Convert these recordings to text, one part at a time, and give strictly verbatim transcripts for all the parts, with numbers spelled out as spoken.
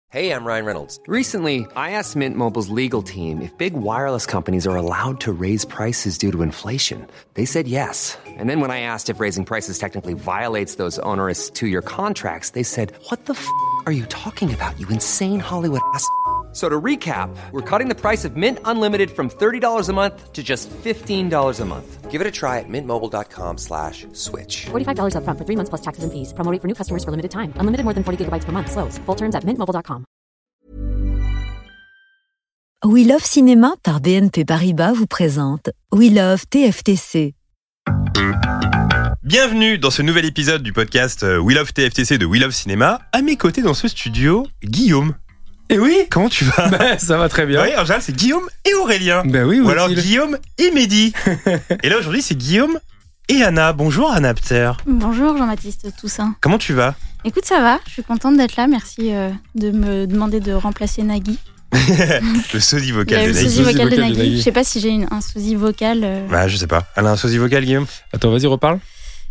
Hey, I'm Ryan Reynolds. Recently, I asked Mint Mobile's legal team if big wireless companies are allowed to raise prices due to inflation. They said yes. And then when I asked if raising prices technically violates those onerous two-year contracts, they said, what the f*** are you talking about, you insane Hollywood ass f- So to recap, we're cutting the price of Mint Unlimited from thirty dollars a month to just fifteen dollars a month. Give it a try at mintmobile.com slash switch. forty-five dollars up front for three months plus taxes and fees. Promo rate for new customers for limited time. Unlimited more than forty gigabytes per month. Slows full terms at mint mobile dot com. We Love Cinéma par B N P Paribas vous présente We Love T F T C. Bienvenue dans ce nouvel épisode du podcast We Love T F T C de We Love Cinéma. À mes côtés dans ce studio, Guillaume. Et oui, comment tu vas? Bah, ça va très bien. Oui, en général, c'est Guillaume et Aurélien. Bah oui, ou alors Guillaume et Mehdi. Et là, aujourd'hui, c'est Guillaume et Anna. Bonjour, Anna Apter. Bonjour, Jean-Baptiste Toussaint. Comment tu vas? Écoute, ça va. Je suis contente d'être là. Merci euh, de me demander de remplacer Nagui. Le sosie vocal de Le Nagui. sosie vocal de de Nagui. Nagui. Je sais pas si j'ai une, un sosie vocal. Euh... Bah, je sais pas. Elle a un sosie vocal, Guillaume? Attends, vas-y, reparle.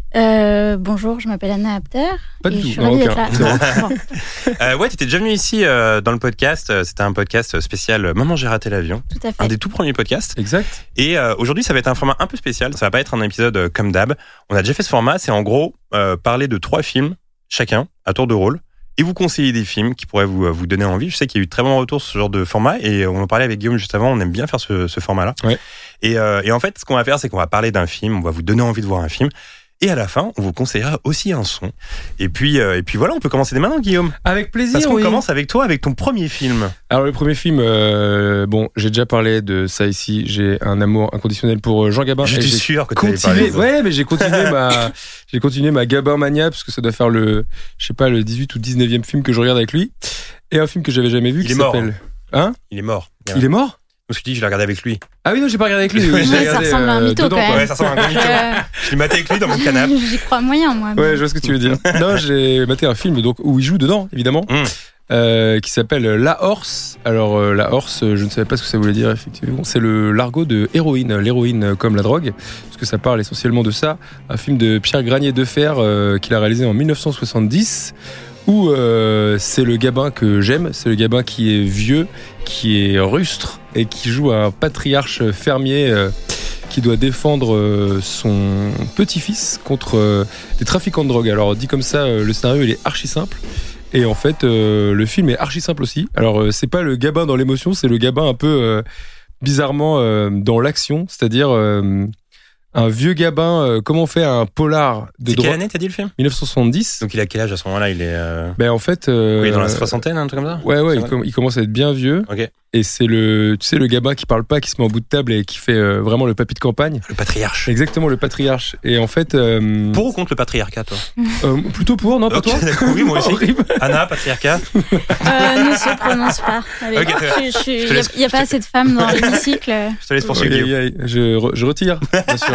Euh, bonjour, je m'appelle Anna Apter. Pas et du je tout. suis Non, ravie aucun. d'être là. C'est Bon. euh, Ouais, t'étais déjà venu ici euh, dans le podcast. C'était un podcast spécial Maman, j'ai raté l'avion. Tout à fait. Un des tout premiers podcasts. Exact. Et euh, aujourd'hui, ça va être un format un peu spécial. Ça va pas être un épisode euh, comme d'hab. On a déjà fait ce format. C'est en gros euh, parler de trois films chacun à tour de rôle et vous conseiller des films qui pourraient vous vous donner envie. Je sais qu'il y a eu de très bons retours sur ce genre de format et on en parlait avec Guillaume juste avant. On aime bien faire ce, ce format-là. Ouais. Et, euh, et en fait, ce qu'on va faire, c'est qu'on va parler d'un film. On va vous donner envie de voir un film. Et à la fin, on vous conseillera aussi un son. Et puis, euh, et puis voilà, on peut commencer dès maintenant, Guillaume. Avec plaisir. Parce qu'on oui. commence avec toi, avec ton premier film. Alors, le premier film, euh, bon, j'ai déjà parlé de ça ici. J'ai un amour inconditionnel pour Jean Gabin. J'étais Et j'ai sûr que tu allais parler Continué, de ça. ouais, mais j'ai continué ma, j'ai continué ma Gabin mania parce que ça doit faire le, je sais pas, le dix-huit ou dix-neuvième film que je regarde avec lui. Et un film que j'avais jamais vu Il qui est mort. s'appelle. Hein? Il est mort. Il est mort? Je me suis dit, je l'ai regardé avec lui. Ah oui, non, j'ai pas regardé avec lui. Ouais, J'ai ça regardé, ressemble à un euh, mytho, dedans, quand quoi. même. Ouais, ça ressemble à un mytho. Euh, Je l'ai maté avec lui dans mon canapé. J'y crois moyen, moi. mais- Ouais, je vois ce que tu veux dire. Non, j'ai maté un film donc où il joue dedans, évidemment, Mm. euh, qui s'appelle La Horse. Alors, euh, La Horse, euh, je ne savais pas ce que ça voulait dire, effectivement. C'est le l'argot de héroïne, l'héroïne euh, comme la drogue, parce que ça parle essentiellement de ça. Un film de Pierre Granier-Defer euh, qu'il a réalisé en dix-neuf cent soixante-dix. Où euh, c'est le Gabin que j'aime, c'est le Gabin qui est vieux, qui est rustre et qui joue un patriarche fermier euh, qui doit défendre euh, son petit-fils contre euh, des trafiquants de drogue. Alors dit comme ça, euh, le scénario il est archi simple. Et en fait, euh, le film est archi simple aussi. Alors euh, c'est pas le Gabin dans l'émotion, c'est le Gabin un peu euh, bizarrement euh, dans l'action, c'est-à-dire euh, un vieux Gabin. Euh, comment on fait un polar de C'est quelle drogue année, t'as dit le film? dix-neuf cent soixante-dix. Donc il a quel âge à ce moment-là? Il est euh... Ben en fait, euh, oui, dans la soixantaine, un truc comme ça? ouais, ouais, Ça il, va com- il commence à être bien vieux. Ok. Et c'est le, tu sais, le Gabin qui parle pas, qui se met en bout de table et qui fait euh, vraiment le papy de campagne. Le patriarche. Exactement, le patriarche. Et en fait, euh, Pour ou contre le patriarcat, toi? euh, plutôt pour, non, pas Ok, toi. d'accord, oui, moi aussi. Horrible. Anna, patriarcat? Euh, ne se prononce pas. Allez, Ok, très bien. je- je- Je te Il laisse- n'y a, pas assez de femmes dans l'hémicycle. Je te laisse poursuivre, Aïe, Guillaume. aïe, aïe. Je, re- je retire, bien sûr.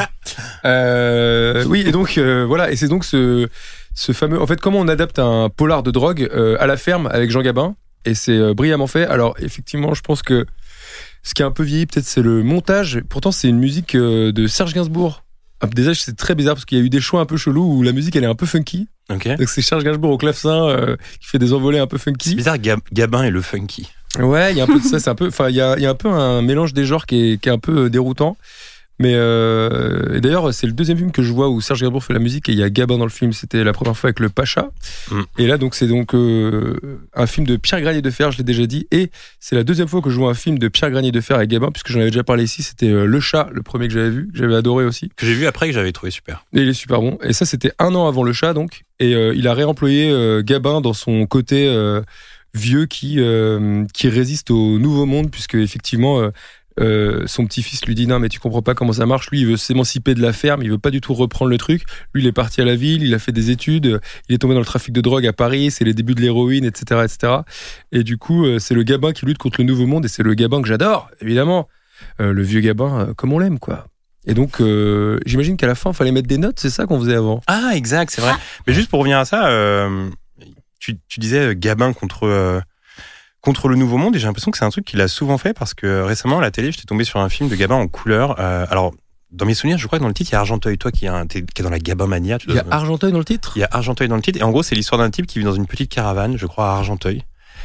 Euh, oui, et donc euh, voilà, et c'est donc ce, ce fameux. En fait, comment on adapte un polar de drogue euh, à la ferme avec Jean Gabin, et c'est euh, brillamment fait. Alors effectivement, je pense que ce qui est un peu vieilli, peut-être, c'est le montage. Pourtant, c'est une musique euh, de Serge Gainsbourg. Ah, déjà, c'est très bizarre parce qu'il y a eu des choix un peu chelous où la musique elle est un peu funky. Ok. Donc c'est Serge Gainsbourg au clavecin euh, qui fait des envolées un peu C'est funky. bizarre, Gab- Gabin et le funky. Ouais, il y a un peu de ça. C'est un peu. Enfin, il y a, il y a un peu un mélange des genres qui est, qui est un peu euh, déroutant. Mais euh, et d'ailleurs, c'est le deuxième film que je vois où Serge Gainsbourg fait la musique et il y a Gabin dans le film. C'était la première fois avec le Pacha. Mm. Et là, donc, c'est donc euh, un film de Pierre Granier-Defer, je l'ai déjà dit. Et c'est la deuxième fois que je vois un film de Pierre Granier-Defer avec Gabin, puisque j'en avais déjà parlé ici. C'était euh, Le Chat, le premier que j'avais vu, que j'avais adoré aussi. Que j'ai vu après, que j'avais trouvé super. Et il est super bon. Et ça, c'était un an avant Le Chat, donc. Et euh, il a réemployé euh, Gabin dans son côté euh, vieux qui, euh, qui résiste au nouveau monde, puisque effectivement. Euh, Euh, son petit-fils lui dit non mais tu comprends pas comment ça marche, lui il veut s'émanciper de la ferme, il veut pas du tout reprendre le truc, lui il est parti à la ville, il a fait des études, il est tombé dans le trafic de drogue à Paris, c'est les débuts de l'héroïne, etc, etc, et du coup euh, c'est le Gabin qui lutte contre le nouveau monde et c'est le Gabin que j'adore évidemment, euh, le vieux Gabin euh, comme on l'aime quoi. Et donc euh, j'imagine qu'à la fin il fallait mettre des notes, c'est ça qu'on faisait avant. Ah exact, c'est vrai. Mais juste pour revenir à ça, euh, tu, tu disais Gabin contre euh, contre le Nouveau Monde, et j'ai l'impression que c'est un truc qu'il a souvent fait, parce que récemment à la télé, j'étais tombé sur un film de Gabin en couleur. Euh, alors, dans mes souvenirs, je crois que dans le titre, il y a Argenteuil. Toi qui, est, qui est dans la Gabin mania. Tu Il y a dois... Argenteuil dans le titre. Il y a Argenteuil dans le titre. Et en gros, c'est l'histoire d'un type qui vit dans une petite caravane, je crois, à Argenteuil.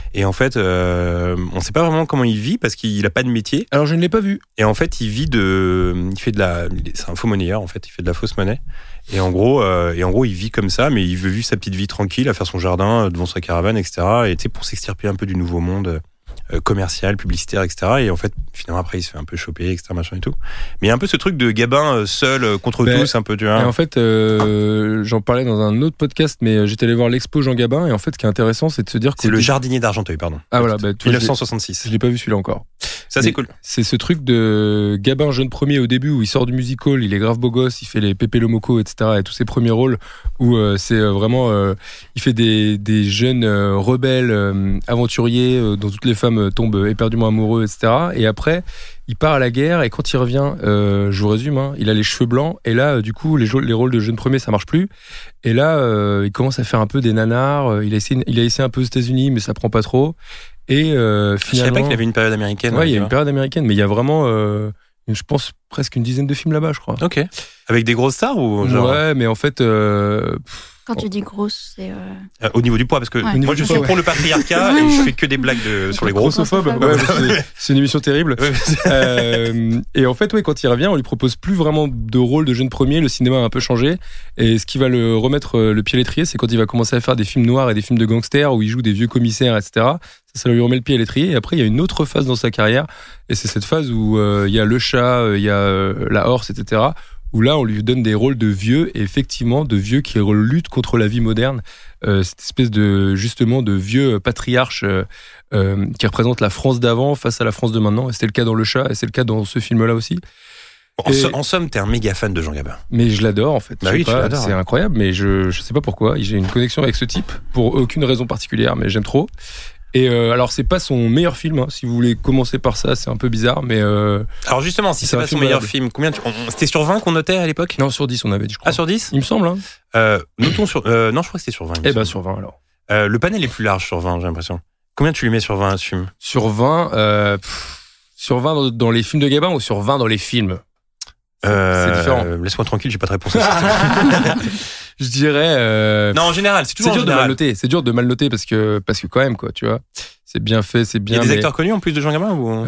Et en fait, euh, on sait pas vraiment comment il vit parce qu'il a pas de métier. Alors je ne l'ai pas vu. Et en fait, il vit de, il fait de la, c'est un faux monnayeur en fait. Il fait de la fausse monnaie. Et en gros, euh, et en gros, il vit comme ça, mais il veut vivre sa petite vie tranquille, à faire son jardin euh, devant sa caravane, et cetera. Et tu sais, pour s'extirper un peu du nouveau monde euh, commercial, publicitaire, et cetera. Et en fait, finalement, après, il se fait un peu choper, et cetera, machin et tout. Mais il y a un peu ce truc de Gabin euh, seul euh, contre Ben, tous, un peu, tu vois. Et en fait, euh, j'en parlais dans un autre podcast, mais j'étais allé voir l'expo Jean Gabin, et en fait, ce qui est intéressant, c'est de se dire que C'est le jardinier d'Argenteuil, pardon. Ah voilà, bah, toi, mille neuf cent soixante-six. je l'ai pas vu celui-là encore. Ça, c'est Mais cool. C'est ce truc de Gabin jeune premier au début où il sort du musical, il est grave beau gosse, il fait les Pépé Lomoco, et cetera. Et tous ses premiers rôles où euh, c'est euh, vraiment, euh, il fait des, des jeunes euh, rebelles, euh, aventuriers euh, dont toutes les femmes euh, tombent éperdument amoureux, et cetera. Et après, il part à la guerre et quand il revient, euh, je vous résume, hein, il a les cheveux blancs et là, euh, du coup, les, jo- les rôles de jeune premier, ça marche plus. Et là, euh, il commence à faire un peu des nanars. euh, Il a essayé, il a essayé un peu aux États-Unis, mais ça prend pas trop. Et euh, Je savais finalement, pas qu'il avait une période américaine. ouais, il y a tu une vois. période américaine, mais il y a vraiment, euh, je pense, presque une dizaine de films là-bas, je crois. Ok. Avec des grosses stars ou genre Ouais, mais en fait, euh, Quand tu dis grosse, c'est. euh, euh, au niveau du poids, parce que Ouais. moi je du suis poids, pour le patriarcat et je fais que des blagues de, sur les gros. grossophobe. Grossophobe. Ouais, mais c'est, c'est une émission terrible. Ouais, mais- Euh, et en fait, ouais, quand il revient, on lui propose plus vraiment de rôle de jeune premier. Le cinéma a un peu changé. Et ce qui va le remettre euh, le pied à l'étrier, c'est quand il va commencer à faire des films noirs et des films de gangsters où il joue des vieux commissaires, et cetera. Ça, ça lui remet le pied à l'étrier. Et après, il y a une autre phase dans sa carrière. Et c'est cette phase où euh, il y a le chat, euh, il y a euh, la Horse, et cetera. Où là, on lui donne des rôles de vieux, et effectivement, de vieux qui luttent contre la vie moderne. Euh, cette espèce de, justement, de vieux patriarche euh, euh, qui représente la France d'avant face à la France de maintenant. Et c'était le cas dans Le Chat, et c'est le cas dans ce film-là aussi. En, Et- so- en somme, t'es un méga fan de Jean Gabin. Mais je l'adore, en fait. Bah Je sais oui, tu pas, l'adores, c'est ouais. incroyable, mais je, je sais pas pourquoi. J'ai une connexion avec ce type, pour aucune raison particulière, mais j'aime trop. Et euh, alors, c'est pas son meilleur film, hein. Si vous voulez commencer par ça, c'est un peu bizarre, mais euh, Alors justement, si C'est c'est un pas son film meilleur valable. film, combien tu... on- C'était sur vingt qu'on notait à l'époque non, sur dix, on avait dit, je crois. Ah, sur dix Il me semble, hein. euh, Notons sur... euh, non, je crois que c'était sur vingt. il me Eh ben, semble. sur vingt, alors. Euh, le panel est plus large sur vingt, j'ai l'impression. Combien tu lui mets sur vingt à ce film Sur vingt, euh, pff, sur vingt dans, dans les films de Gabin ou sur vingt dans les films? C'est Euh, c'est différent. Laisse-moi tranquille, j'ai pas de réponse à ça. Je dirais. euh, Non, en général, c'est c'est toujours en dur de mal général. noter. C'est dur de mal noter parce que parce que quand même quoi, tu vois. C'est bien fait, c'est Il y bien. a des mais, acteurs connus en plus de Jean Gabin ou...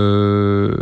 Euh,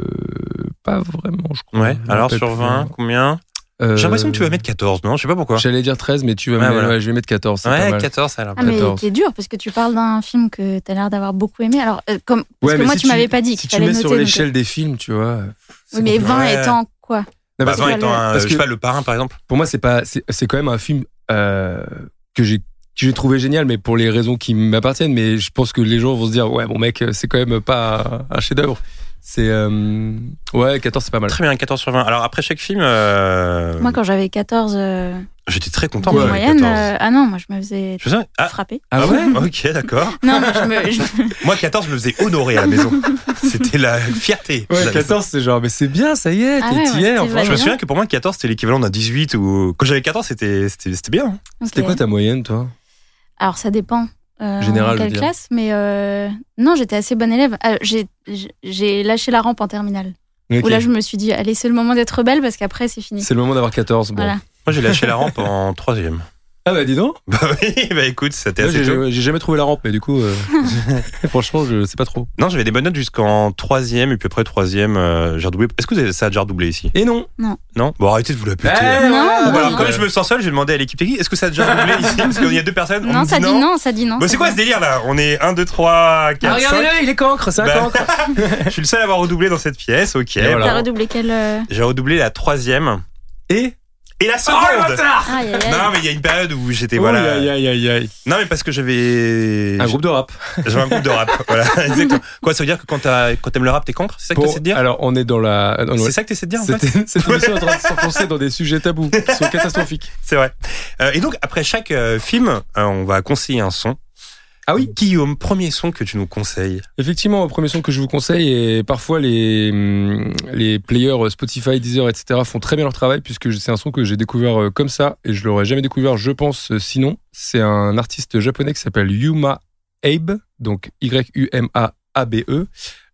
pas vraiment, je crois. Ouais, Je me alors rappelle sur plus vingt, vraiment. combien Euh, J'ai l'impression que tu vas mettre quatorze, non? Je sais pas pourquoi. J'allais dire treize, mais tu vas Ouais, mettre, voilà. ouais, je vais mettre quatorze. C'est pas Ouais, mal. quatorze, ça a l'air Ah, mais quatorze. t'es dur parce que tu parles d'un film que t'as l'air d'avoir beaucoup aimé. Alors, euh, comme. Parce Ouais, que mais moi, si tu m'avais pas dit Si qu'il tu fallait mets noter. sur donc, l'échelle des films, tu vois. c'est Oui, mais compliqué. vingt Ouais. étant quoi? Non, Bah, parce que vingt étant un, parce je sais que- pas, le parrain par exemple. pour moi, c'est pas, c'est, c'est quand même un film euh, que j'ai que j'ai trouvé génial, mais pour les raisons qui m'appartiennent. Mais je pense que les gens vont se dire, ouais, bon mec, c'est quand même pas un chef-d'œuvre. C'est euh, ouais, quatorze, c'est pas mal. Très bien, quatorze sur vingt. Alors après chaque film, euh, Moi, quand j'avais quatorze euh, j'étais très content. de ouais, moyenne, quatorze. euh, ah non, moi, je me faisais Je sais, ah, frapper. Ah ouais. Ok, d'accord. Non, mais je me. je- Moi, quatorze, je me faisais honorer à la maison. C'était la fierté. Ouais, La- quatorze, c'est genre, mais c'est bien, ça y est, Ah t'es ouais, t'y ouais, es, c'était enfin. Je me vachement souviens que pour moi, quatorze, c'était l'équivalent d'un dix-huit. Ou... Quand j'avais quatorze, c'était, c'était, c'était bien. C'était Ok. quoi ta moyenne, toi? Alors, ça dépend. Euh, Général, en je veux quelle dire. classe? Mais euh, non, j'étais assez bonne élève. Ah, j'ai, j'ai- j'ai lâché la rampe en terminale. Ok. Où là, je me suis dit, allez, c'est le moment d'être rebelle parce qu'après, c'est fini. C'est le moment d'avoir quatorze. Bon. Voilà. Moi, j'ai lâché la rampe en troisième. Ah bah dis donc. Bah oui, bah écoute, c'était Moi, assez j'ai, tôt. j'ai jamais trouvé la rampe, mais du coup, euh, franchement, je sais pas trop. Non, j'avais des bonnes notes jusqu'en troisième, et puis après troisième, euh, j'ai redoublé. Est-ce que vous avez- ça a déjà redoublé ici? Et non. Non? Bon, arrêtez de vous la péter. Eh, là. Non, voilà. Bon, alors, non. comme je me sens seul, j'ai demandé à l'équipe technique, est-ce que ça a déjà redoublé ici? Parce qu'il y a deux personnes. on Non, me ça dit non, ça dit non. Bon, ça c'est quoi dit ce délire là? On est un, deux, trois, Ah, quatre, cinq. regardez-le, il est cancre, c'est un Bah, cancre. Je suis le seul à avoir redoublé dans cette pièce, ok. Et voilà. T'as redoublé quel. euh, J'ai redoublé la troisième. Et Et la oh, seconde! le bâtard. Aïe, aïe, aïe. Non, mais il y a une période où j'étais, Oh, voilà. aïe, aïe, aïe, aïe. Non, mais parce que j'avais. Un groupe de rap. J'avais un groupe de rap. Voilà, exactement. Quoi, ça veut dire que quand, t'as- quand t'aimes le rap, t'es cancre? C'est ça que Bon, t'essaies de dire? alors, on est dans la. non, non, C'est ça que t'essaies de dire en fait? Cette, cette émission est en train de s'enfoncer dans des sujets tabous qui sont catastrophiques. C'est vrai. Euh, et donc, après chaque euh, film, euh, on va conseiller un son. Ah oui. Guillaume, premier son que tu nous conseilles. Effectivement, le premier son que je vous conseille, et parfois les, hum, les players Spotify, Deezer, et cetera font très bien leur travail, puisque c'est un son que j'ai découvert euh, comme ça, et je l'aurais jamais découvert, je pense, euh, sinon. C'est un artiste japonais qui s'appelle Yuma Abe, donc Y U M A A B E.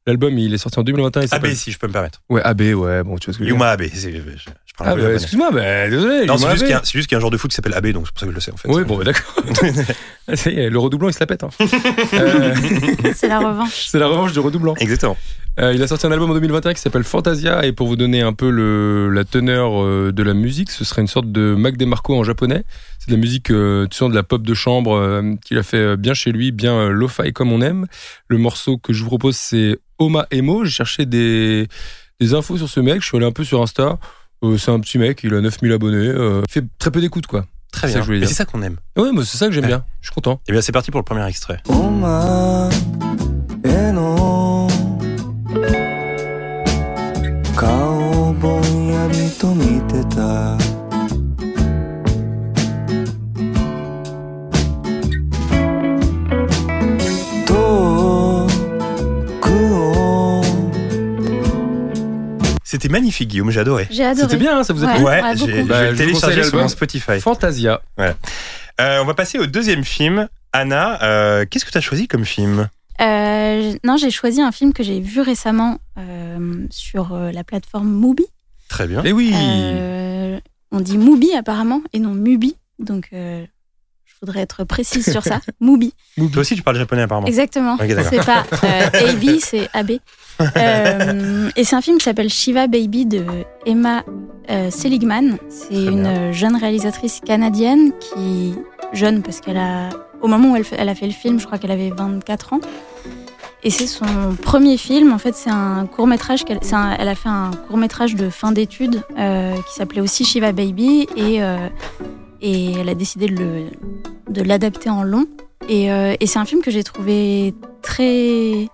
L'album, il est sorti en deux mille vingt et un. Il A B, s'appelle... si je peux me permettre. Ouais, A B, ouais, bon, tu vois ce que je veux dire. Yuma A B. C'est, je, je parle Ah, un peu bah, japonais. excuse-moi, bah, désolé. Non, Yuma c'est juste, A B. qu'il y a, c'est juste qu'il y a un genre de foot qui s'appelle A B, donc c'est pour ça que je le sais en fait. Oui, bon, bah, d'accord. Ça y est, le redoublant, il se la pète. Hein. euh... C'est la revanche. C'est la revanche du redoublant. Exactement. Euh, il a sorti un album en deux mille vingt et un qui s'appelle Fantasia, et pour vous donner un peu le, la teneur euh, de la musique, ce serait une sorte de Mac DeMarco en japonais. C'est de la musique, euh, tu sens, de la pop de chambre euh, qu'il a fait bien chez lui, bien euh, lo-fi comme on aime. Le morceau que je vous propose, c'est Oma Emo. J'ai cherché des, des infos sur ce mec, je suis allé un peu sur Insta. Euh, c'est un petit mec, il a neuf mille abonnés, euh, il fait très peu d'écoute, quoi. Très C'est bien. ça que je voulais Mais dire. c'est ça qu'on aime. Ouais, moi c'est ça que j'aime Ouais. bien, je suis content. Et bien c'est parti pour le premier extrait. お前への顔をぼんやりと見てた遠くを C'était magnifique, Guillaume, j'ai adoré. J'ai adoré. C'était bien, hein, ça vous a Ouais. plu? Ouais, Ouais, j'ai, beaucoup. je Bah, vais je le vous télécharger conseille sur mon l'album. Spotify. Fantasia. Euh, on va passer au deuxième film. Anna, euh, qu'est-ce que tu as choisi comme film? Euh, non, j'ai choisi un film que j'ai vu récemment euh, sur euh, la plateforme Mubi. Très bien. Eh oui. Euh, on dit Mubi apparemment et non Mubi, donc euh, je voudrais être précise sur ça. Mubi. Toi aussi, tu parles japonais apparemment. Exactement. Ok, d'accord. C'est pas euh, A B, c'est A B. Euh, et c'est un film qui s'appelle Shiva Baby de Emma euh, Seligman. C'est Très une bien. jeune réalisatrice canadienne qui jeune parce qu'elle a au moment où elle, fait- elle a fait le film, je crois qu'elle avait vingt-quatre ans. Et c'est son premier film. En fait, c'est un court métrage. Qu'elle, c'est un- elle a fait un court métrage de fin d'études euh, qui s'appelait aussi Shiva Baby et euh, et elle a décidé de, le, de l'adapter en long. Et, euh, et c'est un film que j'ai trouvé très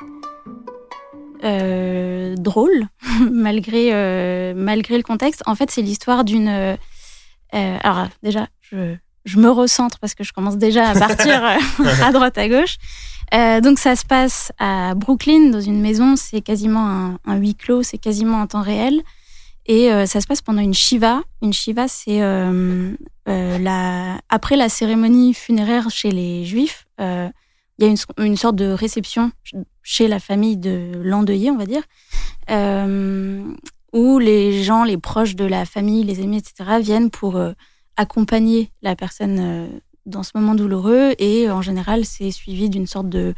euh, drôle, malgré, euh, malgré le contexte. En fait, c'est l'histoire d'une... euh, euh, alors déjà, je, je me recentre parce que je commence déjà à partir euh, à droite, à gauche. Euh, donc ça se passe à Brooklyn, dans une maison. C'est quasiment un, un huis clos, c'est quasiment en temps réel. Et euh, ça se passe pendant une shiva. Une shiva, c'est euh, euh, la... après la cérémonie funéraire chez les Juifs. Euh, il y a une, une sorte de réception chez la famille de l'endeuillé, on va dire, euh, où les gens, les proches de la famille, les amis, et cetera, viennent pour euh, accompagner la personne euh, dans ce moment douloureux. Et euh, en général, c'est suivi d'une sorte de...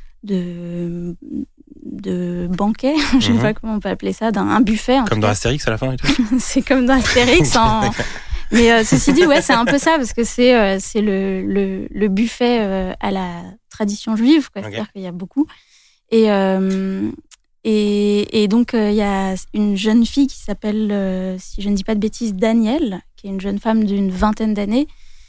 de de banquet, je ne sais Mhm. pas comment on peut appeler ça, d'un un buffet. En Comme tout dans cas. Astérix à la fin et tout. C'est comme dans Astérix. En... Mais euh, ceci dit, ouais, c'est un peu ça, parce que c'est, euh, c'est le, le, le buffet euh, à la tradition juive, quoi. Ok. C'est-à-dire qu'il y a beaucoup. Et, euh, et, et donc, euh, il y a une jeune fille qui s'appelle, euh, si je ne dis pas de bêtises, Danielle, qui est une jeune femme d'une vingtaine d'années,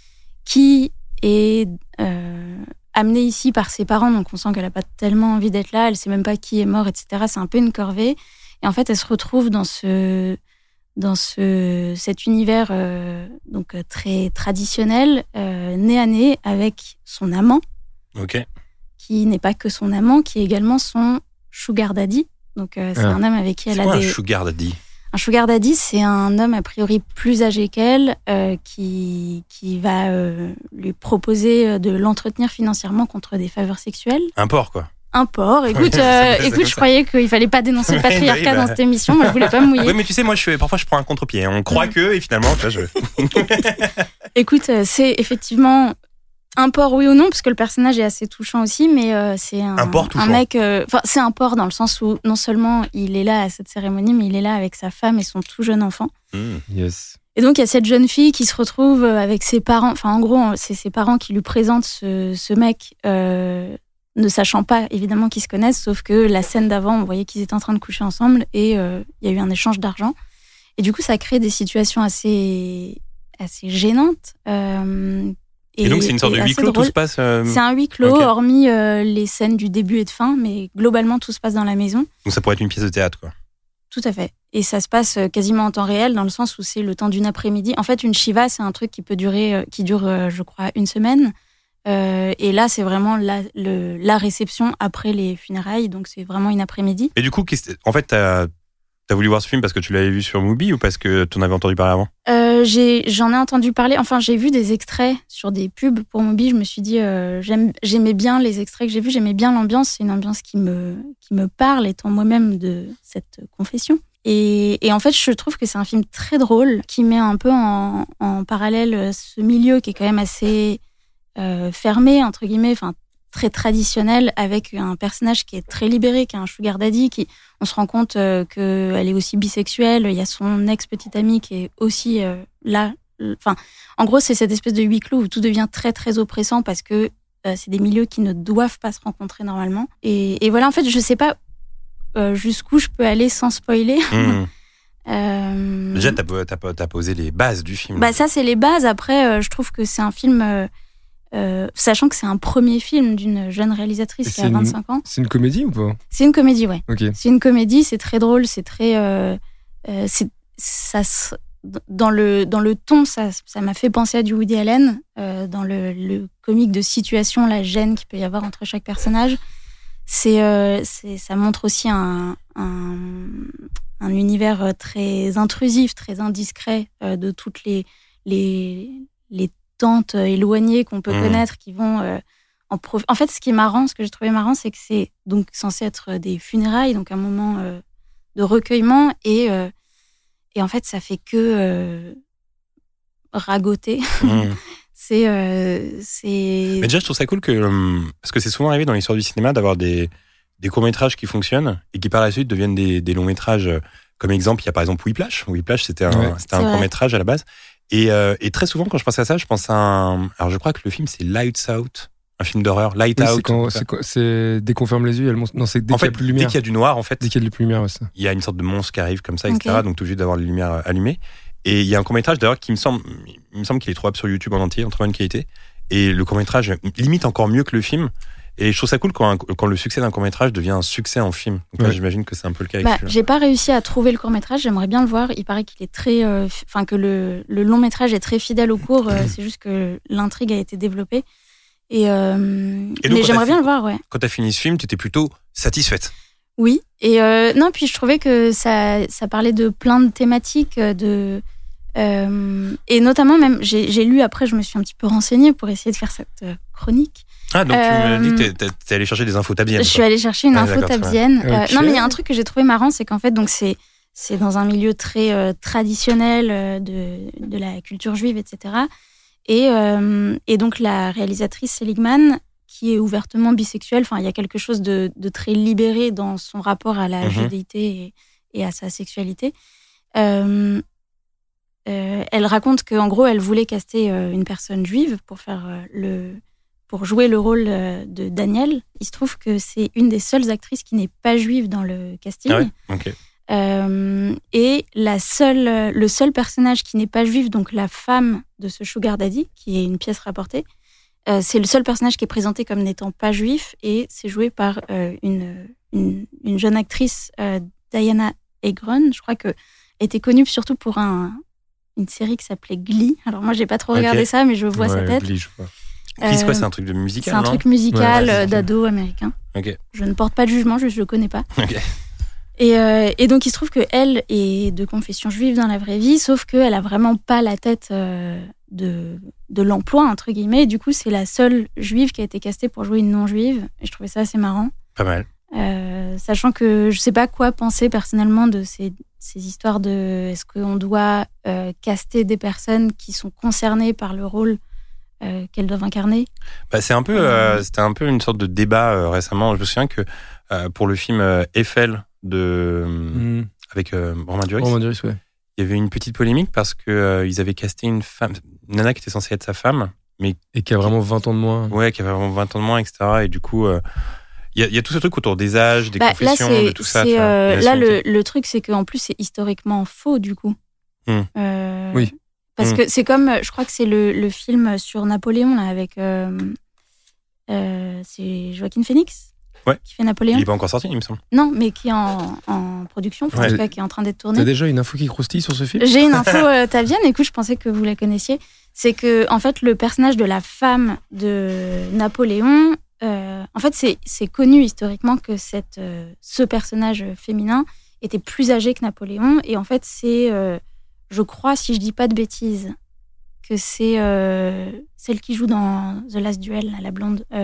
qui est euh, amenée ici par ses parents, donc on sent qu'elle n'a pas tellement envie d'être là, elle ne sait même pas qui est mort, et cetera. C'est un peu une corvée. Et en fait, elle se retrouve dans ce, dans ce, cet univers euh, donc, euh, très traditionnel, euh, nez à nez, avec son amant, Ok. qui n'est pas que son amant, qui est également son sugar daddy. Donc, euh, c'est Ah. un homme avec qui elle C'est a quoi des... un sugar daddy? Un sugar daddy, c'est un homme a priori plus âgé qu'elle euh, qui, qui va euh, lui proposer de l'entretenir financièrement contre des faveurs sexuelles. Un porc, quoi. Un porc. Écoute, Oui, c'est- euh, c'est écoute, comme je ça. croyais qu'il fallait pas dénoncer le Oui, patriarcat bah. dans cette émission. Moi, je voulais pas me mouiller. Oui, mais tu sais, moi, je fais, parfois, je prends un contre-pied. On croit que, et finalement, tu vois, je. Écoute, euh, c'est effectivement un porc, oui ou non, parce que le personnage est assez touchant aussi, mais euh, c'est un, Un porc touchant. mec. euh, Enfin, c'est un porc dans le sens où non seulement il est là à cette cérémonie, mais il est là avec sa femme et son tout jeune enfant. Hmm. Yes. Et donc, il y a cette jeune fille qui se retrouve avec ses parents. Enfin, en gros, c'est ses parents qui lui présentent ce, ce mec, euh, ne sachant pas, évidemment, qu'ils se connaissent, sauf que la scène d'avant, on voyait qu'ils étaient en train de coucher ensemble et euh, il y a eu un échange d'argent. Et du coup, ça crée des situations assez, assez gênantes. euh, Et, donc, c'est une sorte et de huis assez clos, tout drôles. se passe. euh, C'est un huis clos, Ok. hormis euh, les scènes du début et de fin, mais globalement, tout se passe dans la maison. Donc, ça pourrait être une pièce de théâtre, quoi. Tout à fait. Et ça se passe euh, quasiment en temps réel, dans le sens où c'est le temps d'une après-midi. En fait, une shiva, c'est un truc qui peut durer, euh, qui dure, euh, je crois, une semaine. Euh, et là, c'est vraiment la, le, la réception après les funérailles, donc c'est vraiment une après-midi. Et du coup, qu'est-ce- en fait, t'as T'as voulu voir ce film parce que tu l'avais vu sur Mubi ou parce que tu en avais entendu parler avant ? euh, j'ai, J'en ai entendu parler. Enfin, j'ai vu des extraits sur des pubs pour Mubi. Je me suis dit, euh, j'aime, j'aimais bien les extraits que j'ai vus. J'aimais bien l'ambiance. C'est une ambiance qui me, qui me parle, étant moi-même de cette confession. Et, et en fait, je trouve que c'est un film très drôle qui met un peu en, en parallèle ce milieu qui est quand même assez euh, fermé, entre guillemets, enfin, très traditionnel, avec un personnage qui est très libéré, qui est un sugar daddy, qui, on se rend compte euh, qu'elle est aussi bisexuelle. Il y a son ex-petite amie qui est aussi euh, là. Enfin, en gros, c'est cette espèce de huis clos où tout devient très, très oppressant parce que euh, c'est des milieux qui ne doivent pas se rencontrer normalement. Et, et voilà, en fait, je sais pas euh, jusqu'où je peux aller sans spoiler. Mmh. euh... Déjà, t'as, t'as, t'as posé les bases du film. Bah, ça, c'est les bases. Après, euh, je trouve que c'est un film... Euh, Euh, sachant que c'est un premier film d'une jeune réalisatrice Et qui a vingt-cinq une, ans. C'est une comédie ou pas ? C'est une comédie, ouais. Ok. C'est une comédie, c'est très drôle, c'est très... Euh, euh, c'est, ça, dans, le, dans le ton, ça, ça m'a fait penser à du Woody Allen, euh, dans le, le comique de situation, la gêne qu'il peut y avoir entre chaque personnage. C'est, euh, c'est, ça montre aussi un, un, un univers très intrusif, très indiscret euh, de toutes les, les, les tantes éloignées qu'on peut mmh. connaître qui vont euh, en prof... En fait, ce qui est marrant, ce que j'ai trouvé marrant, c'est que c'est donc censé être des funérailles, donc un moment euh, de recueillement, et, euh, et en fait, ça fait que euh, ragoter. Mmh. c'est, euh, c'est... Mais déjà, je trouve ça cool que... Euh, parce que c'est souvent arrivé dans l'histoire du cinéma d'avoir des, des courts-métrages qui fonctionnent et qui par la suite deviennent des, des longs-métrages. Comme exemple, il y a par exemple Whiplash. Whiplash, c'était un, ouais, c'était un court-métrage à la base. Et, euh, et très souvent, quand je pense à ça, je pense à un... Alors, je crois que le film, c'est Lights Out, un film d'horreur. Light oui, Out. C'est, quand, c'est, quand, c'est dès qu'on ferme les yeux, elle monte... Non, c'est dès en qu'il fait, n'y a plus de lumière. Dès qu'il y a du noir, en fait. Dès qu'il y a plus de lumière, ouais, ça. Il y a une sorte de monstre qui arrive comme ça, okay. et cetera. Donc, t'es obligé d'avoir les lumières allumées. Et il y a un court-métrage, d'ailleurs, qui me semble, il me semble qu'il est trouvable sur YouTube en entier, en très bonne qualité. Et le court-métrage limite encore mieux que le film. Et je trouve ça cool quand, un, quand le succès d'un court-métrage devient un succès en film. Donc là, ouais. j'imagine que c'est un peu le cas avec bah, celui-là. J'ai pas réussi à trouver le court-métrage, j'aimerais bien le voir. Il paraît qu'il est très... Enfin, euh, que le, le long-métrage est très fidèle au court. Euh, c'est juste que l'intrigue a été développée. Et, euh, et donc, mais j'aimerais bien le voir, ouais. Quand t'as fini ce film, t'étais plutôt satisfaite ? Oui. Et euh, non, puis je trouvais que ça, ça parlait de plein de thématiques, de... Euh, et notamment, même, j'ai, j'ai lu après, je me suis un petit peu renseignée pour essayer de faire cette euh, chronique. Ah, donc euh, tu me dis que t'es, t'es allée chercher des infos tabiennes. Je suis allée chercher une ah, info tabienne. Okay. Euh, non, mais il y a un truc que j'ai trouvé marrant, c'est qu'en fait, donc c'est, c'est dans un milieu très euh, traditionnel euh, de, de la culture juive, et cetera. Et, euh, et donc, la réalisatrice Seligman, qui est ouvertement bisexuelle, enfin, il y a quelque chose de, de très libéré dans son rapport à la mm-hmm. judéité et, et à sa sexualité. Euh, Euh, elle raconte qu'en gros, elle voulait caster euh, une personne juive pour faire euh, le, pour jouer le rôle euh, de Daniel. Il se trouve que c'est une des seules actrices qui n'est pas juive dans le casting. Ah ouais, okay. euh, et la seule, le seul personnage qui n'est pas juif, donc la femme de ce sugar daddy, qui est une pièce rapportée, euh, c'est le seul personnage qui est présenté comme n'étant pas juif, et c'est joué par euh, une, une, une jeune actrice, euh, Diana Agron. Je crois qu'elle était connue surtout pour un une série qui s'appelait Glee. Alors moi, j'ai pas trop regardé okay. ça, mais je vois ouais, sa tête. Glee, je vois. Glee, c'est quoi ? C'est un truc de musical, C'est un non truc musical ouais, d'ado américain. Okay. Je ne porte pas de jugement, je ne le connais pas. Okay. Et, euh, et donc, il se trouve qu'elle est de confession juive dans la vraie vie, sauf qu'elle a vraiment pas la tête euh, de, de l'emploi, entre guillemets. Et du coup, c'est la seule juive qui a été castée pour jouer une non-juive. Et je trouvais ça assez marrant. Pas mal. Euh, sachant que je sais pas quoi penser personnellement de ces, ces histoires de est-ce qu'on doit euh, caster des personnes qui sont concernées par le rôle euh, qu'elles doivent incarner. Bah, c'est un peu, euh, c'était un peu une sorte de débat euh, récemment. Je me souviens que euh, pour le film euh, Eiffel de mm. avec euh, Romain Duris, Romain Duris, ouais. Il y avait une petite polémique parce que euh, ils avaient casté une femme, une nana qui était censée être sa femme, mais et qui a vraiment vingt ans de moins. Ouais, qui avait vraiment vingt ans de moins, et cetera. Et du coup. Euh, Il y, a, il y a tout ce truc autour des âges, des bah, confessions, là, de tout ça. C'est, euh, là, le, le truc, c'est qu'en plus, c'est historiquement faux, du coup. Mmh. Euh, oui. Parce mmh. que c'est comme, je crois que c'est le, le film sur Napoléon, là, avec. Euh, euh, c'est Joaquin Phoenix ouais. qui fait Napoléon. Il n'est pas encore sorti, il me semble. Non, mais qui est en, en production, enfin, ouais. en tout cas, qui est en train d'être tourné. T'as déjà une info qui croustille sur ce film ? J'ai une info euh, tavienne, écoute, je pensais que vous la connaissiez. C'est que, en fait, le personnage de la femme de Napoléon. Euh, en fait, c'est, c'est connu historiquement que cette, euh, ce personnage féminin était plus âgée que Napoléon. Et en fait, c'est, euh, je crois, si je dis pas de bêtises, que c'est euh, celle qui joue dans The Last Duel, là, la blonde. Euh,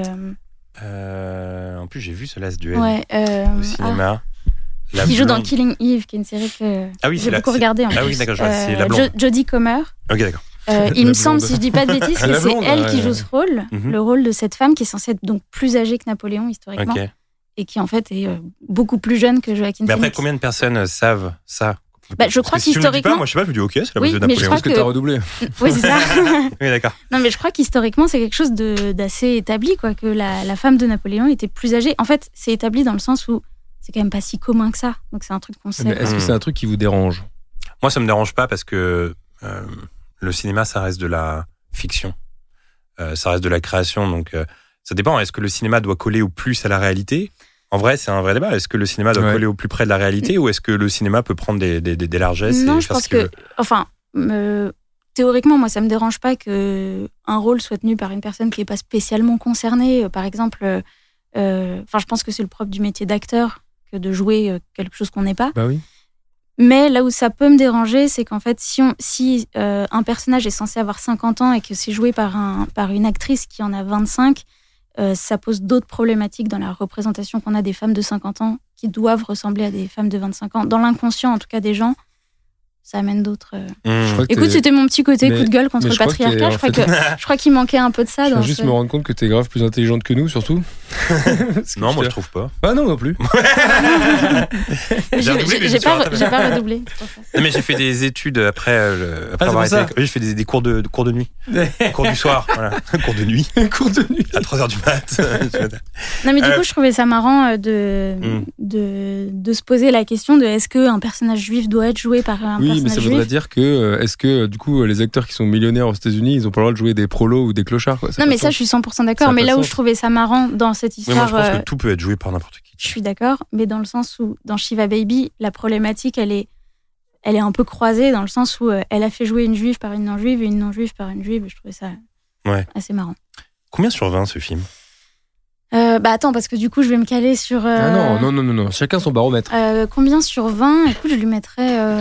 Euh, en plus, j'ai vu ce Last Duel ouais, euh, au cinéma. ah, qui joue dans Killing Eve, qui est une série que ah oui, j'ai la, beaucoup c'est... regardée. En ah plus. oui, d'accord, je vois, c'est la blonde. Jo- Jodie Comer. Ok, d'accord. Euh, il me semble, si je dis pas de bêtises, que La c'est blonde, elle ouais. qui joue ce rôle, Mhm. le rôle de cette femme qui est censée être donc plus âgée que Napoléon historiquement, Ok. et qui en fait est euh, beaucoup plus jeune que Joaquin Mais après, Phoenix. combien de personnes savent ça? Bah, je Parce crois que si tu me le dis pas, qu'historiquement- moi, je sais pas, je me dis ok, c'est la Oui, voix de mais je Napoléon. crois Parce que que- t'as redoublé. Oui, c'est ça. Oui, d'accord. Non, mais je crois qu'historiquement, c'est quelque chose de, d'assez établi, quoi, que la, la femme de Napoléon était plus âgée. En fait, c'est établi dans le sens où c'est quand même pas si commun que ça. Donc c'est un truc qu'on sait. Mais quoi. est-ce que c'est un truc qui vous dérange? Moi, ça me dérange pas parce que euh, le cinéma, ça reste de la fiction. Euh, ça reste de la création. Donc, euh, ça dépend. Est-ce que le cinéma doit coller au plus à la réalité? En vrai, c'est un vrai débat. Est-ce que le cinéma doit Ouais. coller au plus près de la réalité ou est-ce que le cinéma peut prendre des, des, des, des largesses Non, et je faire pense ce qu'il que, veut? enfin, euh, théoriquement, moi, ça me dérange pas que un rôle soit tenu par une personne qui est pas spécialement concernée. Euh, Par exemple, euh, euh, enfin, je pense que c'est le propre du métier d'acteur que de jouer euh, quelque chose qu'on n'est pas. Bah oui. Mais là où ça peut me déranger, c'est qu'en fait, si, on, si euh, un personnage est censé avoir cinquante ans et que c'est joué par, un, par une actrice qui en a vingt-cinq, euh, ça pose d'autres problématiques dans la représentation qu'on a des femmes de cinquante ans qui doivent ressembler à des femmes de vingt-cinq ans. Dans l'inconscient, en tout cas, des gens, ça amène d'autres... euh. Mmh. Je crois que Écoute, t'es- c'était mon petit côté Mais- coup de gueule contre mais le je crois que patriarcat. t'es, Je en crois, fait- que, je crois qu'il manquait un peu de ça. Je viens dans juste ce- me rendre compte que t'es grave plus intelligente que nous, surtout. Parce que Non, moi, tu- je trouve pas. Ah non, non plus. J'ai J'ai redoublé, mais j'ai- je j'ai me pas, suis re- j'ai pas redoublé. c'est pour ça. Non, mais j'ai fait des études après, euh, le- après Ah, avoir c'est pour été. Oui, j'ai fait des, des cours de, de cours de nuit, cours du soir, voilà, cours de nuit Cours de nuit. à trois heures du mat. Non, mais du Euh, coup, je trouvais ça marrant euh, de, Mm. de, de se poser la question de est-ce qu'un personnage juif doit être joué par un Oui, mais personnage ça voudrait juif. dire que, euh, est-ce que, euh, du coup, euh, les acteurs qui sont millionnaires aux États-Unis, ils ont pas le droit de jouer des prolos ou des clochards, quoi. Ça a Non, pas mais de ça, sens. je suis cent pour cent Ça d'accord. a Mais pas là de où sens. je trouvais ça marrant dans cette Oui, moi, histoire, je pense euh, que tout peut être joué par n'importe qui. je suis d'accord, mais dans le sens où, dans Shiva Baby, la problématique, elle est, elle est un peu croisée, dans le sens où euh, elle a fait jouer une juive par une non-juive et une non-juive par une juive. Et je trouvais ça Ouais. assez marrant. Combien sur vingt ce film? Euh, bah attends, parce que du coup, je vais me caler sur... euh, Ah non, non, non, non, non. Chacun son baromètre. euh, combien sur vingt? Écoute, je lui mettrais... euh,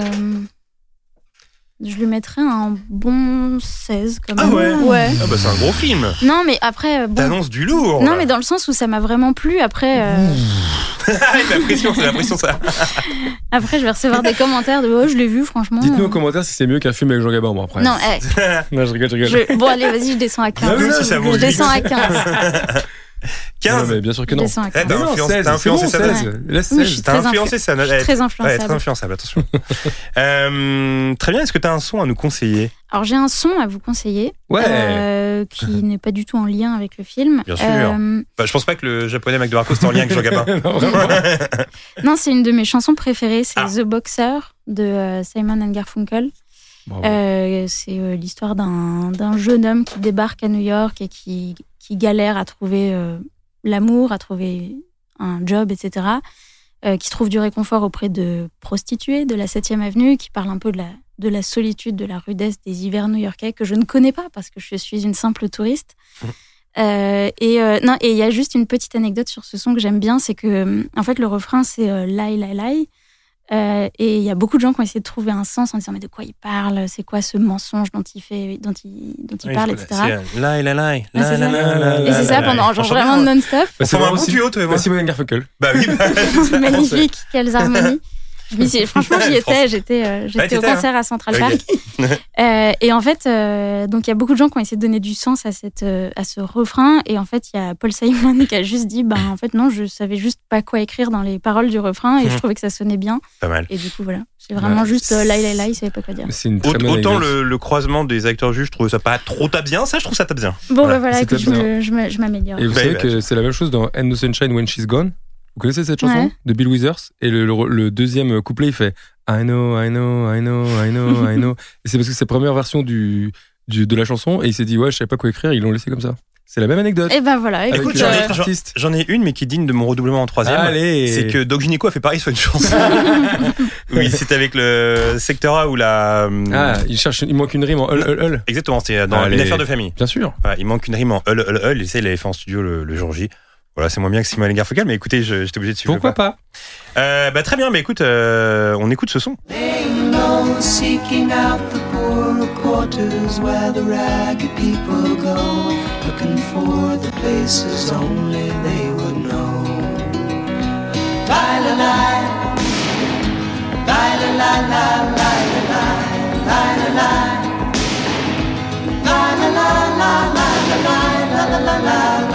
je lui mettrais un bon seize, quand même. Ah ouais Ouais. Ah bah c'est un gros film. Non, mais après... euh, bon, T'annonces du lourd. non, là. mais dans le sens où ça m'a vraiment plu. Après, euh, la pression, c'est la pression ça. après, je vais recevoir des commentaires de « Oh, je l'ai vu, franchement. » Dites-nous en commentaire si c'est mieux qu'un film avec Jean Gabin, bon, après. Non, eh, Non, je rigole, je rigole. je- bon, allez, vas-y, je descends à quinze. Même si ça vaut je huit. descends à quinze. Non, quinze. mais bien sûr que Je non. descends à Eh, quinze. t'as Mais non, influencé- seize, t'as influencé c'est sa bon, note. seize. Laisse Oui, je seize. suis T'as très influencé influ- sa note. je suis Eh, très ouais, influençable. très influençable, attention. Euh, très bien, est-ce que t'as un son à nous conseiller? Alors, j'ai un son à vous conseiller. Ouais. euh, qui n'est pas du tout en lien avec le film. Bien sûr. Euh, Bah, je pense pas que le japonais Mac de Racco c'est en lien avec Jean Gabin. Non, vraiment. non, c'est une de mes chansons préférées. C'est Ah. The Boxer de euh, Simon and Garfunkel. Bravo. Euh, c'est euh, l'histoire d'un, d'un jeune homme qui débarque à New York et qui, qui galère à trouver euh, l'amour, à trouver un job, et cetera. Euh, qui trouve du réconfort auprès de prostituées de la septième avenue, qui parle un peu de la, de la solitude, de la rudesse des hivers new-yorkais que je ne connais pas parce que je suis une simple touriste. Mmh. Euh, et euh, non, et il y a juste une petite anecdote sur ce son que j'aime bien, c'est que en fait le refrain c'est euh, lie lie lie. Euh, et il y a beaucoup de gens qui ont essayé de trouver un sens en disant mais de quoi il parle, c'est quoi ce mensonge dont il fait, dont il, dont il Oui, parle, je et connais. cetera. C'est, euh, Lie, lie, lie, Ah, c'est lie, ça. lie, lie, lie, Et c'est lie, ça lie. pendant genre On chante vraiment bien. non-stop. Bah, On fait un bon aussi- tuyau, toi et moi. Bah, Simon Garfunkel. Bah oui, bah, c'est ça. Magnifique, quelles harmonies. Je m'y suis- franchement, j'y étais, Français. j'étais, euh, j'étais Ouais, au t'étais, concert à Central Ok. Park. Euh, et en fait, euh, donc il y a beaucoup de gens qui ont essayé de donner du sens à cette, euh, à ce refrain. Et en fait, il y a Paul Simon qui a juste dit, ben en fait non, je savais juste pas quoi écrire dans les paroles du refrain et je trouvais que ça sonnait bien. Pas mal. Et du coup voilà, c'est vraiment Ouais. juste euh, lie lie lie, il savait pas quoi dire. C'est une très Aut- bonne Autant anecdote. le, le croisement des acteurs juges, je trouve ça pas trop tape bien. Ça, je trouve ça tape bien. Bon Voilà, bah voilà, c'est écoute, je, top me- je, me- je m'améliore. Et vous Bah, savez bah, que c'est la même chose dans End No Sunshine When She's Gone. Vous connaissez cette chanson Ouais. de Bill Withers? Et le, le, le deuxième couplet, il fait I know, I know, I know, I know, I know. Et c'est parce que c'est la première version du, du, de la chanson. Et il s'est dit, ouais, je savais pas quoi écrire. Ils l'ont laissé comme ça. C'est la même anecdote. Et ben voilà, Avec écoute, Écoute, j'en ai- euh, un autre artiste. J'en ai une, mais qui est digne de mon redoublement en troisième. Allez. C'est que Doc Gynéco a fait pareil sur une chanson. Oui, c'était avec le secteur A ou la. Ah, il cherche, il manque une rime en hul, hul, hul. Exactement, c'était dans Allez. une affaire de famille. Bien sûr. Voilà, il manque une rime en hul, hul, hul. Et ça, il l'avait fait en studio le, le jour J. Voilà, c'est moins bien que Simon et Garfunkel, mais écoutez, je- j'étais obligé de suivre. Pourquoi pas? Euh, bah, très bien, mais écoute, euh, on écoute ce son. Laying low, seeking out the poorer quarters where the ragged people go, looking for the places only they would know. La la la, la la la la la la la la la, la la la la la la la la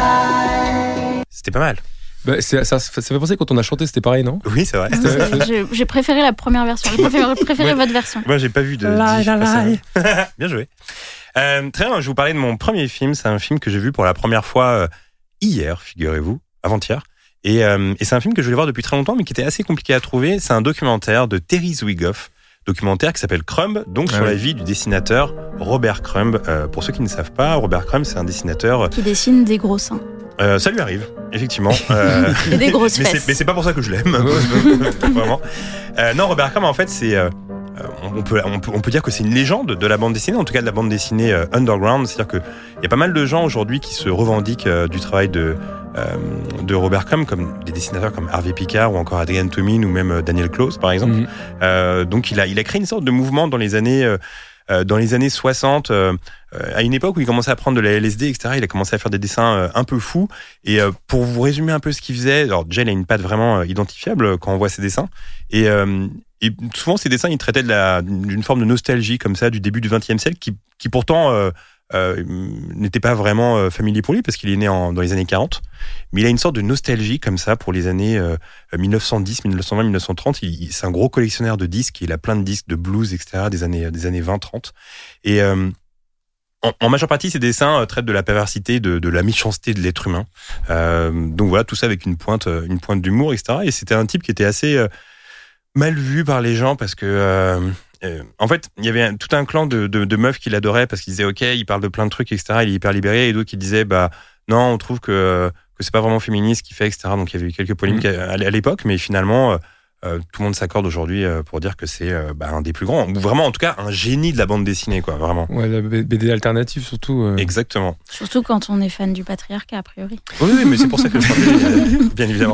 la. C'était pas mal. Bah, c'est, ça, ça fait penser quand on a chanté, c'était pareil, non? Oui, c'est vrai. J'ai, j'ai préféré la première version. J'ai préféré, préféré Ouais. votre version. Moi, j'ai pas vu de. La, diff, la, pas la. ça. Bien joué. Euh, très bien, je vous parlais de mon premier film. C'est un film que j'ai vu pour la première fois euh, hier, figurez-vous, avant-hier. Et, euh, et c'est un film que je voulais voir depuis très longtemps, mais qui était assez compliqué à trouver. C'est un documentaire de Terry Zwigoff, documentaire qui s'appelle Crumb, donc Ah sur oui. la vie du dessinateur Robert Crumb. Euh, pour ceux qui ne savent pas, Robert Crumb, c'est un dessinateur. Qui dessine des gros seins. Euh, ça lui arrive, effectivement. Euh, Et des grosses mais, fesses. c'est, mais c'est pas pour ça que je l'aime. Vraiment. Euh, non, Robert Crumb, en fait, c'est. Euh, on, peut, on, peut, on peut dire que c'est une légende de la bande dessinée, en tout cas de la bande dessinée euh, underground. C'est-à-dire qu'il y a pas mal de gens aujourd'hui qui se revendiquent euh, du travail de, euh, de Robert Crumb, comme des dessinateurs comme Harvey Picard ou encore Adrian Tomine ou même euh, Daniel Close, par exemple. Mhm. Euh, donc il a, il a créé une sorte de mouvement dans les années. Euh, Euh, dans les années soixante, euh, euh, à une époque où il commençait à prendre de la L S D, et cetera, il a commencé à faire des dessins euh, un peu fous. Et euh, pour vous résumer un peu ce qu'il faisait, alors déjà, il a une patte vraiment euh, identifiable quand on voit ses dessins. Et, euh, et souvent, ces dessins, il traitait de la, d'une forme de nostalgie comme ça du début du vingtième siècle qui, qui pourtant euh, euh, n'était pas vraiment euh, familier pour lui parce qu'il est né en, dans les années quarante. Mais il a une sorte de nostalgie comme ça pour les années euh, dix-neuf cent dix, dix-neuf cent vingt, dix-neuf cent trente. Il, il, c'est un gros collectionneur de disques. Il a plein de disques de blues, et cetera des années, des années vingt trente. Et euh, en, en majeure partie, ces dessins euh, traitent de la perversité, de, de la méchanceté de l'être humain. Euh, donc voilà, tout ça avec une pointe, une pointe d'humour, et cetera. Et c'était un type qui était assez euh, mal vu par les gens parce que... Euh, Euh, en fait, il y avait un, tout un clan de, de, de meufs qui l'adoraient parce qu'ils disaient ok, il parle de plein de trucs, et cetera. Il est hyper libéré, et d'autres qui disaient bah non, on trouve que que c'est pas vraiment féministe ce qu'il fait, et cetera. Donc il y avait eu quelques polémiques mmh. à, à l'époque, mais finalement euh, tout le monde s'accorde aujourd'hui euh, pour dire que c'est euh, bah, un des plus grands, ou vraiment en tout cas un génie de la bande dessinée, quoi, vraiment. Ouais, la B D alternative surtout. Euh... Exactement. Surtout quand on est fan du patriarcat a priori. Oui, oui, mais c'est pour ça que je parlais, bien évidemment.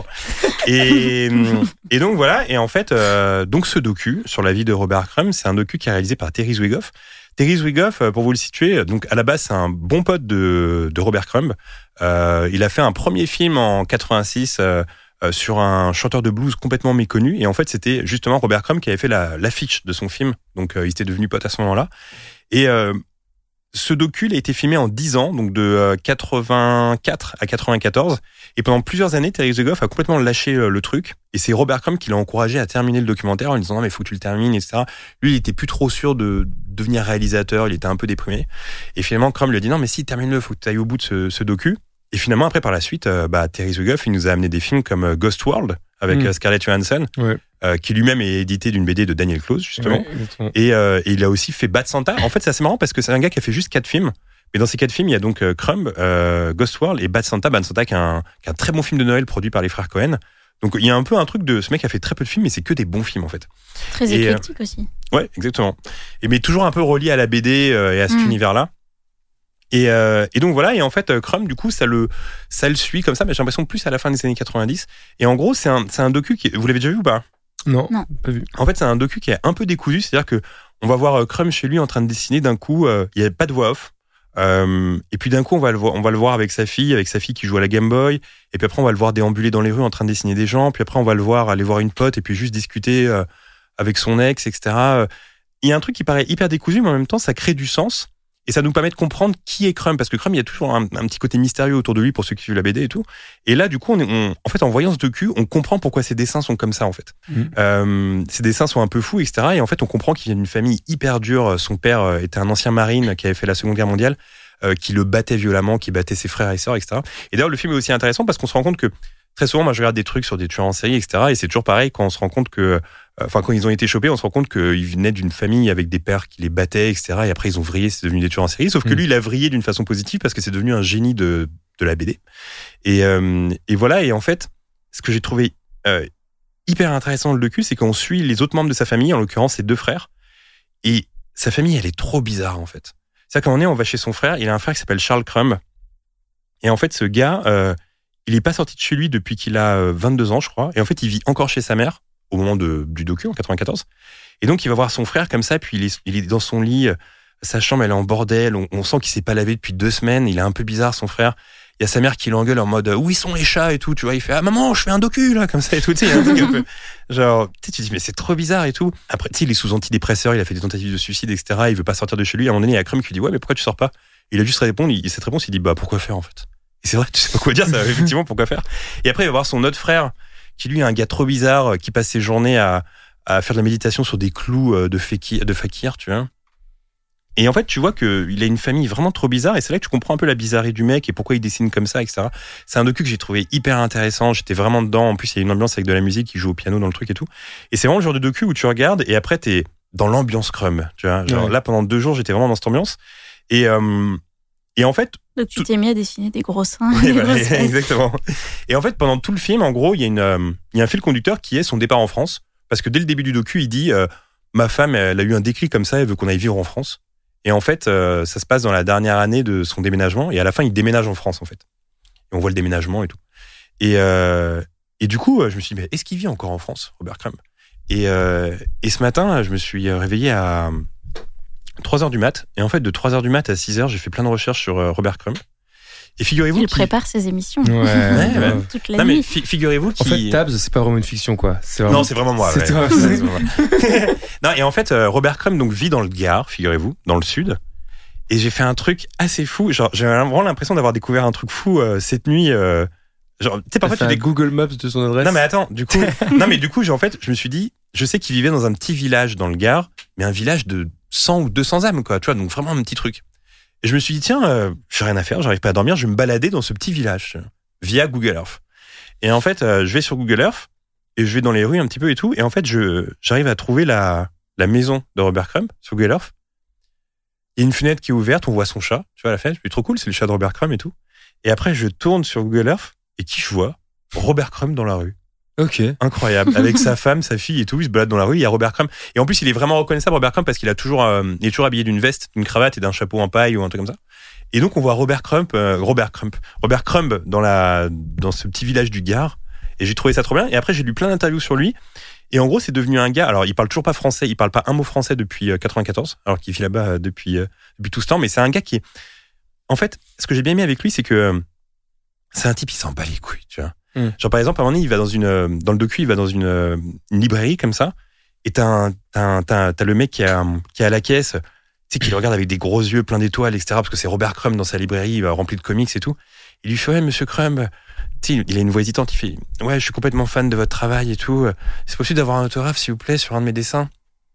Et, et donc voilà, et en fait, euh, donc ce docu sur la vie de Robert Crumb, c'est un docu qui est réalisé par Terry Zwigoff. Terry Zwigoff, pour vous le situer, donc à la base c'est un bon pote de, de Robert Crumb. Euh, il a fait un premier film en quatre-vingt-six euh, euh, sur un chanteur de blues complètement méconnu, et en fait c'était justement Robert Crumb qui avait fait la, l'affiche de son film, donc euh, il était devenu pote à ce moment-là. Et euh, ce docu il a été filmé en dix ans, donc de euh, quatre-vingt-quatre à quatre-vingt-quatorze. Et pendant plusieurs années, Terry Zwigoff a complètement lâché euh, le truc. Et c'est Robert Crumb qui l'a encouragé à terminer le documentaire en lui disant non mais faut que tu le termines, et cetera. Lui, il était plus trop sûr de devenir réalisateur, il était un peu déprimé. Et finalement, Crumb lui a dit non mais si, termine-le, faut que tu ailles au bout de ce, ce docu. Et finalement, après, par la suite, euh, bah, Terry Zwigoff, il nous a amené des films comme euh, Ghost World avec mmh. Scarlett Johansson, ouais. euh, qui lui-même est édité d'une B D de Daniel Close, justement. Ouais, et, euh, et il a aussi fait Bad Santa. En fait, c'est assez marrant parce que c'est un gars qui a fait juste quatre films. Mais dans ces quatre films, il y a donc euh, Crumb, euh, Ghost World et Bad Santa. Bad Santa, qui est, un, qui est un très bon film de Noël produit par les frères Cohen. Donc il y a un peu un truc de ce mec a fait très peu de films, mais c'est que des bons films en fait. Très et, éclectique euh, aussi. Ouais, exactement. Et mais toujours un peu relié à la B D euh, et à cet mmh. univers-là. Et, euh, et donc voilà, et en fait, Crumb, du coup, ça le, ça le suit comme ça, mais j'ai l'impression plus à la fin des années quatre-vingt-dix. Et en gros, c'est un, c'est un docu qui, vous l'avez déjà vu ou pas ? Non, non, pas vu. En fait, c'est un docu qui est un peu décousu, c'est-à-dire que on va voir Crumb chez lui en train de dessiner, d'un coup, euh, il n'y a pas de voix off. Euh, et puis d'un coup, on va le voir, on va le voir avec sa fille, avec sa fille qui joue à la Game Boy. Et puis après, on va le voir déambuler dans les rues en train de dessiner des gens. Puis après, on va le voir aller voir une pote et puis juste discuter euh, avec son ex, et cetera. Il y a un truc qui paraît hyper décousu, mais en même temps, ça crée du sens. Et ça nous permet de comprendre qui est Crumb, parce que Crumb, il y a toujours un, un petit côté mystérieux autour de lui pour ceux qui suivent la B D et tout. Et là, du coup, on est, on, en fait, en voyant ce docu, on comprend pourquoi ses dessins sont comme ça, en fait. Mmh. Euh, ses dessins sont un peu fous, et cetera. Et en fait, on comprend qu'il vient d'une famille hyper dure. Son père était un ancien marine qui avait fait la Seconde Guerre mondiale, euh, qui le battait violemment, qui battait ses frères et sœurs, et cetera. Et d'ailleurs, le film est aussi intéressant parce qu'on se rend compte que très souvent, moi, je regarde des trucs sur des tueurs en série, et cetera. Et c'est toujours pareil quand on se rend compte que Enfin, quand ils ont été chopés, on se rend compte qu'ils venaient d'une famille avec des pères qui les battaient, et cetera. Et après, ils ont vrillé, c'est devenu des tueurs en série. Sauf que lui, il a vrillé d'une façon positive parce que c'est devenu un génie de, de la B D. Et, euh, et voilà. Et en fait, ce que j'ai trouvé euh, hyper intéressant dans le docu, c'est qu'on suit les autres membres de sa famille, en l'occurrence ses deux frères. Et sa famille, elle est trop bizarre, en fait. C'est-à-dire qu'à un moment donné, on va chez son frère. Il a un frère qui s'appelle Charles Crumb. Et en fait, ce gars, euh, il est pas sorti de chez lui depuis qu'il a euh, vingt-deux ans, je crois. Et en fait, il vit encore chez sa mère au moment de, du docu en quatre-vingt-quatorze. Et donc, il va voir son frère comme ça, puis il est, il est dans son lit. Sa chambre, elle est en bordel. On, on sent qu'il s'est pas lavé depuis deux semaines. Il est un peu bizarre, son frère. Il y a sa mère qui l'engueule en mode où ils sont les chats et tout. Tu vois, il fait ah maman, je fais un docu là comme ça et tout. Tu sais, il y a un truc un peu genre tu sais, tu dis mais c'est trop bizarre et tout. Après, tu sais, il est sous antidépresseur. Il a fait des tentatives de suicide, et cetera. Il veut pas sortir de chez lui. À un moment donné, il y a Crumb qui dit ouais mais pourquoi tu sors pas? Il a juste répondu. Il, cette réponse, il dit bah pourquoi faire en fait. Et c'est vrai, tu sais pas quoi dire. Ça effectivement pourquoi faire. Et après, il va voir son autre frère qui lui est un gars trop bizarre qui passe ses journées à à faire de la méditation sur des clous de fakir, de fakir, tu vois. Et en fait, tu vois qu'il a une famille vraiment trop bizarre, et c'est là que tu comprends un peu la bizarrerie du mec et pourquoi il dessine comme ça, et cetera. C'est un docu que j'ai trouvé hyper intéressant, j'étais vraiment dedans. En plus, il y a une ambiance avec de la musique, il joue au piano dans le truc et tout. Et c'est vraiment le genre de docu où tu regardes, et après, t'es dans l'ambiance Crumb, tu vois. Genre, ouais. Là, pendant deux jours, j'étais vraiment dans cette ambiance. Et, euh, et en fait... Donc, tu tout... t'es mis à dessiner des gros seins. Oui, bah, exactement. Et en fait, pendant tout le film, en gros, il y a, une, euh, il y a un fil conducteur qui est son départ en France. Parce que dès le début du docu, il dit euh, ma femme, elle a eu un déclic comme ça, elle veut qu'on aille vivre en France. Et en fait, euh, ça se passe dans la dernière année de son déménagement. Et à la fin, il déménage en France, en fait. Et on voit le déménagement et tout. Et, euh, et du coup, je me suis dit, mais est-ce qu'il vit encore en France, Robert Crumb? Et, euh, et ce matin, je me suis réveillé à trois heures du mat. Et en fait, de trois heures du mat à six heures, j'ai fait plein de recherches sur Robert Crumb. Et figurez-vous il qu'il prépare ses émissions. Ouais, ouais, ouais. Toute la non, nuit. mais fi- figurez-vous qu'il... En fait, Tabs, c'est pas vraiment une fiction, quoi. C'est vraiment... Non, c'est vraiment moi. C'est ouais. toi. C'est vraiment moi. Non, et en fait, euh, Robert Crumb donc vit dans le Gard, figurez-vous, dans le sud. Et j'ai fait un truc assez fou. Genre, j'ai vraiment l'impression d'avoir découvert un truc fou euh, cette nuit. Euh, genre, tu sais, parfois tu des Google Maps de son adresse. Non, mais attends, du coup, non, mais du coup, j'ai en fait, je me suis dit, je sais qu'il vivait dans un petit village dans le Gard, mais un village de cent ou deux cents âmes, quoi. Tu vois, donc vraiment un petit truc. Et je me suis dit, tiens, euh, j'ai rien à faire, j'arrive pas à dormir, je vais me balader dans ce petit village via Google Earth. Et en fait, euh, je vais sur Google Earth et je vais dans les rues un petit peu et tout. Et en fait, je, j'arrive à trouver la, la maison de Robert Crumb sur Google Earth. Il y a une fenêtre qui est ouverte, on voit son chat, tu vois, à la fenêtre. Je suis trop cool, c'est le chat de Robert Crumb et tout. Et après, je tourne sur Google Earth et qui je vois? Robert Crumb dans la rue. Ok. Incroyable. Avec sa femme, sa fille et tout, il se balade dans la rue, il y a Robert Crumb. Et en plus, il est vraiment reconnaissable, Robert Crumb, parce qu'il a toujours, euh, il est toujours habillé d'une veste, d'une cravate et d'un chapeau en paille ou un truc comme ça. Et donc, on voit Robert Crumb, euh, Robert Crumb, Robert Crumb dans la, dans ce petit village du Gard. Et j'ai trouvé ça trop bien. Et après, j'ai lu plein d'interviews sur lui. Et en gros, c'est devenu un gars. Alors, il parle toujours pas français, il parle pas un mot français depuis euh, quatre-vingt-quatorze, alors qu'il vit là-bas euh, depuis, euh, depuis tout ce temps. Mais c'est un gars qui est, en fait, ce que j'ai bien aimé avec lui, c'est que euh, c'est un type, il s'en bat les couilles, tu vois. Mm. Genre, par exemple, à un moment donné, il va dans une, dans le docu, il va dans une, une librairie comme ça, et t'as, un, t'as, un, t'as, t'as le mec qui est à, qui est à la caisse, tu sais, qui le regarde avec des gros yeux pleins d'étoiles, et cetera, parce que c'est Robert Crumb dans sa librairie, remplie de comics et tout. Il lui fait, ouais, monsieur Crumb, tu sais, il a une voix hésitante, il fait, ouais, je suis complètement fan de votre travail et tout, c'est possible d'avoir un autographe, s'il vous plaît, sur un de mes dessins?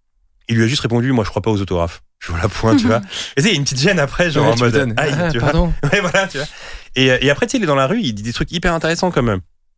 Il lui a juste répondu, moi, je crois pas aux autographes. Je vois la pointe, tu vois. Et tu sais, il y a une petite gêne après, genre ouais, en mode, aïe, ah, tu pardon. vois. Ouais, voilà, tu vois. Et, et après, tu sais, il est dans la rue, il dit des trucs hyper intéressants comme,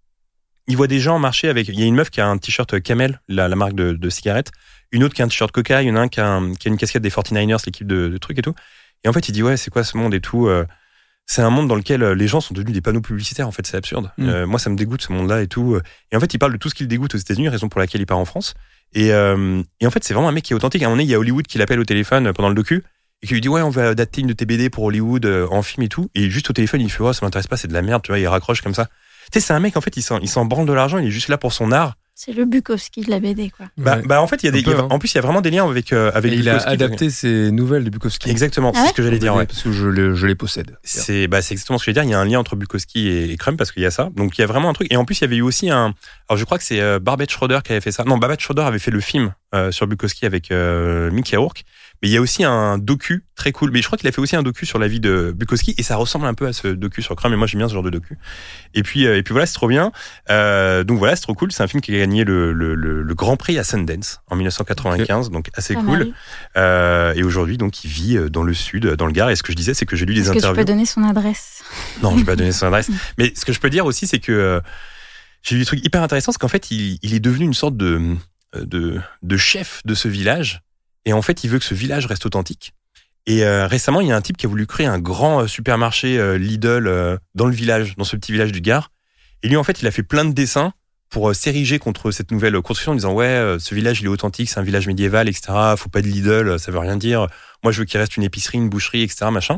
il voit des gens marcher avec, il y a une meuf qui a un t-shirt Camel, la, la marque de, de cigarettes, une autre qui a un t-shirt Coca, il y en a un qui a, un, qui a une casquette des forty-niners, l'équipe de, de trucs et tout. Et en fait, il dit, ouais, c'est quoi ce monde et tout, euh, c'est un monde dans lequel les gens sont devenus des panneaux publicitaires, en fait, c'est absurde. Mm. Euh, moi, ça me dégoûte, ce monde-là et tout. Et en fait, il parle de tout ce qui le dégoûte aux États-Unis, raison pour laquelle il part en France. Et, euh, et en fait, c'est vraiment un mec qui est authentique. À un moment donné, il y a Hollywood qui l'appelle au téléphone pendant le docu, et qui lui dit, ouais, on va adapter une de tes B D pour Hollywood euh, en film et tout. Et juste au téléphone, il fait, ouais, ça m'intéresse pas, c'est de la merde, tu vois, il raccroche comme ça. Tu sais, c'est un mec, en fait, il s'en, il s'en branle de l'argent, il est juste là pour son art. C'est le Bukowski de la B D, quoi. Bah, Ouais. bah en fait, il y a des, peu, il y a- hein. en plus, il y a vraiment des liens avec, euh, avec Et il a Bukowski. adapté ses nouvelles de Bukowski. Exactement, Ah c'est ouais ce que j'allais dire, ouais. Parce que je, le- je les possède. C'est, bah, c'est exactement ce que je veux dire. Il y a un lien entre Bukowski et, et Crumb parce qu'il y a ça. Donc, il y a vraiment un truc. Et en plus, il y avait eu aussi un, alors je crois que c'est euh, Babette Schroeder qui avait fait ça. Non, Babette Schroeder avait fait le film euh, sur Bukowski avec euh, Mickey Rourke. Mais il y a aussi un docu très cool. Mais je crois qu'il a fait aussi un docu sur la vie de Bukowski et ça ressemble un peu à ce docu sur Crumb. Et moi, j'aime bien ce genre de docu. Et puis, euh, et puis voilà, c'est trop bien. Euh, donc voilà, c'est trop cool. C'est un film qui a gagné le, le, le, le Grand Prix à Sundance en dix-neuf cent quatre-vingt-quinze. Donc assez Pas cool. mal. Euh, et aujourd'hui, donc, il vit dans le sud, dans le Gard. Et ce que je disais, c'est que j'ai lu des Est-ce que tu interviews. peux donner son adresse? Non, je vais pas donner son adresse. Mais ce que je peux dire aussi, c'est que euh, j'ai lu des trucs hyper intéressants, c'est qu'en fait, il, il est devenu une sorte de, de, de chef de ce village. Et en fait, il veut que ce village reste authentique. Et euh, récemment, il y a un type qui a voulu créer un grand euh, supermarché euh, Lidl euh, dans le village, dans ce petit village du Gard. Et lui, en fait, il a fait plein de dessins pour euh, s'ériger contre cette nouvelle construction en disant ouais, euh, ce village, il est authentique, c'est un village médiéval, et cetera. Faut pas de Lidl, ça veut rien dire. Moi, je veux qu'il reste une épicerie, une boucherie, et cetera. Machin.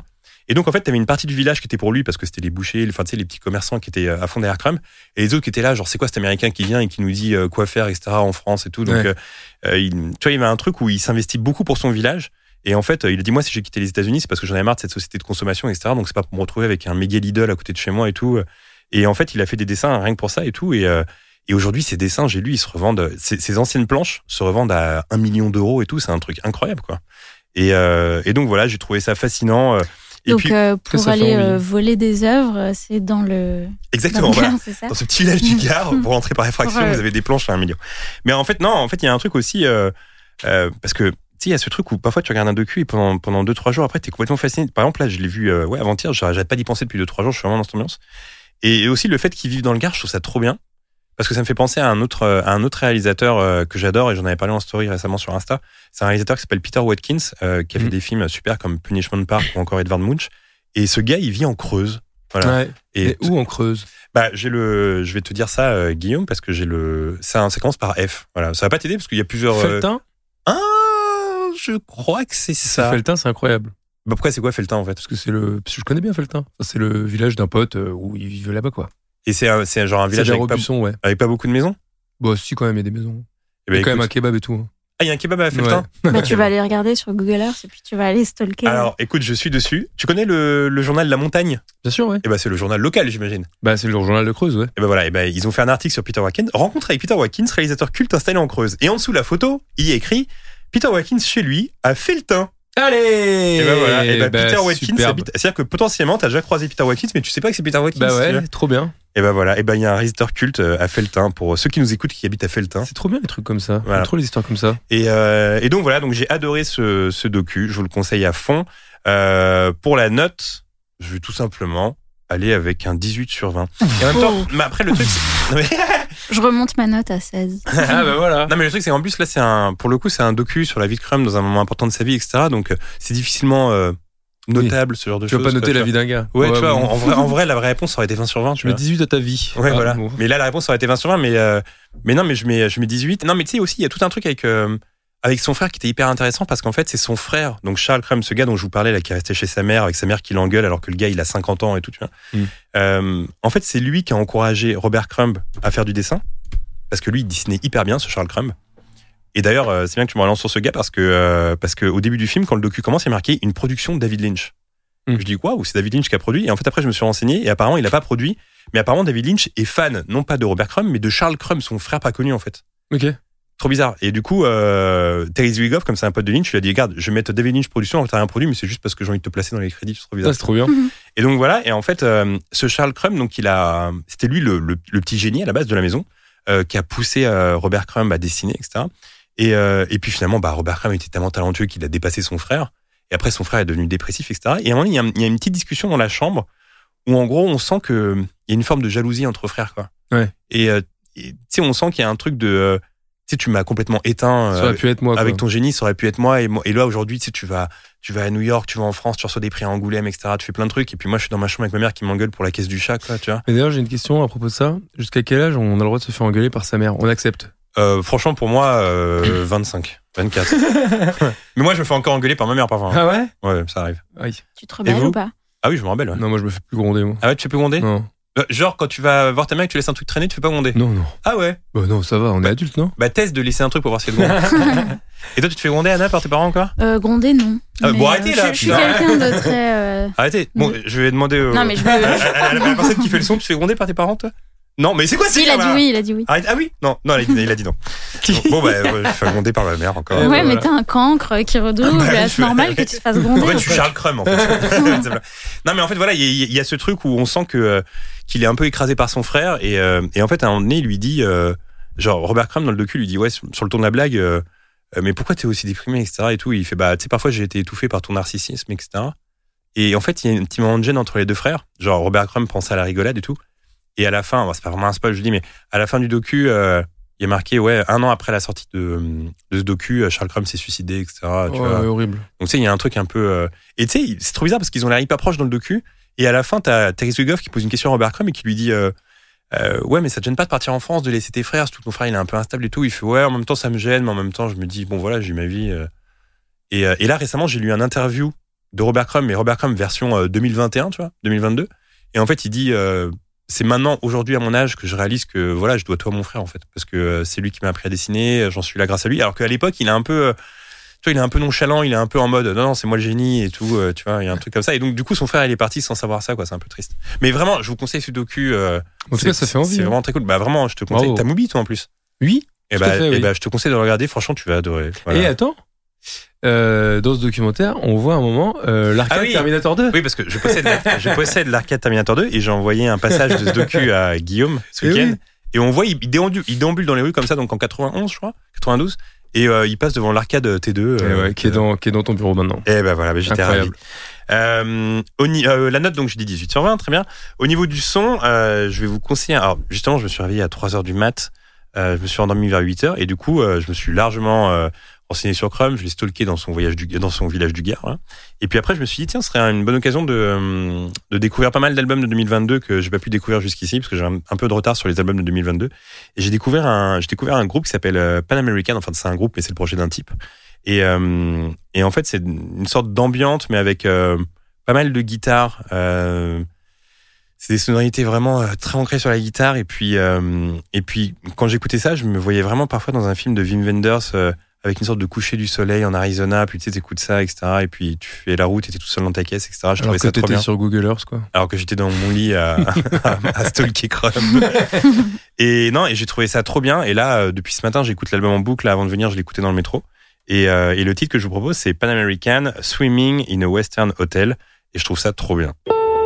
Et donc, en fait, t'avais une partie du village qui était pour lui parce que c'était les bouchers, enfin, tu sais, les petits commerçants qui étaient à fond derrière Crumb. Et les autres qui étaient là, genre, c'est quoi cet Américain qui vient et qui nous dit euh, quoi faire, et cetera en France et tout. Donc, Ouais. euh, il, tu vois, il y avait un truc où il s'investit beaucoup pour son village. Et en fait, il a dit, moi, si j'ai quitté les États-Unis, c'est parce que j'en avais marre de cette société de consommation, et cetera. Donc, c'est pas pour me retrouver avec un méga Lidl à côté de chez moi et tout. Et en fait, il a fait des dessins rien que pour ça et tout. Et, euh, et aujourd'hui, ces dessins, j'ai lu, ils se revendent, ces, ces anciennes planches se revendent à un million d'euros et tout. C'est un truc incroyable, quoi. Et, euh, et donc, voilà, j'ai trouvé ça fascinant. Et Donc, puis, euh, pour ça fait aller envie. euh, voler des œuvres, c'est dans le. exactement, dans le voilà. Gard, c'est ça. Dans ce petit village du Gard, vous rentrez par effraction, Ouais. vous avez des planches à un million. Mais en fait, non, en fait, il y a un truc aussi, euh, euh, parce que, tu sais, il y a ce truc où parfois tu regardes un docu et pendant, pendant deux, trois jours après, t'es complètement fasciné. Par exemple, là, je l'ai vu, euh, ouais, avant-hier, j'arrête pas d'y penser depuis deux, trois jours, je suis vraiment dans cette ambiance. Et, et aussi le fait qu'ils vivent dans le Gard, je trouve ça trop bien. Parce que ça me fait penser à un autre, à un autre réalisateur euh, que j'adore et j'en avais parlé en story récemment sur Insta. C'est un réalisateur qui s'appelle Peter Watkins, euh, qui a fait Mhm. des films super comme Punishment Park ou encore Edvard Munch. Et ce gars, il vit en Creuse. Voilà. Ouais. Et Et où en Creuse? bah, j'ai le, je vais te dire ça, euh, Guillaume, parce que j'ai le, ça, ça commence par F. Voilà. Ça va pas t'aider parce qu'il y a plusieurs. euh, Felletin? Ah, je crois que c'est ça. Felletin, c'est incroyable. Bah, pourquoi c'est quoi Felletin en fait? Parce que c'est le. parce que je connais bien Felletin. Ça, c'est le village d'un pote euh, où il vivait là-bas, quoi. Et c'est, un- c'est genre un C'est village vers avec pas, Aubusson, ouais. avec pas beaucoup de maisons. Bon, si, quand même, il y a des maisons. Eh Il ben, y a quand même un écoute- kebab et tout. hein. Ah, il y a un kebab à Felletin. Ouais. Bah, tu vas aller regarder sur Google Earth et puis tu vas aller stalker. Alors, écoute, je suis dessus. Tu connais le, le journal La Montagne? Bien sûr, ouais. Eh ben, c'est le journal local, j'imagine. Bah, c'est le journal de Creuse, ouais. Et ben voilà, et ben ils ont fait un article sur Peter Watkins, rencontre avec Peter Watkins, réalisateur culte installé en Creuse. Et en dessous de la photo, il y a écrit Peter Watkins chez lui à Felletin. Allez Et ben voilà, et ben bah, Peter Watkins superbe. habite. C'est-à-dire que potentiellement, t'as déjà croisé Peter Watkins, mais tu sais pas que c'est Peter Watkins. Bah tu ouais, vois. trop bien. Et ben voilà, et ben il y a un réalisateur culte euh, à Felletin pour ceux qui nous écoutent qui habitent à Felletin. C'est trop bien les trucs comme ça. Voilà. J'aime trop les histoires comme ça. Et, euh, et donc voilà, donc j'ai adoré ce, ce docu, je vous le conseille à fond. Euh, pour la note, je vais tout simplement aller avec un dix-huit sur vingt. Et en même temps, mais après le truc, c'est... Non, mais... Je remonte ma note à seize. Ah bah voilà. non mais le truc c'est qu'en plus là c'est un, pour le coup c'est un docu sur la vie de Crumb dans un moment important de sa vie, et cetera. Donc euh, c'est difficilement euh, notable ce genre de Tu choses. vas pas noter quoi, la tu vie d'un gars. vois. Ouais, tu vois, bon. en, en vrai, en vrai la vraie réponse aurait été vingt sur vingt. Tu Tu mets vois. dix-huit à ta vie. Ouais, Ah, voilà. bon. Mais là, la réponse aurait été vingt sur vingt, mais, euh, mais non, mais je mets, je mets dix-huit. Non, mais tu sais aussi, il y a tout un truc avec, euh, avec son frère qui était hyper intéressant parce qu'en fait, c'est son frère, donc Charles Crumb, ce gars dont je vous parlais, là, qui est resté chez sa mère, avec sa mère qui l'engueule alors que le gars, il a cinquante ans et tout, tu vois. Mm. Euh, en fait, c'est lui qui a encouragé Robert Crumb à faire du dessin parce que lui, il dessinait hyper bien, ce Charles Crumb. Et d'ailleurs, euh, c'est bien que tu me relances sur ce gars parce que, euh, parce que au début du film, quand le docu commence, il y a marqué une production de David Lynch. Mm. Je dis waouh, c'est David Lynch qui a produit. Et en fait, après, je me suis renseigné et apparemment, il n'a pas produit. Mais apparemment, David Lynch est fan, non pas de Robert Crumb, mais de Charles Crumb, son frère pas connu, en fait. Ok. Trop bizarre. Et du coup, euh, Terry Zwigoff, comme c'est un pote de Lynch, lui a dit, regarde, je vais mettre David Lynch production, alors que t'as rien produit, mais c'est juste parce que j'ai envie de te placer dans les crédits, c'est trop bizarre. Ça, c'est trop bien. Et donc voilà. Et en fait, euh, ce Charles Crumb, donc il a, c'était lui le, le, le petit génie à la base de la maison, euh, qui a poussé euh, Robert Crumb à dessiner, et cetera. Et, euh, et puis finalement, bah, Robert Crumb était tellement talentueux qu'il a dépassé son frère. Et après, son frère est devenu dépressif, et cetera. Et à un moment, il y a, il y a une petite discussion dans la chambre où, en gros, on sent que il y a une forme de jalousie entre frères, quoi. Ouais. Et euh, et, tu sais, on sent qu'il y a un truc de, euh, tu sais, tu m'as complètement éteint. Ça euh, aurait pu être moi. Quoi. avec ton génie, ça aurait pu être moi. Et, moi, et là, aujourd'hui, tu sais, tu vas, tu vas à New York, tu vas en France, tu reçois des prix à Angoulême, et cetera. Tu fais plein de trucs. Et puis moi, je suis dans ma chambre avec ma mère qui m'engueule pour la caisse du chat, quoi, tu vois. Mais d'ailleurs, j'ai une question à propos de ça. Jusqu'à quel âge on a le droit de se faire engueuler par sa mère? On accepte. Euh, franchement, pour moi, euh, vingt-cinq, vingt-quatre. Mais moi, je me fais encore engueuler par ma mère parfois. Ah ouais? Ouais, ça arrive. Aïe. Tu te rebelles vous ou pas? Ah oui, je me rappelle. Ouais. Non, moi, je me fais plus gronder, moi. Ah ouais, tu fais plus gronder? Non. Euh, Genre, quand tu vas voir ta mère et que tu laisses un truc traîner, tu fais pas gronder? Non, non. Ah ouais? Bah non, ça va, on est adultes, non? Bah, teste de laisser un truc pour voir si elle gronde. Et toi, tu te fais gronder, Anna, par tes parents encore? Euh, gronder, non. Ah, Mais, bon, euh, arrêtez, là, Je, je suis putain. quelqu'un de très. euh, Arrêtez. Bon, Oui. je vais demander. Euh, Non, mais je veux- à, à- à la personne qui fait le son, tu te fais gronder par tes parents, toi? Non, mais c'est quoi Si, ce il a là, dit oui, il a dit oui. Arrête. Ah oui? Non, non, il a dit, il a dit non. Bon, bah, ouais, je fais gronder par ma mère encore. Ouais, Ouais, bah, mais voilà. t'as un cancre qui redouble, Bah oui, c'est je- normal que tu te fasses gronder. En fait, en je suis fait. Charles Crumb, en fait. Non, mais en fait, voilà, il y, a- il y a ce truc où on sent que euh, qu'il est un peu écrasé par son frère. Et, euh, et en fait, à un moment donné, il lui dit, euh, genre, Robert Crumb, dans le docu, lui dit, ouais, sur sur le ton de la blague, euh, euh, mais pourquoi t'es aussi déprimé, et cetera. Et tout. Et il fait, bah, tu sais, parfois, j'ai été étouffé par ton narcissisme, et cetera. Et en fait, il y a un petit moment de gêne entre les deux frères. Genre, Robert Crumb prend ça à la rigolade et tout. Et à la fin, bon, c'est pas vraiment un spoil, je dis, mais à la fin du docu, euh, il y a marqué, ouais, un an après la sortie de, de ce docu, Charles Crumb s'est suicidé, et cetera. Tu Ouais, vois. horrible. Donc, tu sais, il y a un truc un peu. euh, Et tu sais, c'est trop bizarre parce qu'ils ont l'air hyper proches dans le docu. Et à la fin, t'as Terry Zwigoff qui pose une question à Robert Crumb et qui lui dit euh, euh, ouais, mais ça te gêne pas de partir en France, de laisser tes frères, surtout que ton frère il est un peu instable et tout. Il fait ouais, en même temps ça me gêne, mais en même temps je me dis bon voilà, j'ai ma vie. euh. Et, euh, et là récemment, j'ai lu un interview de Robert Crumb, mais Robert Crumb version euh, deux mille vingt et un, tu vois, deux mille vingt-deux. Et en fait, il dit, euh, c'est maintenant, aujourd'hui, à mon âge, que je réalise que voilà, je dois tout à mon frère, en fait, parce que euh, c'est lui qui m'a appris à dessiner, j'en suis là grâce à lui. Alors qu'à l'époque, il est un peu, euh, tu vois, il est un peu nonchalant, il est un peu en mode, non, non, c'est moi le génie et tout, euh, tu vois, il y a un truc comme ça. Et donc, du coup, son frère, il est parti sans savoir ça, quoi. C'est un peu triste. Mais vraiment, je vous conseille ce docu. Euh, en tout cas, ça fait envie. C'est hein. vraiment très cool. Bah vraiment, je te conseille. Bravo. T'as Mubi, toi, en plus. Oui. Et tout bah, à fait, et oui. bah, je te conseille de le regarder. Franchement, tu vas adorer. Voilà. Et attends. Euh, dans ce documentaire, on voit un moment euh, l'arcade Ah oui. Terminator deux. Oui, parce que je possède, la- je possède l'arcade Terminator deux et j'ai envoyé un passage de ce docu à Guillaume ce Et week-end. oui. Et on voit, il, il, déambule, il déambule dans les rues comme ça, donc en quatre-vingt-onze, je crois, quatre-vingt-douze. Et euh, il passe devant l'arcade T deux. Et Euh, ouais, qui, est dans, qui est dans ton bureau maintenant. Et ben voilà, bah, j'étais ravi. Incroyable. Euh, au ni- euh, la note, donc je dis dix-huit sur vingt, très bien. Au niveau du son, euh, je vais vous conseiller. Alors justement, je me suis réveillé à trois heures du mat. Euh, je me suis endormi vers huit heures et du coup, euh, je me suis largement euh, renseigné sur Crumb. Je l'ai stalké dans son voyage du, dans son village du Gard. Hein. Et puis après, je me suis dit tiens, ce serait une bonne occasion de, euh, de découvrir pas mal d'albums de deux mille vingt-deux que j'ai pas pu découvrir jusqu'ici parce que j'ai un, un peu de retard sur les albums de deux mille vingt-deux. Et j'ai découvert un, j'ai découvert un groupe qui s'appelle euh, Pan American. Enfin, c'est un groupe, mais c'est le projet d'un type. Et, euh, et en fait, c'est une sorte d'ambiante, mais avec euh, pas mal de guitare. Euh, c'est des sonorités vraiment euh, très ancrées sur la guitare. Et puis, euh, et puis, quand j'écoutais ça, je me voyais vraiment parfois dans un film de Wim Wenders euh, avec une sorte de coucher du soleil en Arizona. Puis tu sais, t'écoutes ça, et cetera. Et puis tu fais la route, et t'es tout seul dans ta caisse, et cetera. Je Alors trouvais que ça trop t'étais bien. sur Google Earth, quoi. Alors que j'étais dans mon lit à, à, à stalker Crumb. Et non, et j'ai trouvé ça trop bien. Et là, euh, depuis ce matin, j'écoute l'album en boucle. Là, avant de venir, je l'écoutais dans le métro. Et, euh, et le titre que je vous propose, c'est Pan American Swimming in a Western Hotel. Et je trouve ça trop bien.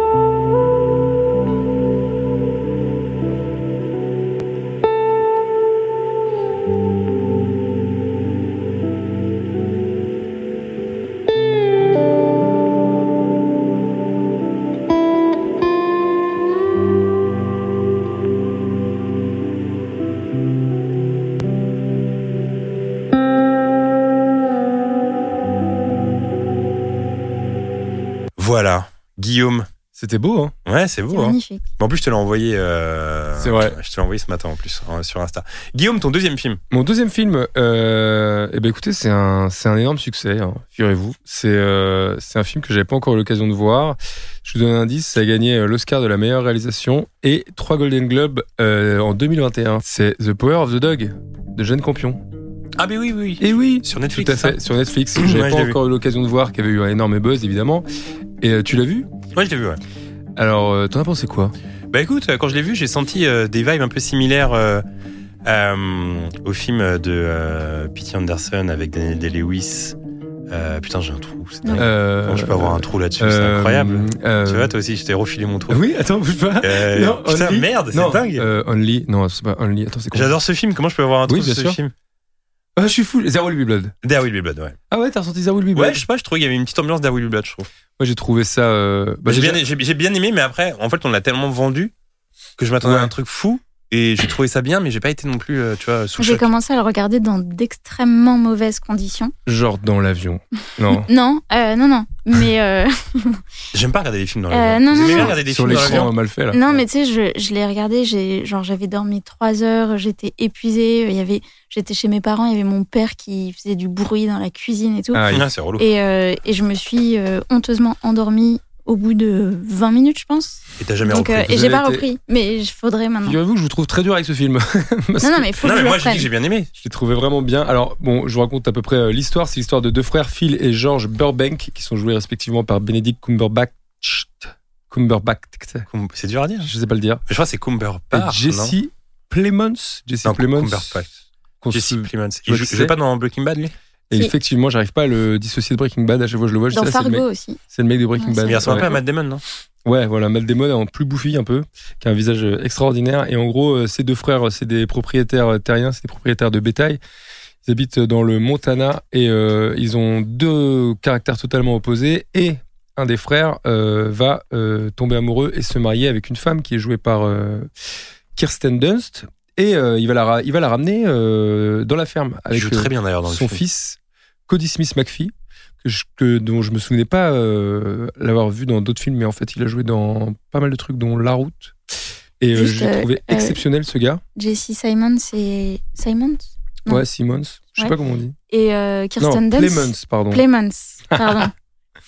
Voilà, Guillaume. C'était beau, hein. Ouais, c'est beau. C'est Hein. magnifique. Mais en plus, je te l'ai envoyé. Euh... C'est vrai. Je te l'ai envoyé ce matin en plus hein, sur Insta. Guillaume, ton deuxième film. Mon deuxième film, euh, eh ben écoutez, c'est un, c'est un énorme succès, hein, figurez-vous. C'est, euh, c'est un film que j'avais pas encore eu l'occasion de voir. Je vous donne un indice, ça a gagné l'Oscar de la meilleure réalisation et trois Golden Globes euh, en deux mille vingt et un. C'est The Power of the Dog de Jane Campion. Ah, mais oui, oui. Et oui, Sur Netflix. tout à fait, ça sur Netflix. que J'avais Ouais, je pas l'ai encore eu l'occasion de voir, qui avait eu un énorme buzz évidemment. Et euh, tu l'as vu? Ouais, je l'ai vu, ouais. Alors, euh, t'en as pensé quoi? Bah écoute, quand je l'ai vu, j'ai senti euh, des vibes un peu similaires euh, euh, au film de euh, P T Anderson avec Daniel Day-Lewis. Euh, putain, j'ai un trou. C'est dingue. Euh, Comment je peux avoir un trou là-dessus? C'est euh, incroyable. euh, Tu vois, toi aussi, je t'ai refilé mon trou. Oui, attends, bouge pas. Euh, Non, putain, Only. merde, c'est Non, dingue. euh, Only, non, c'est pas Only. Attends, c'est quoi? J'adore ce film. Comment je peux avoir un trou Oui, bien sur sûr. ce film? Ah, je suis fou. There Will Be Blood. There Will Be Blood, ouais. Ah ouais, t'as ressenti There Will Be Blood? Ouais, je sais pas, je trouvais qu'il y avait une petite ambiance There Will Be Blood, je trouve. Moi, j'ai trouvé ça. Euh... bah, j'ai, déjà- bien, j'ai, j'ai bien aimé, mais après, en fait, on l'a tellement vendu que je m'attendais Ouais. à un truc fou. Et j'ai trouvé ça bien, mais j'ai pas été non plus, euh, tu vois, sous le J'ai choc. commencé à le regarder dans d'extrêmement mauvaises conditions. Genre dans l'avion. Non. Non, euh, non, non. Mais euh, J'aime pas regarder des films dans Euh, l'avion. non, Vous non, aimez bien non. regarder des Sur films dans l'écran l'avion? mal fait là. non, mais tu sais, je, je l'ai regardé. J'ai, genre, j'avais dormi trois heures. J'étais épuisée. Il y avait, j'étais chez mes parents. Il y avait mon père qui faisait du bruit dans la cuisine et tout. Ah, il- Ah, c'est relou. Et, euh, et je me suis euh, honteusement endormie au bout de vingt minutes, je pense. Et t'as jamais Donc, repris. euh, et Vous j'ai avez pas été- repris. Mais il faudrait maintenant. Figurez-vous que je vous trouve très dur avec ce film. Parce Non, non, que mais il faut Non, que mais je moi, le j'ai dit reprenne. que j'ai bien aimé. Je l'ai trouvé vraiment bien. Alors, bon, je vous raconte à peu près euh, l'histoire. C'est l'histoire de deux frères, Phil et George Burbank, qui sont joués respectivement par Benedict Cumberbatch. Cumberbatch. C'est dur à dire. Je sais pas le dire. Je crois que c'est Et Cumberbatch. Jesse Plemons. Jesse non, Plemons. Cumberbatch. qu'on Jesse se- Plemons. vois Il joue, qui il c'est. joue pas dans Breaking Bad, lui? Et Si. effectivement, j'arrive pas à le dissocier de Breaking Bad. À chaque fois que je le vois, je Dans sais, ah, c'est le mec. Fargo aussi. C'est le mec de Breaking Ouais, Bad. Mais il ressemble un Ouais. peu à Matt Damon, non? Ouais, voilà, Matt Damon en plus bouffi un peu, qui a un visage extraordinaire. Et en gros, euh, ces deux frères, c'est des propriétaires terriens, c'est des propriétaires de bétail. Ils habitent dans le Montana et euh, ils ont deux caractères totalement opposés. Et un des frères euh, va euh, tomber amoureux et se marier avec une femme qui est jouée par euh, Kirsten Dunst. Et euh, il, va la ra- il va la ramener euh, dans la ferme Il avec joue euh, très bien d'ailleurs dans le son film. fils, Cody Smith McPhee, que je, que, dont je me souvenais pas euh, l'avoir vu dans d'autres films, mais en fait il a joué dans pas mal de trucs, dont La Route. Et euh, Juste, je l'ai euh, trouvé euh, exceptionnel ce gars. Jesse Simons, c'est Simons Non. Ouais, Simmons. Je sais Ouais. pas comment on dit. et euh, Non, Kirsten Dunst. Plemons, pardon. Plemons, pardon.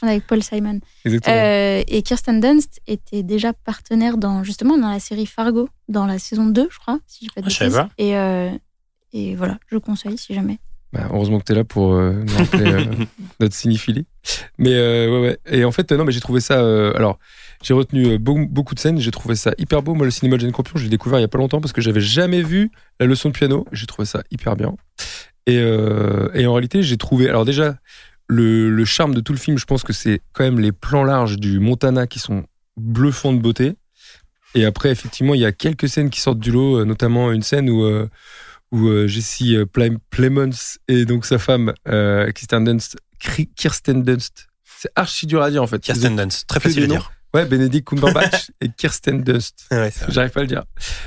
confonds avec Paul Simon. Exactement. Euh, et Kirsten Dunst était déjà partenaire dans, justement, dans la série Fargo, dans la saison deux, je crois, si je dis pas de Ah, je savais bêtises. pas. Et, euh, et voilà, je conseille si jamais. Bah, heureusement que t'es là pour euh, nous rappeler euh, notre cinéphilie. Mais euh, ouais, ouais. Et en fait, euh, non, mais j'ai trouvé ça. Euh, alors, j'ai retenu euh, beaucoup, beaucoup de scènes. J'ai trouvé ça hyper beau. Moi, le cinéma de Jane Campion, je l'ai découvert il y a pas longtemps parce que j'avais jamais vu la leçon de piano. J'ai trouvé ça hyper bien. Et, euh, et en réalité, j'ai trouvé. Alors déjà, le, le charme de tout le film, je pense que c'est quand même les plans larges du Montana qui sont bluffants de beauté. Et après, effectivement, il y a quelques scènes qui sortent du lot, notamment une scène où euh, où euh, Jesse euh, Plemons et donc sa femme euh, Kirsten Dunst, Kirsten Dunst, c'est archi dur à dire en fait. Kirsten Dunst, très facile à dire. Ouais, Benedict Cumberbatch et Kirsten Dunst. Ouais, c'est vrai. J'arrive pas à le dire.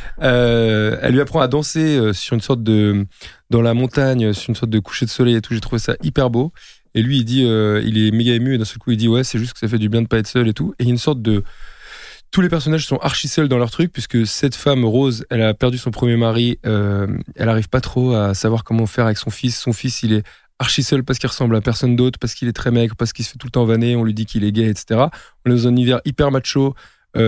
Euh, elle lui apprend à danser euh, sur une sorte de dans la montagne, sur une sorte de coucher de soleil et tout. J'ai trouvé ça hyper beau. Et lui, il dit, euh, il est méga ému et d'un seul coup, il dit ouais, c'est juste que ça fait du bien de pas être seul et tout. Et il y a une sorte de tous les personnages sont archi seuls dans leur truc, puisque cette femme, Rose, elle a perdu son premier mari, euh, elle arrive pas trop à savoir comment faire avec son fils. Son fils, il est archi seul parce qu'il ressemble à personne d'autre, parce qu'il est très maigre, parce qu'il se fait tout le temps vanner, on lui dit qu'il est gay, et cetera. On est dans un univers hyper macho,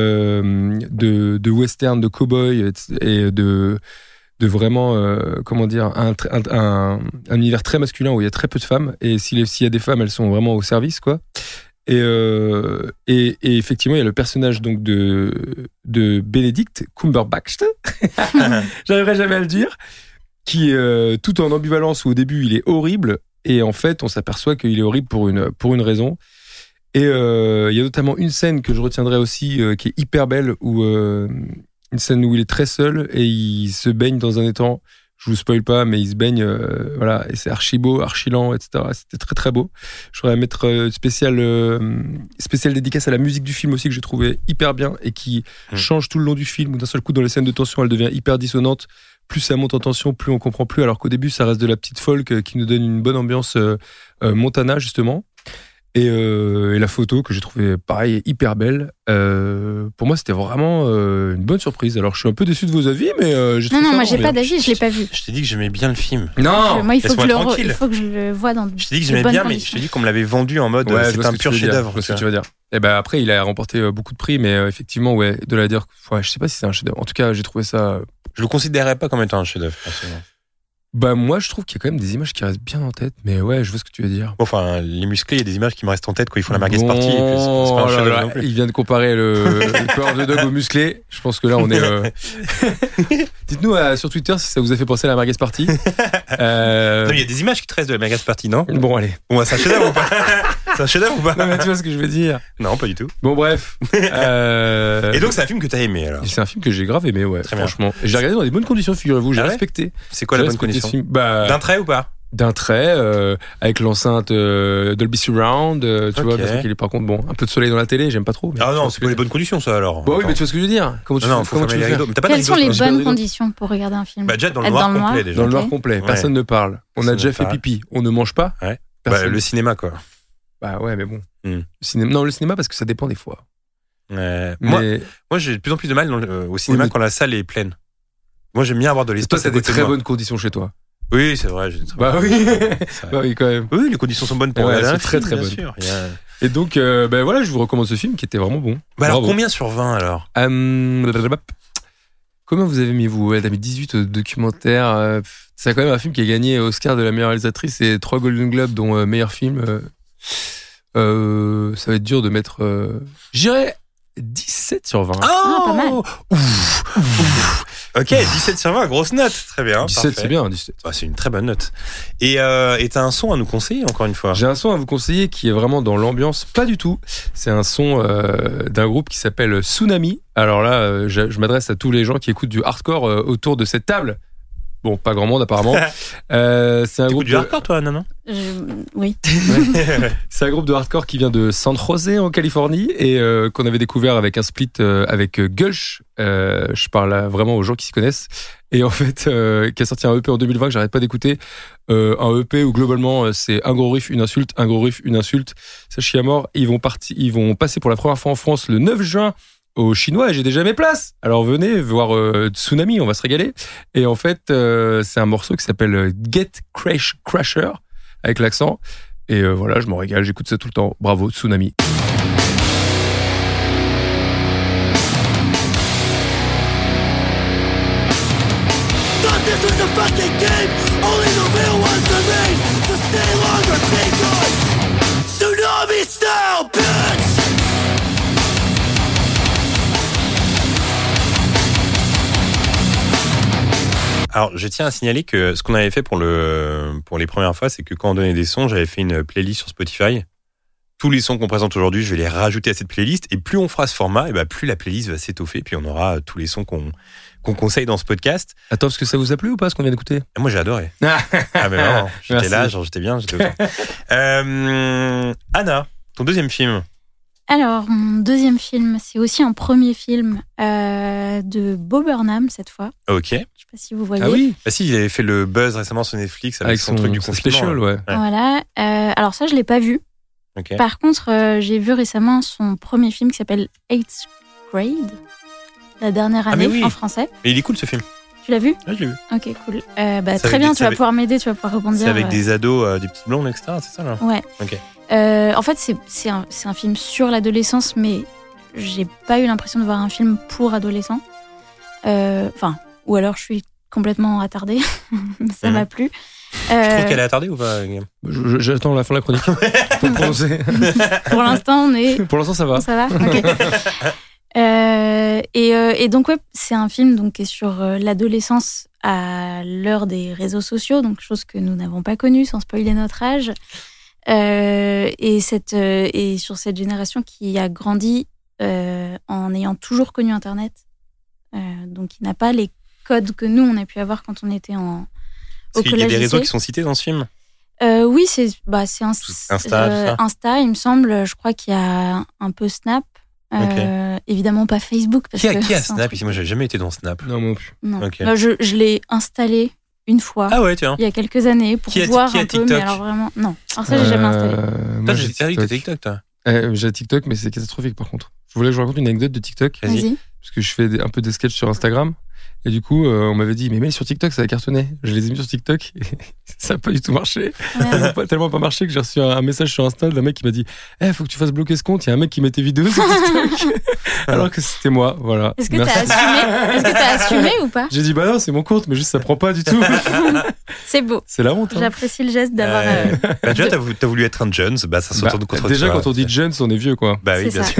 euh, de, de western, de cow-boy, et de, de vraiment, euh, comment dire, un, un, un, un univers très masculin où il y a très peu de femmes, et s'il, s'il y a des femmes, elles sont vraiment au service, quoi. Et, euh, et, et effectivement, il y a le personnage donc de, de Benedict Cumberbatch, j'arriverai jamais à le dire, qui euh, tout en ambivalence où au début il est horrible, et en fait on s'aperçoit qu'il est horrible pour une, pour une raison. Et euh, il y a notamment une scène que je retiendrai aussi, euh, qui est hyper belle, où, euh, une scène où il est très seul et il se baigne dans un étang. Je vous spoil pas, mais il se baigne, euh, voilà, et c'est archi beau, archi lent, et cetera. C'était très très beau. Je voudrais mettre euh, spécial, euh, spécial dédicace à la musique du film aussi, que j'ai trouvé hyper bien et qui mmh. change tout le long du film, où d'un seul coup, dans les scènes de tension, elle devient hyper dissonante. Plus ça monte en tension, plus on comprend plus, alors qu'au début, ça reste de la petite folk euh, qui nous donne une bonne ambiance euh, euh, Montana, justement. Et, euh, et la photo que j'ai trouvée pareil hyper belle. Euh, pour moi, c'était vraiment euh, une bonne surprise. Alors, je suis un peu déçu de vos avis, mais euh, j'ai non, trouvé non, ça moi j'ai bien. pas d'avis, je l'ai pas vu. Je t'ai dit que j'aimais bien le film. Non, je, moi il faut, que je le re, tranquille. il faut que je le vois dans. Je t'ai dit que j'aimais bien, mais je t'ai dit qu'on me l'avait vendu en mode ouais, c'est un pur chef-d'œuvre. Je vois ce que tu veux dire. Et ben après, il a remporté euh, beaucoup de prix, mais euh, effectivement, ouais, de la dire, ouais, je sais pas si c'est un chef-d'œuvre. En tout cas, j'ai trouvé ça. Je le considérais pas comme étant un chef-d'œuvre, personnellement. Bah moi je trouve qu'il y a quand même des images qui restent bien en tête, mais ouais, je vois ce que tu veux dire. Bon, enfin, les musclés, il y a des images qui me restent en tête quand ils font la merguez bon, party, et puis c'est, c'est pas un chef-d'œuvre là, non plus. Il vient de comparer le, le Power of the Dog au musclé. Je pense que là on est. Euh... Dites-nous euh, sur Twitter si ça vous a fait penser à la merguez party. Euh... Non, mais il y a des images qui te restent de la merguez party, non? Bon allez. Bon, c'est un chef-d'œuvre ou pas? C'est un chef-d'œuvre ou pas? Non mais tu vois ce que je veux dire. Non, pas du tout. Bon bref. Euh... Et donc c'est un film que t'as aimé alors? C'est un film que j'ai grave aimé, ouais. Très franchement. Et j'ai regardé dans des bonnes conditions, figurez-vous. J'ai ah ouais respecté. C'est quoi j'ai la bonne condition? Bah, d'un trait ou pas? D'un trait, euh, avec l'enceinte euh, Dolby Surround, euh, tu okay. vois, parce qu'il est par contre bon, un peu de soleil dans la télé, j'aime pas trop. Mais ah non, c'est pas les bonnes conditions ça alors. Bon, oui, mais tu vois ce que je veux dire. Comment tu, non, non, fais, comment tu les fais mais t'as pas Quelles sont les bonnes rideau. conditions pour regarder un film? Bah déjà dans le Être noir dans le complet noir. déjà. Dans le noir okay. complet, ouais. personne ne parle. On personne a déjà fait parle. pipi, on ne mange pas. Ouais. Bah, le cinéma quoi. Bah ouais, mais bon. Mm. Le cinéma, non, le cinéma parce que ça dépend des fois. Euh, mais... Moi, moi j'ai de plus en plus de mal dans le, au cinéma oui, mais... quand la salle est pleine. Moi j'aime bien avoir de l'espace. Toi, t'as des très bonnes conditions chez toi. Oui, c'est vrai. J'ai très bah oui, bah oui, quand même. Oui, les conditions sont bonnes pour ouais, regarder. C'est très film, très bonne. Sûr. A... Et donc, euh, ben voilà, je vous recommande ce film qui était vraiment bon. Bah alors combien sur vingt alors? um, Comment vous avez mis vous? Ouais, t'as mis dix-huit au documentaire. Euh, c'est quand même un film qui a gagné Oscar de la meilleure réalisatrice et trois Golden Globes dont euh, meilleur film. Euh, euh, ça va être dur de mettre. Euh, J'irais dix-sept sur vingt. Oh, oh pas mal. Ouf, ouf. Ok, dix-sept sur vingt, grosse note, très bien. dix-sept, parfait. C'est bien, dix-sept. Ah, c'est une très bonne note. Et euh, et t'as un son à nous conseiller, encore une fois? J'ai un son à vous conseiller qui est vraiment dans l'ambiance, pas du tout. C'est un son euh, d'un groupe qui s'appelle Tsunami. Alors là, euh, je, je m'adresse à tous les gens qui écoutent du hardcore euh, autour de cette table. Bon, pas grand monde apparemment. euh, c'est un T'écoutes groupe du de... hardcore, toi, non, non Je... Oui. C'est un groupe de hardcore qui vient de San José en Californie et euh, qu'on avait découvert avec un split euh, avec Gulch. Euh, je parle là vraiment aux gens qui s'y connaissent. Et en fait, euh, qui a sorti un E P en deux mille vingt que j'arrête pas d'écouter. Euh, un E P où globalement c'est un gros riff, une insulte, un gros riff, une insulte. Ça chie à mort. Ils vont partir, ils vont passer pour la première fois en France le neuf juin. Aux Chinois, et j'ai déjà mes places. Alors venez voir euh, Tsunami, on va se régaler. Et en fait, euh, c'est un morceau qui s'appelle Get Crash Crasher avec l'accent. Et euh, voilà, je me régale, j'écoute ça tout le temps. Bravo, Tsunami. Alors, je tiens à signaler que ce qu'on avait fait pour, le, pour les premières fois, c'est que quand on donnait des sons, j'avais fait une playlist sur Spotify. Tous les sons qu'on présente aujourd'hui, je vais les rajouter à cette playlist. Et plus on fera ce format, et ben plus la playlist va s'étoffer. Puis on aura tous les sons qu'on, qu'on conseille dans ce podcast. Attends, est-ce que ça vous a plu ou pas, ce qu'on vient d'écouter ? Et moi, j'ai adoré. Ah, mais non, j'étais Merci. là, genre, j'étais bien, j'étais au top. euh, Anna, ton deuxième film. Alors, mon deuxième film, c'est aussi un premier film euh, de Bo Burnham, cette fois. Ok. Je sais pas si vous voyez. Ah oui, Bah si, il avait fait le buzz récemment sur Netflix avec, avec son, son truc du son confinement. special, ouais. Ouais. Voilà. Euh, alors ça, je l'ai pas vu. Ok. Par contre, euh, j'ai vu récemment son premier film qui s'appelle Eighth Grade, la dernière Ah, année mais oui. en français. Mais il est cool ce film. Tu l'as vu ? Ouais, je l'ai vu. Ok, cool. Euh, bah, C'est très avec bien, des- tu c'est vas avec- pouvoir m'aider, tu vas pouvoir rebondir. C'est avec euh, des ados, euh, des petites blondes, et cetera. C'est ça là. Ouais. Ok. Euh, en fait, c'est, c'est, un, c'est un film sur l'adolescence, mais j'ai pas eu l'impression de voir un film pour adolescents. Euh, Enfin, ou alors je suis complètement attardée. Ça Mhm. m'a plu. Tu Euh, trouves qu'elle est attardée ou pas, Guillaume ? Je- je- J'attends la fin de la chronique pour me prononcer. Pour l'instant, on est. Pour l'instant, ça va. Ça va Ok. Euh, et, euh, et donc, ouais, c'est un film donc, qui est sur euh, l'adolescence à l'heure des réseaux sociaux, donc chose que nous n'avons pas connue, sans spoiler notre âge. Euh, et, cette, euh, et sur cette génération qui a grandi euh, en ayant toujours connu Internet, euh, donc qui n'a pas les codes que nous, on a pu avoir quand on était en, au Parce qu'il y a collège des réseaux lycée. qui sont cités dans ce film. Euh, oui, c'est bah, c'est un, Insta, euh, tout ça. Insta, il me semble. Je crois qu'il y a un peu Snap. Euh, Évidemment pas Facebook. Parce Qui a, que qui a c'est un Snap truc- ici ? Moi, j'ai jamais été dans Snap. Non, moi non plus. Non. Ok. Bah, je je l'ai installé une fois, Ah ouais, tiens. il y a quelques années, pour Qui a- voir qui a un peu. TikTok Mais alors vraiment, non. Alors ça, j'ai jamais installé. Euh, Toi, moi, j'ai j'ai ah oui, t'as TikTok. TikTok, toi. Euh, j'ai TikTok, mais c'est catastrophique par contre. Je voulais que je raconte une anecdote de TikTok. Vas-y. Vas-y. Parce que je fais des- un peu des sketchs sur Instagram. Et du coup, euh, on m'avait dit, mais mets sur TikTok, ça va cartonner. Je les ai mis sur TikTok et ça n'a pas du tout marché. Ouais. Ça n'a pas, tellement pas marché que j'ai reçu un, un message sur Insta d'un mec qui m'a dit, eh, faut que tu fasses bloquer ce compte. Il y a un mec qui met tes vidéos sur TikTok. Alors que c'était moi, voilà. Est-ce que Merci. t'as assumé Est-ce que t'as assumé ou pas J'ai dit, bah non, c'est mon compte, mais juste ça prend pas du tout. C'est beau. C'est la honte. Hein. J'apprécie le geste d'avoir. Euh, euh, bah, déjà, t'as voulu, t'as voulu être un Jones, bah ça se Bah, retourne contre déjà, toi. quand on dit jeunes, on est vieux, quoi. Bah oui, C'est bien ça. sûr.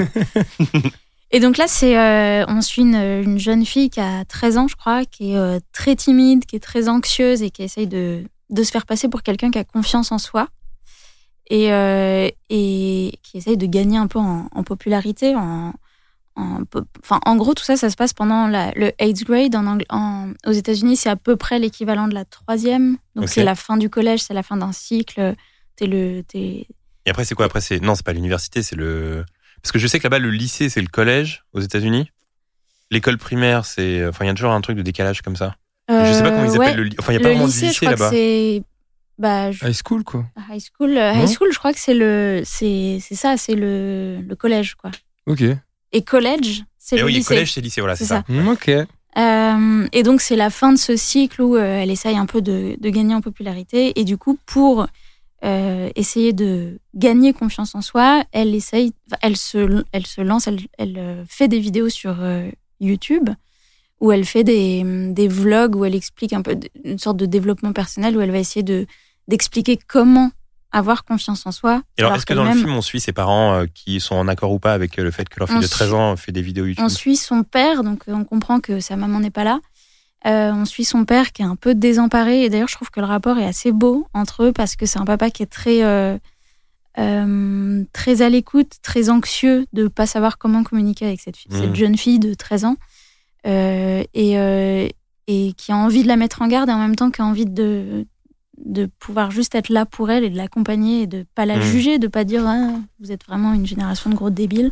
Et donc là, c'est, euh, on suit une, une jeune fille qui a treize ans, je crois, qui est euh, très timide, qui est très anxieuse et qui essaye de, de se faire passer pour quelqu'un qui a confiance en soi et, euh, et qui essaye de gagner un peu en, en popularité. En, en, enfin, en gros, tout ça, ça se passe pendant la, le eighth grade. En Angl- en, aux États-Unis, c'est à peu près l'équivalent de la troisième. Donc Ok. c'est la fin du collège, c'est la fin d'un cycle. T'es le, t'es... Et après, c'est quoi ? Après, c'est non, c'est pas l'université, c'est le. Parce que je sais que là-bas, le lycée, c'est le collège aux États-Unis. L'école primaire, c'est. Enfin, il y a toujours un truc de décalage comme ça. je sais pas comment ils Euh, ouais. appellent le. ly- Enfin, il y a Le pas vraiment lycée, de je lycée crois que là-bas. c'est. Bah, je- High school, quoi. High school, euh, Non high school, je crois que c'est le, c'est, c'est ça, c'est le, le collège, quoi. Ok. Et collège, c'est Et le oui, lycée. collège, c'est lycée, voilà, c'est C'est ça. Mm, ok. Euh, et donc c'est la fin de ce cycle où euh, elle essaye un peu de, de gagner en popularité. Et du coup, pour euh, essayer de gagner confiance en soi, elle essaye, enfin, elle se, elle se lance, elle, elle euh, fait des vidéos sur euh, YouTube où elle fait des, des vlogs où elle explique un peu d- une sorte de développement personnel où elle va essayer de d'expliquer comment avoir confiance en soi. Et alors, est-ce que dans le qu'elle-même- film, on suit ses parents euh, qui sont en accord ou pas avec euh, le fait que leur fille On de suit- treize ans fait des vidéos YouTube ? On suit son père, donc euh, on comprend que sa maman n'est pas là. Euh, on suit son père qui est un peu désemparé. Et d'ailleurs, je trouve que le rapport est assez beau entre eux parce que c'est un papa qui est très, euh, euh, très à l'écoute, très anxieux de ne pas savoir comment communiquer avec cette, fille- Mmh. cette jeune fille de treize ans. Euh, et, euh, et qui a envie de la mettre en garde et en même temps qui a envie de, de pouvoir juste être là pour elle et de l'accompagner et de pas la Mmh. juger, de pas dire ah, vous êtes vraiment une génération de gros débiles.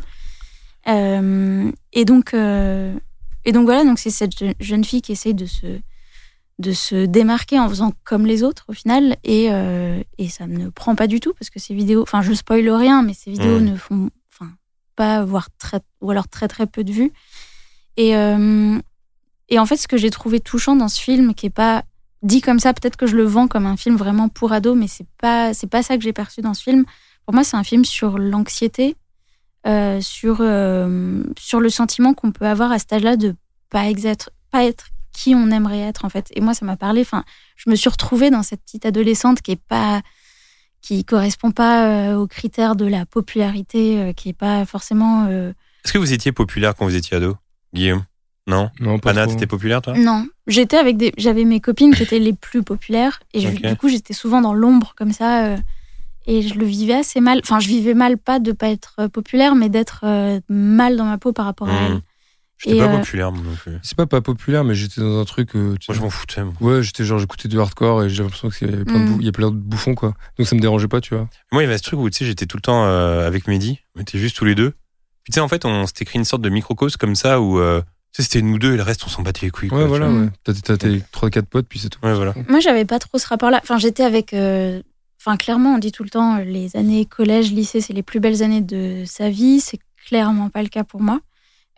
Euh, et donc, euh, et donc voilà, donc c'est cette je- jeune fille qui essaye de se, de se démarquer en faisant comme les autres au final, et, euh, et ça ne prend pas du tout parce que ces vidéos, enfin je spoile rien, mais ces vidéos Mmh. ne font, enfin pas voire très, ou alors très très peu de vues. Et euh, et en fait, ce que j'ai trouvé touchant dans ce film, qui est pas dit comme ça, peut-être que je le vends comme un film vraiment pour ados, mais c'est pas, c'est pas ça que j'ai perçu dans ce film. Pour moi, c'est un film sur l'anxiété, euh, sur, euh, sur le sentiment qu'on peut avoir à cet âge-là de pas être, pas être qui on aimerait être, en fait. Et moi, ça m'a parlé. Enfin, je me suis retrouvée dans cette petite adolescente qui est pas, qui correspond pas euh, aux critères de la popularité, euh, qui est pas forcément. Euh... Est-ce que vous étiez populaire quand vous étiez ado, Guillaume? Non. Non, pas Anna, trop. t'étais populaire, toi? Non, j'étais avec des, j'avais mes copines qui étaient les plus populaires, et je, Okay. du coup, j'étais souvent dans l'ombre comme ça, euh, et je le vivais assez mal. Enfin, je vivais mal, pas de pas être euh, populaire, mais d'être euh, mal dans ma peau par rapport à Mmh. elle. J'étais Et, pas euh, populaire, moi non plus. C'est pas pas populaire, mais j'étais dans un truc. euh, tu Moi, je sais- m'en foutais. Moi, Ouais, j'étais genre, j'écoutais du hardcore et j'ai l'impression qu'il y avait plein de, Mm. bou- il y a plein de bouffons, quoi. Donc ça me dérangeait pas, tu vois. Moi, il y avait ce truc où, tu sais, j'étais tout le temps euh, avec Mehdi. On était juste tous les deux. Puis, tu sais, en fait, on s'était créé une sorte de microcosme comme ça où, euh, tu sais, c'était nous deux et le reste, on s'en battait les couilles. quoi, Ouais, tu voilà, vois. ouais. T'as, t'as tes trois quatre potes, puis c'est tout. Ouais, voilà. Moi, j'avais pas trop ce rapport-là. Enfin, j'étais avec. euh, Enfin, clairement, on dit tout le temps, euh, les années collège, lycée, c'est les plus belles années de sa vie. C'est clairement pas le cas pour moi.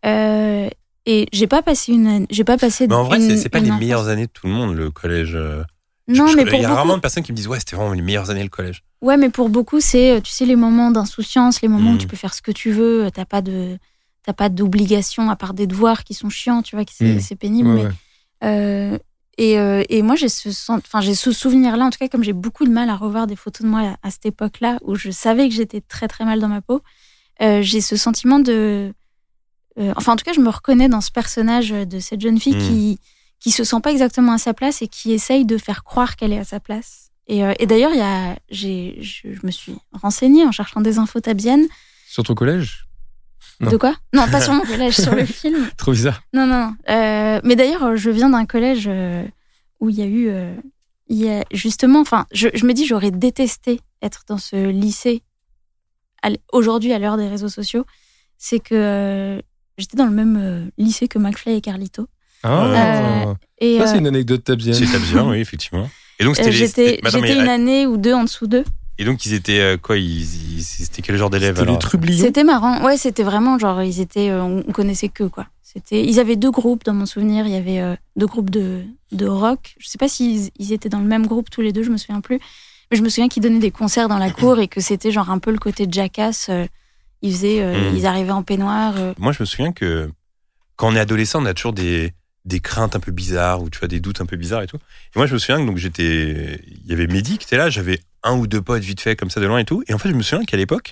Euh, et j'ai pas passé une. J'ai pas passé. Mais en vrai, une- c'est, c'est pas une les enfance- meilleures années de tout le monde, le collège. euh. Je- Non, je- mais Il pour y a beaucoup. rarement de personnes qui me disent, ouais, c'était vraiment les meilleures années, le collège. Ouais, mais pour beaucoup, c'est, euh, tu sais, les moments d'insouciance, les moments Mm. où tu peux faire ce que tu veux, euh, t'as pas de, t'as pas d'obligation à part des devoirs qui sont chiants, tu vois, que c'est, Mm. c'est pénible. Ouais, mais, ouais. euh, et, euh, et moi, j'ai ce, sen- enfin, j'ai ce souvenir-là, en tout cas, comme j'ai beaucoup de mal à revoir des photos de moi à, à cette époque-là, où je savais que j'étais très très mal dans ma peau, euh, j'ai ce sentiment de, euh, enfin, en tout cas, je me reconnais dans ce personnage de cette jeune fille Mm. qui, qui se sent pas exactement à sa place et qui essaye de faire croire qu'elle est à sa place. Et, euh, et d'ailleurs, il y a, j'ai, je, je me suis renseignée en cherchant des infos tabiennes. Sur ton collège? Non. De quoi? Non, pas sur mon collège, sur le film. Trop bizarre. Non, non, non. Euh, mais d'ailleurs, je viens d'un collège euh, où il y a eu, euh, il y a justement, enfin, je, je me dis, j'aurais détesté être dans ce lycée à l- aujourd'hui à l'heure des réseaux sociaux. C'est que euh, j'étais dans le même euh, lycée que McFly et Carlito. Ah. Et Ça, euh, c'est une anecdote tabienne. C'est bien, oui, effectivement. Et donc, c'était euh, les- j'étais, c'était- mais attends, j'étais mais, une euh, année ou deux en dessous d'eux. Et donc, ils étaient euh, quoi ils, ils- C'était quel genre d'élèves C'était alors les trublions. C'était marrant. Ouais, c'était vraiment genre, ils étaient, euh, on connaissait que quoi. C'était, ils avaient deux groupes dans mon souvenir. Il y avait euh, deux groupes de, de rock. Je sais pas s'ils ils étaient dans le même groupe tous les deux, je me souviens plus. Mais je me souviens qu'ils donnaient des concerts dans la cour et que c'était genre un peu le côté jackass. euh, ils faisaient, euh, Mm. ils arrivaient en peignoir. euh. Moi, je me souviens que quand on est adolescent, on a toujours des, des craintes un peu bizarres ou tu vois des doutes un peu bizarres et tout. Et moi, je me souviens que donc j'étais, il y avait Mehdi qui était là, j'avais un ou deux potes vite fait comme ça de loin et tout. Et en fait, je me souviens qu'à l'époque,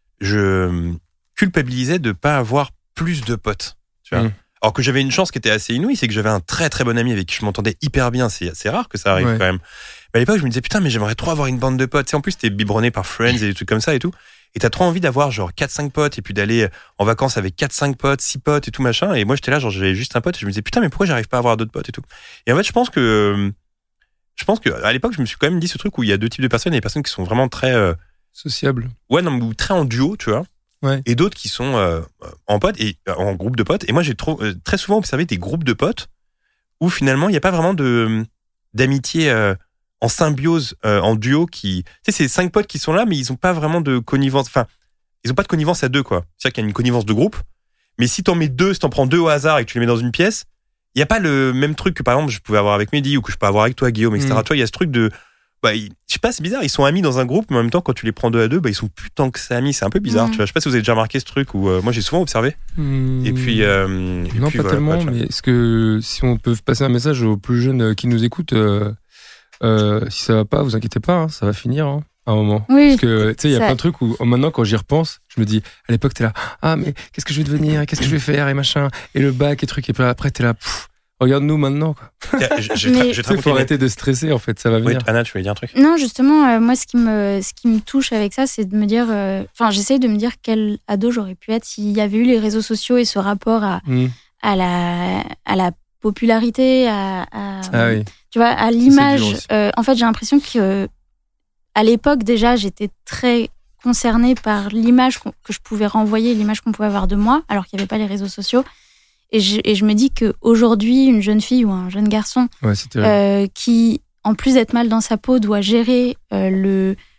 je culpabilisais de pas avoir plus de potes. Tu vois. Mm. Alors que j'avais une chance qui était assez inouïe, c'est que j'avais un très très bon ami avec qui je m'entendais hyper bien. C'est assez rare que ça arrive Ouais. quand même. Mais à l'époque, je me disais putain, mais j'aimerais trop avoir une bande de potes. Tu sais, en plus, t'es biberonné par Friends et des trucs comme ça et tout. Et t'as trop envie d'avoir genre quatre cinq potes et puis d'aller en vacances avec quatre cinq potes, six potes et tout machin. Et moi, j'étais là, genre, j'avais juste un pote et je me disais, putain, mais pourquoi j'arrive pas à avoir d'autres potes et tout. Et en fait, je pense que, je pense que, à l'époque, je me suis quand même dit ce truc où il y a deux types de personnes. Il y a des personnes qui sont vraiment très, euh, Sociable. ouais, non, ou très en duo, tu vois. Ouais. Et d'autres qui sont euh, en potes et euh, en groupe de potes. Et moi, j'ai trop, euh, très souvent observé des groupes de potes où finalement, il n'y a pas vraiment de, d'amitié, euh, en symbiose, euh, en duo qui, tu sais, c'est cinq potes qui sont là, mais ils ont pas vraiment de connivence, enfin, ils ont pas de connivence à deux, quoi. C'est-à-dire qu'il y a une connivence de groupe, mais si t'en mets deux, si t'en prends deux au hasard et que tu les mets dans une pièce, il y a pas le même truc que par exemple je pouvais avoir avec Mehdi ou que je peux avoir avec toi, Guillaume, et cetera. Mm. Toi, il y a ce truc de, bah, ils- je sais pas, c'est bizarre, ils sont amis dans un groupe, mais en même temps, quand tu les prends deux à deux, bah, ils sont plus tant que ça amis, c'est un peu bizarre, Mm. tu vois. Je sais pas si vous avez déjà remarqué ce truc où, euh, moi, j'ai souvent observé. Et puis, euh, et non, puis, pas voilà, tellement, quoi, tu vois. mais est-ce que si on peut passer un message aux plus jeunes euh, qui nous écoutent, euh, euh, si ça va pas, vous inquiétez pas, hein, ça va finir hein, à un moment. Oui. Parce que tu sais, il y a Ça- plein de trucs où maintenant, quand j'y repense, je me dis, à l'époque, t'es là, ah, mais qu'est-ce que je vais devenir, qu'est-ce que je vais faire, et machin, et le bac, et truc, et puis après, t'es là, pff, regarde-nous maintenant, quoi. Tiens, je, je, Mais- je vais te Tu sais, raconter faut une- arrêter de stresser, en fait, ça va Oui, venir. Anna, tu voulais dire un truc? Non, justement, euh, moi, ce qui me, ce qui me touche avec ça, c'est de me dire, euh, enfin, j'essaye de me dire quel ado j'aurais pu être s'il y avait eu les réseaux sociaux et ce rapport à, Mm. à la, à la popularité, à, à- Ah oui. tu vois, à dur l'image. aussi. Euh, en fait, j'ai l'impression que euh, à l'époque déjà, j'étais très concernée par l'image qu'on- que je pouvais renvoyer, l'image qu'on pouvait avoir de moi, alors qu'il n'y avait pas les réseaux sociaux. Et je, et je me dis qu'aujourd'hui, une jeune fille ou un jeune garçon Ouais, c'est terrible. euh, qui, en plus d'être mal dans sa peau, doit gérer euh, le,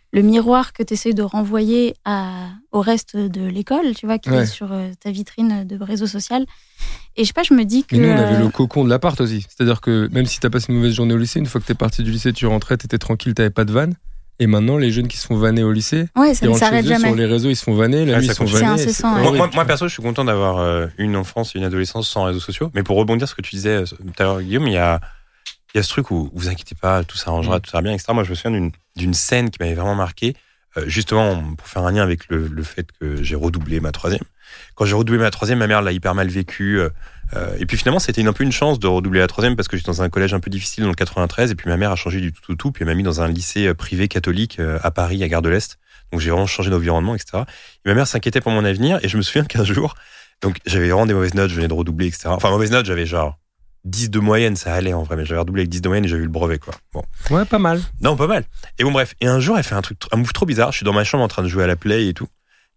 le miroir que tu essayes de renvoyer à, au reste de l'école, tu vois, qui Ouais. est sur euh, ta vitrine de réseau social. Et je sais pas, je me dis que... Mais nous, on avait euh, le cocon de l'appart aussi. C'est-à-dire que même si t'as passé une mauvaise journée au lycée, une fois que t'es parti du lycée, tu rentrais, t'étais tranquille, t'avais pas de vanne. Et maintenant, les jeunes qui se font vanner au lycée, Ouais, ça ils ne rentrent s'arrête chez eux, jamais. sur les réseaux, ils se font vanner, la Ouais, nuit, ça ils se font continue. vanner. C'est incessant, c'est ouais. Moi, horrible, moi, tu moi, vois. perso, je suis content d'avoir euh, une enfance et une adolescence sans réseaux sociaux. Mais pour rebondir sur ce que tu disais euh, tout à l'heure, Guillaume, il y a, il y a ce truc où vous inquiétez pas, tout s'arrangera, Mm. tout sera bien, et cetera. Moi, je me souviens d'une, d'une scène qui m'avait vraiment marqué, euh, justement pour faire un lien avec le, le fait que j'ai redoublé ma troisième. Quand j'ai redoublé ma troisième, ma mère l'a hyper mal vécu. Euh, euh, et puis finalement, c'était une, un peu une chance de redoubler la troisième parce que j'étais dans un collège un peu difficile dans le quatre-vingt-treize. Et puis ma mère a changé du tout au tout, puis elle m'a mis dans un lycée euh, privé catholique euh, à Paris, à Gare de l'Est. Donc j'ai vraiment changé d'environnement, et cetera. Et ma mère s'inquiétait pour mon avenir. Et je me souviens qu'un jour, donc j'avais vraiment des mauvaises notes, je venais de redoubler, et cetera. Enfin, mauvaises notes, j'avais genre dix de moyenne, ça allait en vrai, mais j'avais redoublé avec dix de moyenne et j'avais eu le brevet, quoi. Bon. Ouais, pas mal. Non, pas mal. Et bon, bref. Et un jour, elle fait un truc, un move trop bizarre. Je suis dans ma chambre en train de jouer à la play et tout.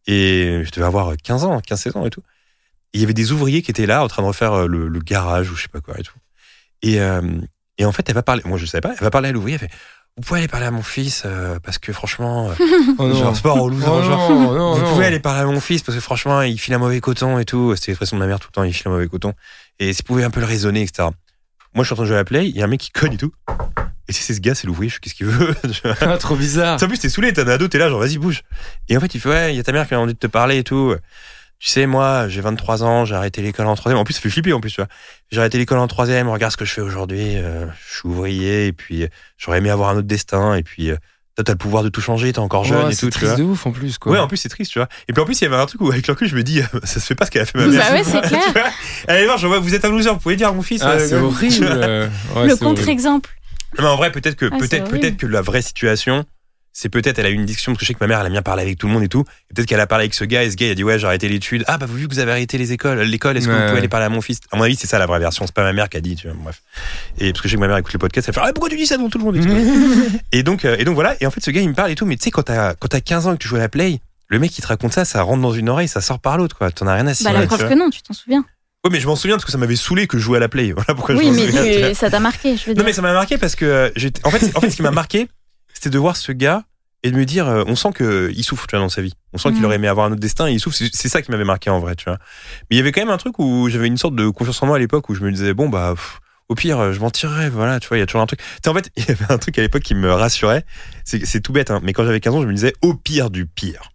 Et je devais avoir quinze ans, quinze seize ans et tout. Et il y avait des ouvriers qui étaient là en train de refaire le, le garage ou je sais pas quoi et tout. Et, euh, et en fait, elle va parler, moi je savais pas, elle va parler à l'ouvrier, elle fait, vous pouvez aller parler à mon fils euh, parce que franchement, euh, Oh non. genre, c'est pas relou, Oh genre, genre, non, non, vous non. pouvez aller parler à mon fils parce que franchement, il file un mauvais coton et tout. C'était l'expression de ma mère tout le temps, il file un mauvais coton. Et si vous pouvez un peu le raisonner, et cetera. Moi, je suis en train de jouer à la play, il y a un mec qui cogne et tout. Et c'est ce gars, c'est l'ouvrier, je sais qu'est-ce qu'il veut. Ah, trop bizarre. En plus, t'es saoulé, t'es un ado, t'es là, genre, vas-y, bouge. Et en fait, il fait, ouais, il y a ta mère qui a envie de te parler et tout. Tu sais, moi, j'ai vingt-trois ans, j'ai arrêté l'école en troisième. En plus, ça fait flipper, en plus, tu vois. J'ai arrêté l'école en troisième, regarde ce que je fais aujourd'hui. Euh, je suis ouvrier, et puis, euh, j'aurais aimé avoir un autre destin, et puis, euh, toi, t'as le pouvoir de tout changer, t'es encore jeune Oh, et c'est tout, tu triste vois. de ouf en plus, quoi. Ouais, en plus, c'est triste, tu vois. Et puis, en plus, il y avait un truc où, avec le recul, je me dis, ça se fait pas ce qu'elle a fait ma mère. Bah ouais, c'est clair. Tu vois. Allez voir, je vois, vous êtes un loser, vous pouvez dire à mon fils. Ah, euh, c'est euh, horrible. euh, ouais, Le c'est horrible. contre-exemple. Mais en vrai, peut-être que, Ah, c'est peut-être, horrible. peut-être que la vraie situation, c'est peut-être, elle a eu une discussion, parce que je sais que ma mère, elle a bien parlé avec tout le monde et tout. Et peut-être qu'elle a parlé avec ce gars, et ce gars, il a dit, ouais, j'ai arrêté l'étude. Ah, bah, vu que vous avez arrêté les écoles, l'école, est-ce que Ouais, vous pouvez ouais. aller parler à mon fils? À mon avis, c'est ça la vraie version. C'est pas ma mère qui a dit, tu vois, bref. Et parce que je sais que ma mère écoute le podcast, elle fait, ah, pourquoi tu dis ça devant tout le monde? Et, tout. et donc, euh, et donc voilà. Et en fait, ce gars, il me parle et tout. Mais tu sais, quand t'as, quand t'as quinze ans et que tu joues à la play, le mec qui te raconte ça, ça rentre dans une oreille, ça sort par l'autre, quoi. T'en as rien à Bah, cirer. la tu preuve vois. que non, tu t'en souviens. Ouais, mais je m'en souviens parce que ça m'avait saoulé que je jouais à la play. Voilà pourquoi je Oui, m'en mais souviens. tu vois. tu- ça t'a marqué, je veux Non dire. mais ça m'a marqué parce que euh, j'étais en fait c'est- en fait ce qui m'a marqué c'était de voir ce gars et de me dire euh, on sent que il souffre tu vois dans sa vie. On sent qu'il Mhm. aurait aimé avoir un autre destin et il souffre, c'est, c'est ça qui m'avait marqué en vrai, tu vois. Mais il y avait quand même un truc où j'avais une sorte de confiance en moi à l'époque où je me disais bon bah pff, au pire euh, je m'en tirerai, voilà, tu vois, il y a toujours un truc. Tu sais, en fait, il y avait un truc à l'époque qui me rassurait, c'est c'est tout bête hein, mais quand j'avais quinze ans, je me disais au pire du pire.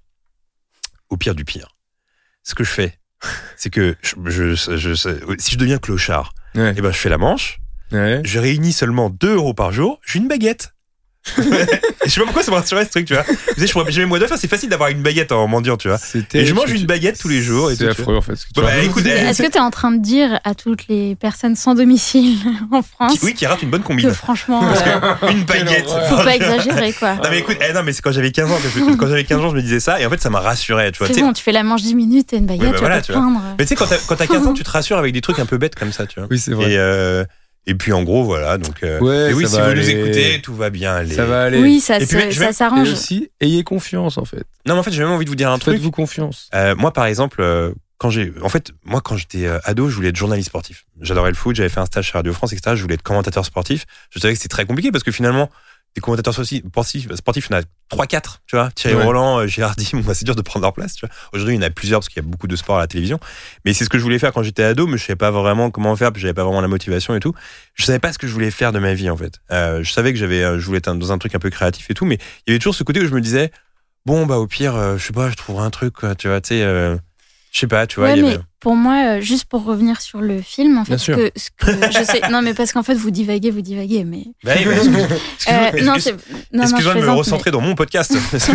Au pire du pire. Ce que je fais c'est que je, je, je, je- si je deviens clochard, Ouais. eh ben je fais la manche. Ouais. Je réunis seulement deux euros par jour, j'ai une baguette. Et je sais pas pourquoi ça me rassurait ce truc, tu vois. Tu sais, je pourrais, j'ai mes mois de faim, c'est facile d'avoir une baguette en mendiant, tu vois. C'est Et terrible je mange ce que une tu- baguette tous les jours et C'est tout, tu affreux en fait. ce que tu Bah, bah, racontes. écoute, eh, Est-ce que tu es en train de dire à toutes les personnes sans domicile en France qui- oui, qui rate une bonne que combine. franchement, Parce euh, que une baguette. horreur. faut pas exagérer quoi. Non mais écoute, eh, non mais c'est quand j'avais quinze ans, que je- quand j'avais quinze ans, je me disais ça et en fait ça m'a rassuré, tu vois. C'est Tu sais, bon, tu fais la manche dix minutes, t'as une baguette, Ouais, bah tu voilà, vas pas tu te vois. plaindre. Mais tu sais quand t'as, quand t'as quinze ans, tu te rassures avec des trucs un peu bêtes comme ça, tu vois. Oui, c'est vrai. Et euh, et puis en gros voilà, donc euh, Ouais, et oui, ça si va vous aller. nous écoutez, tout va bien aller. Ça va aller. Oui, ça, Et puis, se- je ça vais- Et s'arrange. aussi, ayez confiance en fait. Non mais en fait, j'ai même envie de vous dire un truc. Faites-vous confiance. Euh, moi, par exemple, euh, quand j'ai, en fait, moi, quand j'étais euh, ado, je voulais être journaliste sportif. J'adorais le foot, j'avais fait un stage chez Radio France, et cetera. Je voulais être commentateur sportif. Je savais que c'était très compliqué parce que finalement, des commentateurs sportifs, sportifs, il y en a trois, quatre, tu vois. Thierry Ouais. Roland, euh, Gérardi, bon, bah, c'est dur de prendre leur place, tu vois. Aujourd'hui, il y en a plusieurs parce qu'il y a beaucoup de sport à la télévision. Mais c'est ce que je voulais faire quand j'étais ado, mais je savais pas vraiment comment faire, puis j'avais pas vraiment la motivation et tout. Je savais pas ce que je voulais faire de ma vie, en fait. Euh, je savais que j'avais, euh, je voulais être dans un truc un peu créatif et tout, mais il y avait toujours ce côté où je me disais, bon, bah, au pire, euh, je sais pas, je trouverai un truc, quoi, tu vois, tu sais, euh, je sais pas, tu vois, Ouais, il y mais avait... pour moi, euh, juste pour revenir sur le film, en Bien fait, ce sûr. que, ce que je sais, non, mais parce qu'en fait, vous divaguez, vous divaguez, mais Bah, oui, ouais, excuse- Euh, excuse-moi, non, excuse- c'est non, non, excuse-moi je de me plaisante, recentrer dans mon podcast.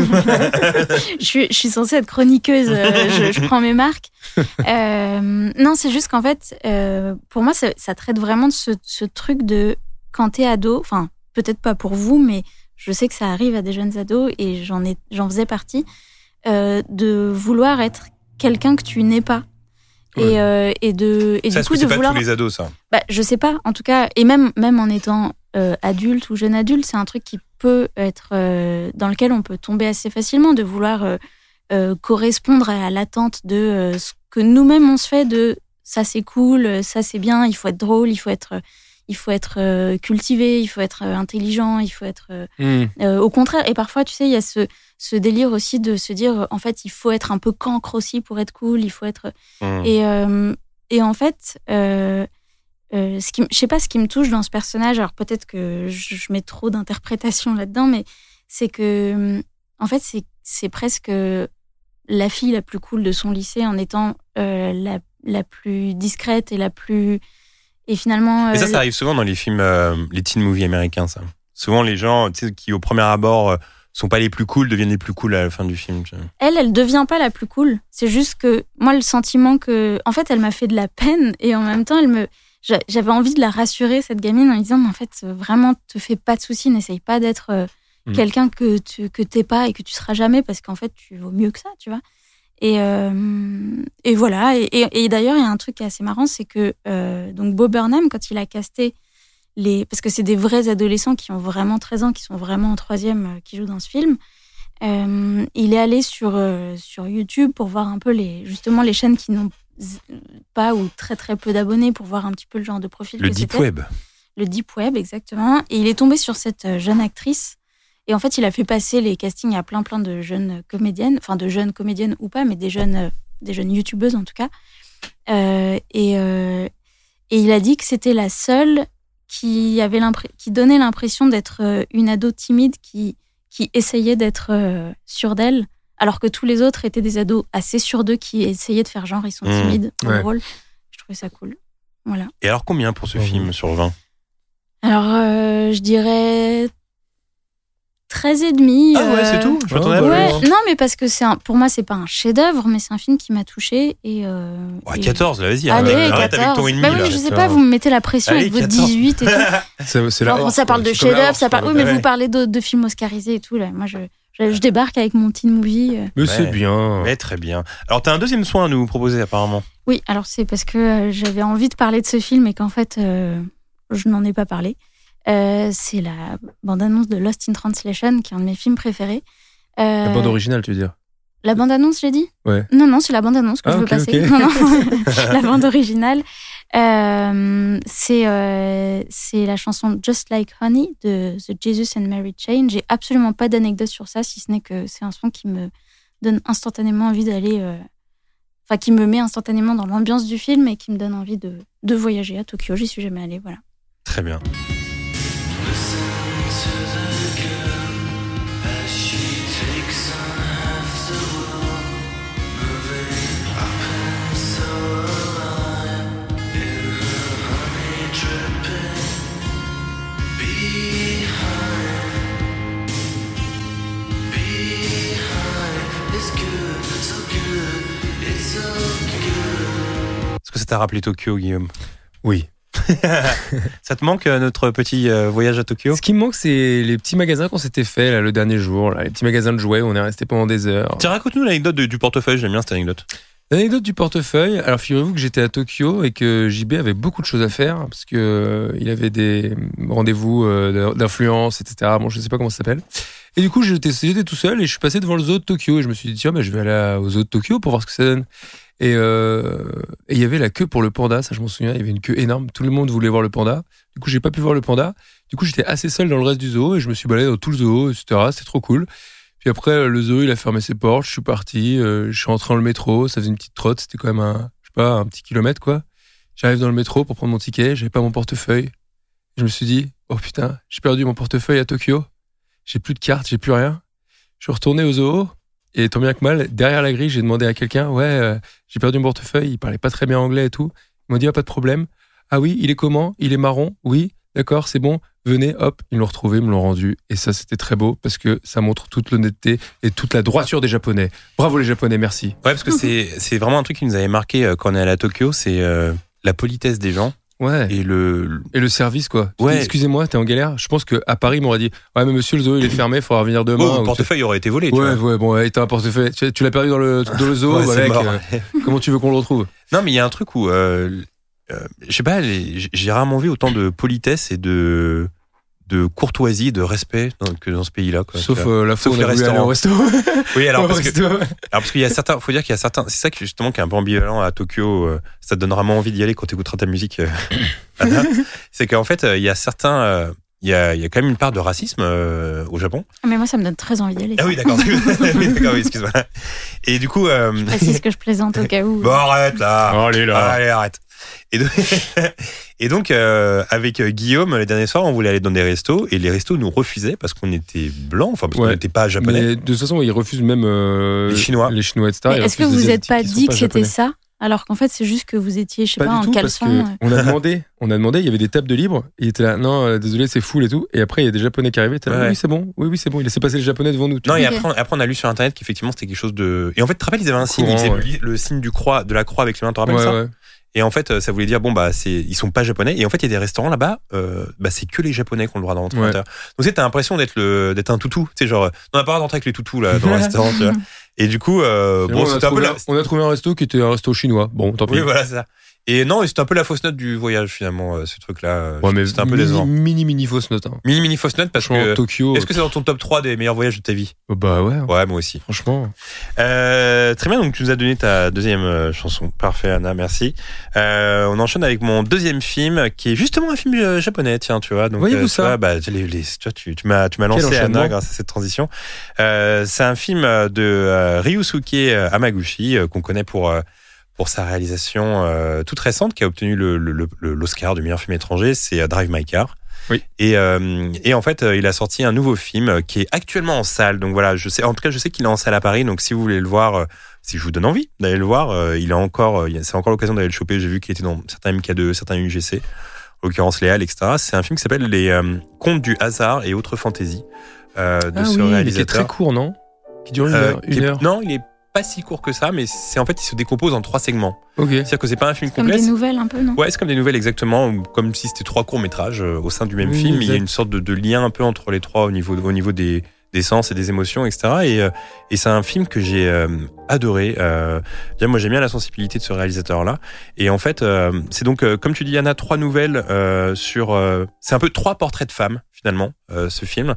mais je suis, je suis censée être chroniqueuse, euh, je, je prends mes marques. Euh, non, c'est juste qu'en fait, euh, pour moi, ça, ça traite vraiment de ce, ce truc de quand t'es ado, enfin, peut-être pas pour vous, mais je sais que ça arrive à des jeunes ados et j'en ai, j'en faisais partie, euh, de vouloir être quelqu'un que tu n'es pas. Ouais. Et, euh, et de et Ça, du est-ce coup que de c'est pas vouloir tous les ados, ça? bah, je sais pas, en tout cas, et même, même en étant euh, adulte ou jeune adulte, c'est un truc qui peut être, euh, dans lequel on peut tomber assez facilement, de vouloir euh, euh, correspondre à l'attente de euh, ce que nous-mêmes on se fait de ça c'est cool, ça c'est bien, il faut être drôle, il faut être, il faut être euh, cultivé, il faut être euh, intelligent, il faut être euh, Mm. euh, au contraire. Et parfois, tu sais, il y a ce, ce délire aussi de se dire, euh, en fait, il faut être un peu cancre aussi pour être cool. Il faut être Mmh. et euh, et en fait, euh, euh, ce qui, m- je sais pas ce qui me touche dans ce personnage. Alors peut-être que je, je mets trop d'interprétation là-dedans, mais c'est que euh, en fait, c'est c'est presque la fille la plus cool de son lycée en étant euh, la la plus discrète et la plus et finalement. Et ça, euh, ça arrive souvent dans les films, euh, les teen movies américains, ça. Souvent, les gens, tu sais, qui au premier abord euh, sont pas les plus cool, deviennent les plus cool à la fin du film. tu vois. Elle, elle devient pas la plus cool. C'est juste que moi, le sentiment que, en fait, elle m'a fait de la peine et en même temps, elle me, j'a- j'avais envie de la rassurer cette gamine en lui disant, mais en fait, euh, vraiment, te fais pas de soucis, n'essaye pas d'être euh, Mm. quelqu'un que tu que t'es pas et que tu seras jamais parce qu'en fait, tu vaux mieux que ça, tu vois. Et euh, et voilà. Et, et, et d'ailleurs, il y a un truc qui est assez marrant, c'est que euh, donc Bo Burnham, quand il a casté les, parce que c'est des vrais adolescents qui ont vraiment treize ans, qui sont vraiment en troisième, euh, qui jouent dans ce film. Euh, il est allé sur euh, sur YouTube pour voir un peu les justement les chaînes qui n'ont z- pas ou très très peu d'abonnés pour voir un petit peu le genre de profil Le que deep c'était. web. Le deep web exactement. Et il est tombé sur cette euh, jeune actrice et en fait il a fait passer les castings à plein plein de jeunes comédiennes, enfin de jeunes comédiennes ou pas, mais des jeunes euh, des jeunes youtubeuses en tout cas. Euh, et euh, et il a dit que c'était la seule qui avait l'impr- qui donnait l'impression d'être euh, une ado timide qui qui essayait d'être euh, sûre d'elle, alors que tous les autres étaient des ados assez sûrs d'eux qui essayaient de faire genre ils sont Mmh. timides dans Ouais. le rôle. Je trouvais ça cool. Voilà. Et alors, combien pour ce Mhm. film sur vingt? Alors euh, je dirais treize et demi. Ah ouais, euh, c'est tout? Je Ah, m'attendais à bah Ouais, plus. alors. non mais parce que c'est un, pour moi c'est pas un chef-d'œuvre, mais c'est un film qui m'a touchée et. Euh, Ouais, et- quatorze, là, vas-y. Allez, arrête, arrête avec ton quatorze. ennemi, Bah oui, là. mais je sais quatorze. pas, vous me mettez la pression Allez, avec votre quatorze. dix-huit et tout. C'est, c'est la Genre, Horse, ça parle quoi. de C'est comme la chef-d'œuvre, Horse, ça parle. quoi. Oui, mais Ouais. vous parlez de, de films oscarisés et tout là. Moi, je, je, je débarque avec mon teen movie. euh. Mais Ouais. c'est bien. Mais très bien. Alors, t'as un deuxième soin à nous proposer, apparemment. Oui, alors c'est parce que euh, j'avais envie de parler de ce film et qu'en fait, euh, je n'en ai pas parlé. Euh, c'est la bande-annonce de Lost in Translation, qui est un de mes films préférés. Euh, La bande originale, tu veux dire. La bande-annonce, j'ai dit Ouais. Non, non, c'est la bande-annonce que Ah, je veux ok, passer. ok. Non, non. La bande originale. Euh, c'est, euh, c'est la chanson Just Like Honey de The Jesus and Mary Chain. J'ai absolument pas d'anecdote sur ça, si ce n'est que c'est un son qui me donne instantanément envie d'aller. euh, Enfin, qui me met instantanément dans l'ambiance du film et qui me donne envie de, de voyager à Tokyo. J'y suis jamais allée, voilà. Très bien. Est-ce que ça t'a rappelé Tokyo, Guillaume? Oui. Ça te manque, euh, notre petit euh, voyage à Tokyo? Ce qui me manque, c'est les petits magasins qu'on s'était fait là, le dernier jour. Là, les petits magasins de jouets où on est resté pendant des heures. Tiens, raconte-nous l'anecdote de- du portefeuille, j'aime bien cette anecdote. L'anecdote du portefeuille. Alors, figurez-vous que j'étais à Tokyo et que J B avait beaucoup de choses à faire parce que euh, il avait des rendez-vous euh, d'influence, et cetera. Bon, je sais pas comment ça s'appelle. Et du coup, j'étais, j'étais tout seul et je suis passé devant le zoo de Tokyo et je me suis dit, tiens, bah, je vais aller au zoo de Tokyo pour voir ce que ça donne. Et euh, et il y avait la queue pour le panda, ça je m'en souviens, il y avait une queue énorme, tout le monde voulait voir le panda. Du coup, j'ai pas pu voir le panda. Du coup, j'étais assez seul dans le reste du zoo et je me suis baladé dans tout le zoo, et cetera. C'était trop cool. Puis après, le zoo, il a fermé ses portes, je suis parti, euh, je suis rentré dans le métro, ça faisait une petite trotte, c'était quand même un, je sais pas, un petit kilomètre, quoi. J'arrive dans le métro pour prendre mon ticket, j'avais pas mon portefeuille. Je me suis dit, oh putain, j'ai perdu mon portefeuille à Tokyo. J'ai plus de carte, j'ai plus rien. Je suis retourné au zoo, et tant bien que mal, derrière la grille, j'ai demandé à quelqu'un, ouais, euh, j'ai perdu mon portefeuille, il parlait pas très bien anglais et tout. Ils m'ont dit, ah, pas de problème. Ah oui, il est comment? Il est marron? Oui, d'accord, c'est bon. Venez, hop, ils l'ont retrouvé, ils me l'ont rendu. Et ça, c'était très beau parce que ça montre toute l'honnêteté et toute la droiture des Japonais. Bravo les Japonais, merci. Ouais, parce que c'est, c'est vraiment un truc qui nous avait marqué euh, quand on est allé à Tokyo, c'est euh, la politesse des gens Ouais. et le... Et le service, quoi. Tu Ouais. dis, excusez-moi, t'es en galère. Je pense qu'à Paris, ils m'auraient dit, ouais, mais monsieur, le zoo, il est fermé, il faudra revenir demain. Oh, le Ou- portefeuille aurait été volé, tu Ouais, vois. ouais, bon, ouais, t'as un portefeuille. Tu, tu l'as perdu dans le, dans le zoo, Ouais, c'est avec. mort. euh, comment tu veux qu'on le retrouve? Non, mais il y a un truc où, euh, euh, je sais pas, les- j'ai rarement vu autant de politesse et de de courtoisie, de respect dans, que dans ce pays-là. Quoi, Sauf euh, la fois où on a voulu aller au resto. Oui, alors parce, resto. que, alors parce qu'il y a certains, faut dire qu'il y a certains, c'est ça qui justement qui est un peu ambivalent à Tokyo. Euh, ça te donne vraiment envie d'y aller quand tu écouteras ta musique. Euh, Anna, c'est qu'en fait, euh, il y a certains, euh, il y a, il y a quand même une part de racisme euh, au Japon. Mais moi, ça me donne très envie d'y aller. Ah oui, d'accord. oui, d'accord, oui, excuse-moi. Et du coup, euh... je précise que je plaisante au cas où. Bon, arrête là. Oh, allez là. Allez, arrête. Et donc, et donc euh, avec Guillaume, les derniers soirs, on voulait aller dans des restos et les restos nous refusaient parce qu'on était blancs, enfin parce ouais. qu'on n'était pas japonais. Mais de toute façon, ils refusent même euh, les Chinois, les Chinois, et cetera. Est-ce que vous n'êtes pas dit que c'était ça, alors qu'en fait c'est juste que vous étiez, je sais pas, pas en tout, caleçon. Parce que on a demandé, on a demandé, il y avait des tables de libre. Et il était là, non, euh, désolé, c'est full et tout. Et après, il y a des Japonais qui arrivaient. Là, ouais. Oui, c'est bon, oui, oui, c'est bon. Il laissait passer les Japonais devant nous. Non, et après, après, on a lu sur internet qu'effectivement c'était quelque chose de. Et en fait, tu te rappelles, ils avaient un signe, ils faisaient ouais. le, le signe du croix, de la croix avec les mains. Tu te rappelles ouais, ça ouais. Et en fait, ça voulait dire bon bah c'est ils sont pas japonais. Et en fait, il y a des restaurants là-bas, euh, bah c'est que les japonais qui ont le droit d'entrer. Ouais. Donc tu sais, t'as l'impression d'être le d'être un toutou. Tu sais genre, on n'a pas le droit d'entrer avec les toutous là dans le restaurant. Tu vois. Et du coup, euh, bon, c'était un peu la... on a trouvé un resto qui était un resto chinois. Bon, tant pis. Oui, voilà, c'est ça. Et non, c'était un peu la fausse note du voyage finalement, euh, ce truc-là. Ouais, mais c'était un peu mini, décevant. Mini, mini fausse note. Hein. Mini, mini fausse note parce franchement, que. Tokyo. Est-ce que c'est dans ton top trois des meilleurs voyages de ta vie ? Oh bah ouais. Ouais, moi aussi. Franchement. Euh, très bien, donc tu nous as donné ta deuxième euh, chanson. Parfait, Anna, merci. Euh, on enchaîne avec mon deuxième film qui est justement un film euh, japonais, tiens, tu vois. Donc, voyez-vous euh, ça vois, bah, les, les, tu, vois, tu, tu m'as, tu m'as lancé, Anna, grâce à cette transition. Euh, c'est un film de euh, Ryusuke Hamaguchi euh, qu'on connaît pour. Euh, pour sa réalisation euh, toute récente qui a obtenu le, le, le, l'Oscar du meilleur film étranger, c'est Drive My Car. Oui. Et, euh, et en fait, euh, il a sorti un nouveau film qui est actuellement en salle. Donc voilà, je sais, en tout cas, je sais qu'il est en salle à Paris. Donc si vous voulez le voir, euh, si je vous donne envie d'aller le voir, euh, il a encore, euh, c'est encore l'occasion d'aller le choper. J'ai vu qu'il était dans certains M K deux, certains U G C, en l'occurrence les Halles, et cetera. C'est un film qui s'appelle Les euh, Contes du hasard et autres fantaisies euh, de ah ce oui, réalisateur. Mais qui est très court, non ? Qui dure une euh, heure. Une est, heure. Non, il est pas si court que ça, mais c'est en fait il se décompose en trois segments. Ok. C'est-à-dire que c'est pas un film comme complet. Comme des nouvelles un peu, non ? Ouais, c'est comme des nouvelles exactement, comme si c'était trois courts métrages euh, au sein du même oui, film. Exact. Il y a une sorte de, de lien un peu entre les trois au niveau au niveau des des sens et des émotions, et cetera. Et euh, et c'est un film que j'ai euh, adoré. Euh, bien, moi j'aime bien la sensibilité de ce réalisateur-là. Et en fait, euh, c'est donc euh, comme tu dis, Anna, trois nouvelles euh, sur. Euh, c'est un peu trois portraits de femmes. Finalement, euh, ce film.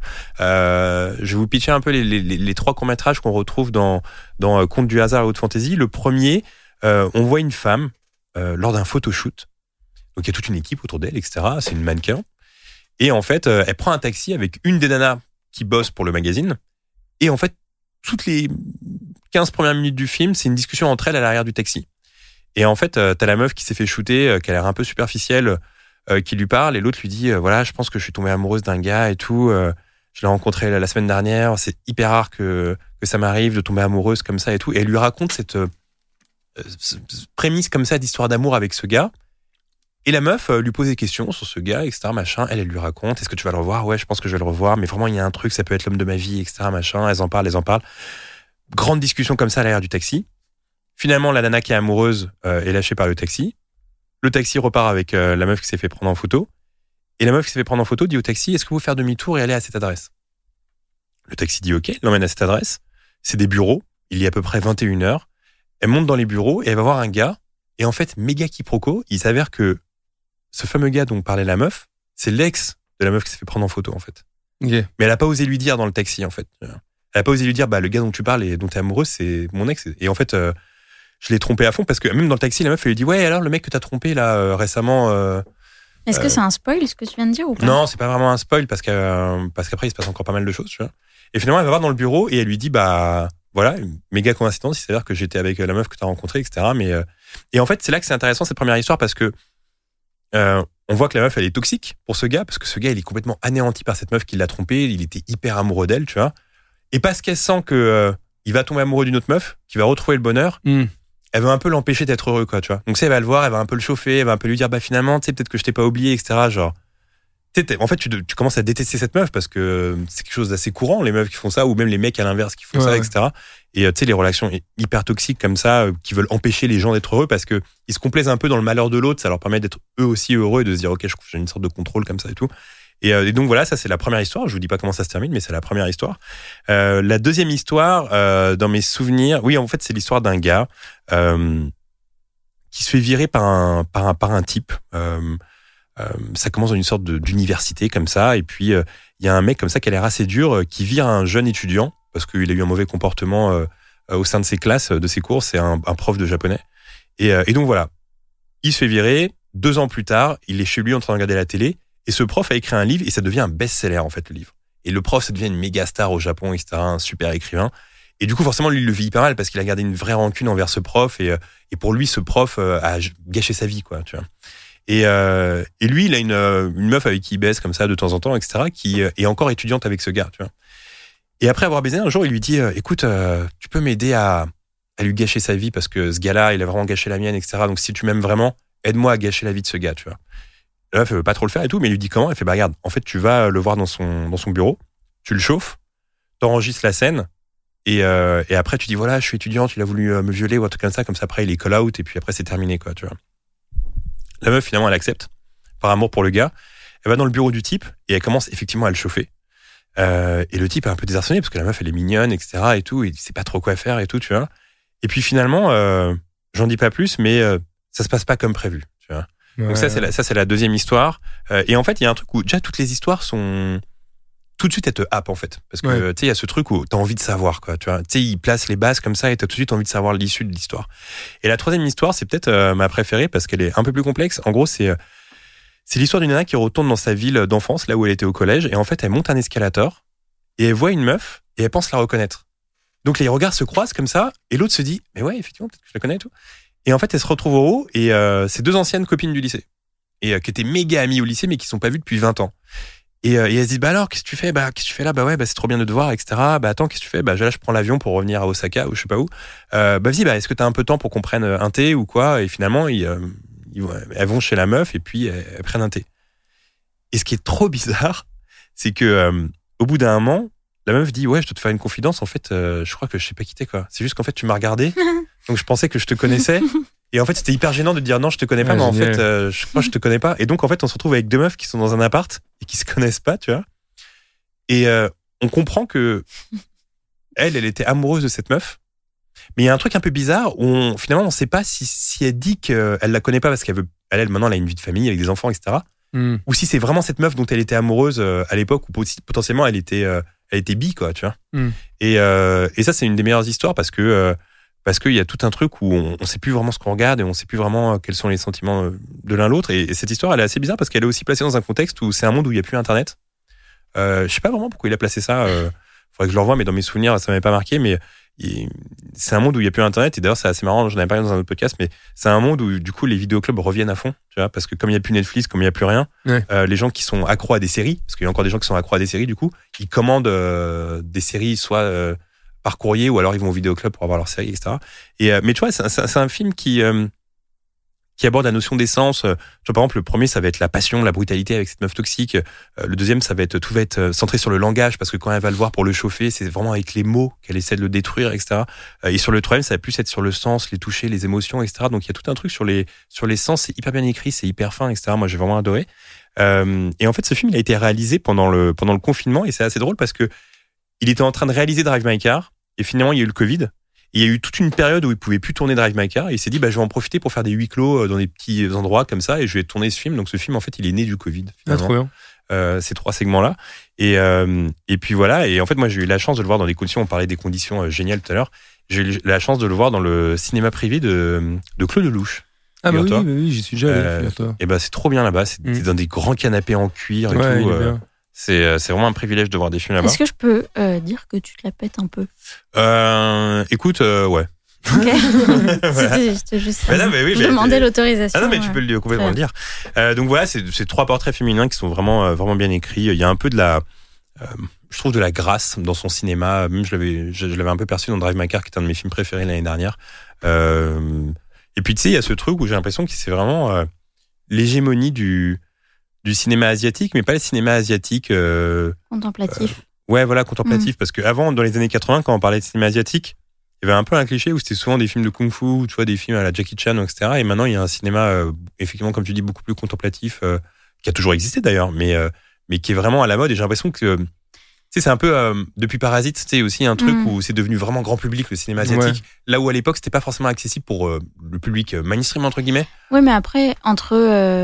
Euh, je vais vous pitcher un peu les, les, les trois courts-métrages qu'on retrouve dans, dans euh, Contes du hasard et haute fantasy. Le premier, euh, on voit une femme euh, lors d'un photoshoot. Donc, il y a toute une équipe autour d'elle, et cetera. C'est une mannequin. Et en fait, euh, elle prend un taxi avec une des nanas qui bosse pour le magazine. Et en fait, toutes les quinze premières minutes du film, c'est une discussion entre elles à l'arrière du taxi. Et en fait, euh, t'as la meuf qui s'est fait shooter, euh, qui a l'air un peu superficielle, Euh, qui lui parle et l'autre lui dit euh, voilà, je pense que je suis tombée amoureuse d'un gars et tout, euh, je l'ai rencontré la, la semaine dernière, c'est hyper rare que que ça m'arrive de tomber amoureuse comme ça et tout, et elle lui raconte cette, euh, cette prémisse comme ça d'histoire d'amour avec ce gars, et la meuf euh, lui pose des questions sur ce gars, etc., machin. Elle, elle lui raconte, est-ce que tu vas le revoir? Ouais, je pense que je vais le revoir, mais vraiment il y a un truc, ça peut être l'homme de ma vie, etc., machin. Elles en parlent, elles en parlent, grande discussion comme ça à l'arrière du taxi. Finalement, la nana qui est amoureuse euh, est lâchée par le taxi. Le taxi repart avec euh, la meuf qui s'est fait prendre en photo. Et la meuf qui s'est fait prendre en photo dit au taxi, est-ce que vous pouvez faire demi-tour et aller à cette adresse? Le taxi dit ok, l'emmène à cette adresse. C'est des bureaux. Il y a à peu près vingt et une heures. Elle monte dans les bureaux et elle va voir un gars. Et en fait, méga quiproquo, il s'avère que ce fameux gars dont parlait la meuf, c'est l'ex de la meuf qui s'est fait prendre en photo, en fait. Okay. Mais elle a pas osé lui dire dans le taxi, en fait. Elle a pas osé lui dire, bah, le gars dont tu parles et dont t'es amoureuse, c'est mon ex. Et en fait, euh, je l'ai trompé à fond parce que même dans le taxi, la meuf, elle lui dit, ouais, alors le mec que t'as trompé, là, euh, récemment, euh, Est-ce euh, que c'est un spoil, ce que tu viens de dire, ou pas? Non, c'est pas vraiment un spoil parce que, euh, parce qu'après, il se passe encore pas mal de choses, tu vois. Et finalement, elle va voir dans le bureau et elle lui dit, bah, voilà, une méga coïncidence, il s'avère que j'étais avec la meuf que t'as rencontrée, et cetera. Mais, euh, et en fait, c'est là que c'est intéressant, cette première histoire, parce que, euh, on voit que la meuf, elle est toxique pour ce gars, parce que ce gars, il est complètement anéanti par cette meuf qui l'a trompé, il était hyper amoureux d'elle, tu vois. Et parce qu'elle sent que, euh, il va tomber amoureux d'une autre meuf, qui va retrouver le bonheur, mm. elle va un peu l'empêcher d'être heureux, quoi, tu vois. Donc, ça, elle va le voir, elle va un peu le chauffer, elle va un peu lui dire, bah, finalement, tu sais, peut-être que je t'ai pas oublié, et cetera. Genre, en fait, tu, tu commences à détester cette meuf parce que c'est quelque chose d'assez courant, les meufs qui font ça, ou même les mecs à l'inverse qui font ouais, ça, ouais. et cetera. Et tu sais, les relations hyper toxiques comme ça, euh, qui veulent empêcher les gens d'être heureux parce que ils se complaisent un peu dans le malheur de l'autre, ça leur permet d'être eux aussi heureux et de se dire, ok, j'ai une sorte de contrôle comme ça et tout. Et, euh, et donc voilà, ça c'est la première histoire. Je vous dis pas comment ça se termine, mais c'est la première histoire. Euh, la deuxième histoire, euh, dans mes souvenirs, oui, en fait, c'est l'histoire d'un gars euh, qui se fait virer par un par un par un type. Euh, euh, ça commence dans une sorte de, d'université comme ça, et puis il euh, y a un mec comme ça qui a l'air assez dur, euh, qui vire un jeune étudiant parce qu'il a eu un mauvais comportement euh, au sein de ses classes, de ses cours. C'est un, un prof de japonais, et, euh, et donc voilà, il se fait virer. Deux ans plus tard, il est chez lui en train de regarder la télé, et ce prof a écrit un livre, et ça devient un best-seller en fait, le livre. Et le prof, ça devient une méga star au Japon, et cetera, un super écrivain. Et du coup, forcément, lui, il le vit hyper mal parce qu'il a gardé une vraie rancune envers ce prof, et, et pour lui, ce prof a gâché sa vie, quoi, tu vois. Et, euh, et lui, il a une, une meuf avec qui il baise comme ça de temps en temps, et cetera, qui est encore étudiante avec ce gars, tu vois. Et après avoir baisé, un jour, il lui dit, écoute, euh, tu peux m'aider à, à lui gâcher sa vie parce que ce gars-là, il a vraiment gâché la mienne, et cetera. Donc, si tu m'aimes vraiment, aide-moi à gâcher la vie de ce gars, tu vois. La meuf, elle veut pas trop le faire et tout, mais il lui dit comment? Elle fait, bah, regarde, en fait, tu vas le voir dans son, dans son bureau, tu le chauffes, t'enregistres la scène, et, euh, et après, tu dis, voilà, je suis étudiante, il a voulu me violer ou un truc comme ça, comme ça, après, il est call out, et puis après, c'est terminé, quoi, tu vois. La meuf, finalement, elle accepte, par amour pour le gars. Elle va dans le bureau du type, et elle commence effectivement à le chauffer. Euh, et le type est un peu désarçonné, parce que la meuf, elle est mignonne, et cetera, et tout, et il sait pas trop quoi faire, et tout, tu vois. Et puis finalement, euh, j'en dis pas plus, mais euh, ça se passe pas comme prévu, tu vois. Ouais. Donc ça, c'est la, ça, c'est la deuxième histoire. Euh, et en fait, il y a un truc où déjà toutes les histoires sont tout de suite elles te happent en fait, parce que ouais. tu sais, il y a ce truc où t'as envie de savoir, quoi. Tu vois, tu sais, il place les bases comme ça, et t'as tout de suite envie de savoir l'issue de l'histoire. Et la troisième histoire, c'est peut-être euh, ma préférée parce qu'elle est un peu plus complexe. En gros, c'est euh, c'est l'histoire d'une nana qui retourne dans sa ville d'enfance, là où elle était au collège, et en fait, elle monte un escalator et elle voit une meuf et elle pense la reconnaître. Donc les regards se croisent comme ça, et l'autre se dit, mais ouais, effectivement, peut-être que je la connais et tout. Et en fait, elle se retrouve au haut, et euh, c'est deux anciennes copines du lycée, et euh, qui étaient méga amies au lycée, mais qui sont pas vues depuis vingt ans. Et, euh, et elle se dit, bah alors, qu'est-ce que tu fais? Bah, qu'est-ce que tu fais là? Bah ouais, bah c'est trop bien de te voir, et cetera. Bah attends, qu'est-ce que tu fais? Bah là, je prends l'avion pour revenir à Osaka, ou je sais pas où. Euh, bah vas-y, bah est-ce que t'as un peu de temps pour qu'on prenne un thé ou quoi? Et finalement, ils, euh, ils, elles vont chez la meuf, et puis elles, elles prennent un thé. Et ce qui est trop bizarre, c'est que euh, au bout d'un moment, la meuf dit, ouais, je dois te faire une confidence. En fait, euh, je crois que je sais pas qui t'es, quoi. C'est juste qu'en fait, tu m'as regardé, donc je pensais que je te connaissais. Et en fait, c'était hyper gênant de dire non, je te connais pas, ouais, mais génial. En fait, euh, je crois que je te connais pas. Et donc, en fait, on se retrouve avec deux meufs qui sont dans un appart et qui se connaissent pas, tu vois. Et euh, on comprend que elle, elle était amoureuse de cette meuf. Mais il y a un truc un peu bizarre où on, finalement, on sait pas si, si elle dit qu'elle la connaît pas parce qu'elle veut, elle, elle, maintenant, elle a une vie de famille avec des enfants, et cetera. Mm. Ou si c'est vraiment cette meuf dont elle était amoureuse euh, à l'époque, ou potentiellement elle était, euh, elle était bi, quoi, tu vois. Mm. Et, euh, et ça, c'est une des meilleures histoires parce que euh, parce qu'il y a tout un truc où on, on sait plus vraiment ce qu'on regarde et on sait plus vraiment quels sont les sentiments de l'un l'autre. Et, et cette histoire, elle est assez bizarre parce qu'elle est aussi placée dans un contexte où c'est un monde où il y a plus Internet. Euh, je sais pas vraiment pourquoi il a placé ça. Euh, faudrait que je le revoie, mais dans mes souvenirs, ça m'avait pas marqué. Mais il, c'est un monde où il y a plus Internet. Et d'ailleurs, c'est assez marrant. J'en avais parlé dans un autre podcast, mais c'est un monde où du coup les vidéoclubs reviennent à fond, tu vois, parce que comme il y a plus Netflix, comme il y a plus rien, ouais. euh, les gens qui sont accros à des séries, parce qu'il y a encore des gens qui sont accros à des séries, du coup, ils commandent euh, des séries, soit euh, par courrier, ou alors ils vont au vidéoclub pour avoir leur série, et cetera. Et, euh, mais tu vois, c'est, c'est, c'est un film qui, euh, qui aborde la notion d'essence. Euh, tu vois, par exemple, le premier, ça va être la passion, la brutalité avec cette meuf toxique. Euh, le deuxième, ça va être, tout va être centré sur le langage, parce que quand elle va le voir pour le chauffer, c'est vraiment avec les mots qu'elle essaie de le détruire, et cetera. Euh, et sur le troisième, ça va plus être sur le sens, les toucher, les émotions, et cetera. Donc il y a tout un truc sur les, sur les sens, c'est hyper bien écrit, c'est hyper fin, et cetera. Moi, j'ai vraiment adoré. Euh, et en fait, ce film, il a été réalisé pendant le, pendant le confinement, et c'est assez drôle parce que il était en train de réaliser Drive My Car, et finalement, il y a eu le Covid. Et il y a eu toute une période où il pouvait plus tourner Drive My Car, et il s'est dit, bah, je vais en profiter pour faire des huis clos dans des petits endroits comme ça, et je vais tourner ce film. Donc, ce film, en fait, il est né du Covid, finalement. Ah, trop bien. Euh, ces trois segments-là. Et, euh, et puis voilà. Et en fait, moi, j'ai eu la chance de le voir dans des conditions, on parlait des conditions euh, géniales tout à l'heure. J'ai eu la chance de le voir dans le cinéma privé de, de Claude Lelouch. Ah, bah oui, bah oui, j'y suis déjà allé, euh, toi. Et bah, c'est trop bien là-bas. C'est mmh. dans des grands canapés en cuir et ouais, tout. Euh, c'est, c'est vraiment un privilège de voir des films là-bas. Est-ce que je peux euh, dire que tu te la pètes un peu? euh, Écoute, euh, ouais. Ok. C'était, c'était juste ça. Bah non, mais oui, je demandais l'autorisation. Ah non, mais tu peux le, complètement le dire. Euh, donc voilà, c'est, c'est trois portraits féminins qui sont vraiment, euh, vraiment bien écrits. Il y a un peu de la, euh, je trouve de la grâce dans son cinéma. Même je l'avais, je, je l'avais un peu perçu dans Drive My Car, qui est un de mes films préférés l'année dernière. Euh, et puis tu sais, il y a ce truc où j'ai l'impression que c'est vraiment euh, l'hégémonie du du cinéma asiatique, mais pas le cinéma asiatique euh, contemplatif. Euh, ouais, voilà, contemplatif, mmh. parce que avant, dans les années quatre-vingts, quand on parlait de cinéma asiatique, il y avait un peu un cliché où c'était souvent des films de kung-fu, tu vois, des films à la Jackie Chan, et cetera. Et maintenant, il y a un cinéma, euh, effectivement, comme tu dis, beaucoup plus contemplatif, euh, qui a toujours existé d'ailleurs, mais euh, mais qui est vraiment à la mode. Et j'ai l'impression que, tu sais, c'est un peu euh, depuis Parasite, c'est aussi un truc mmh. où c'est devenu vraiment grand public le cinéma asiatique. Ouais. Là où à l'époque, c'était pas forcément accessible pour euh, le public mainstream entre guillemets. Oui, mais après, entre euh,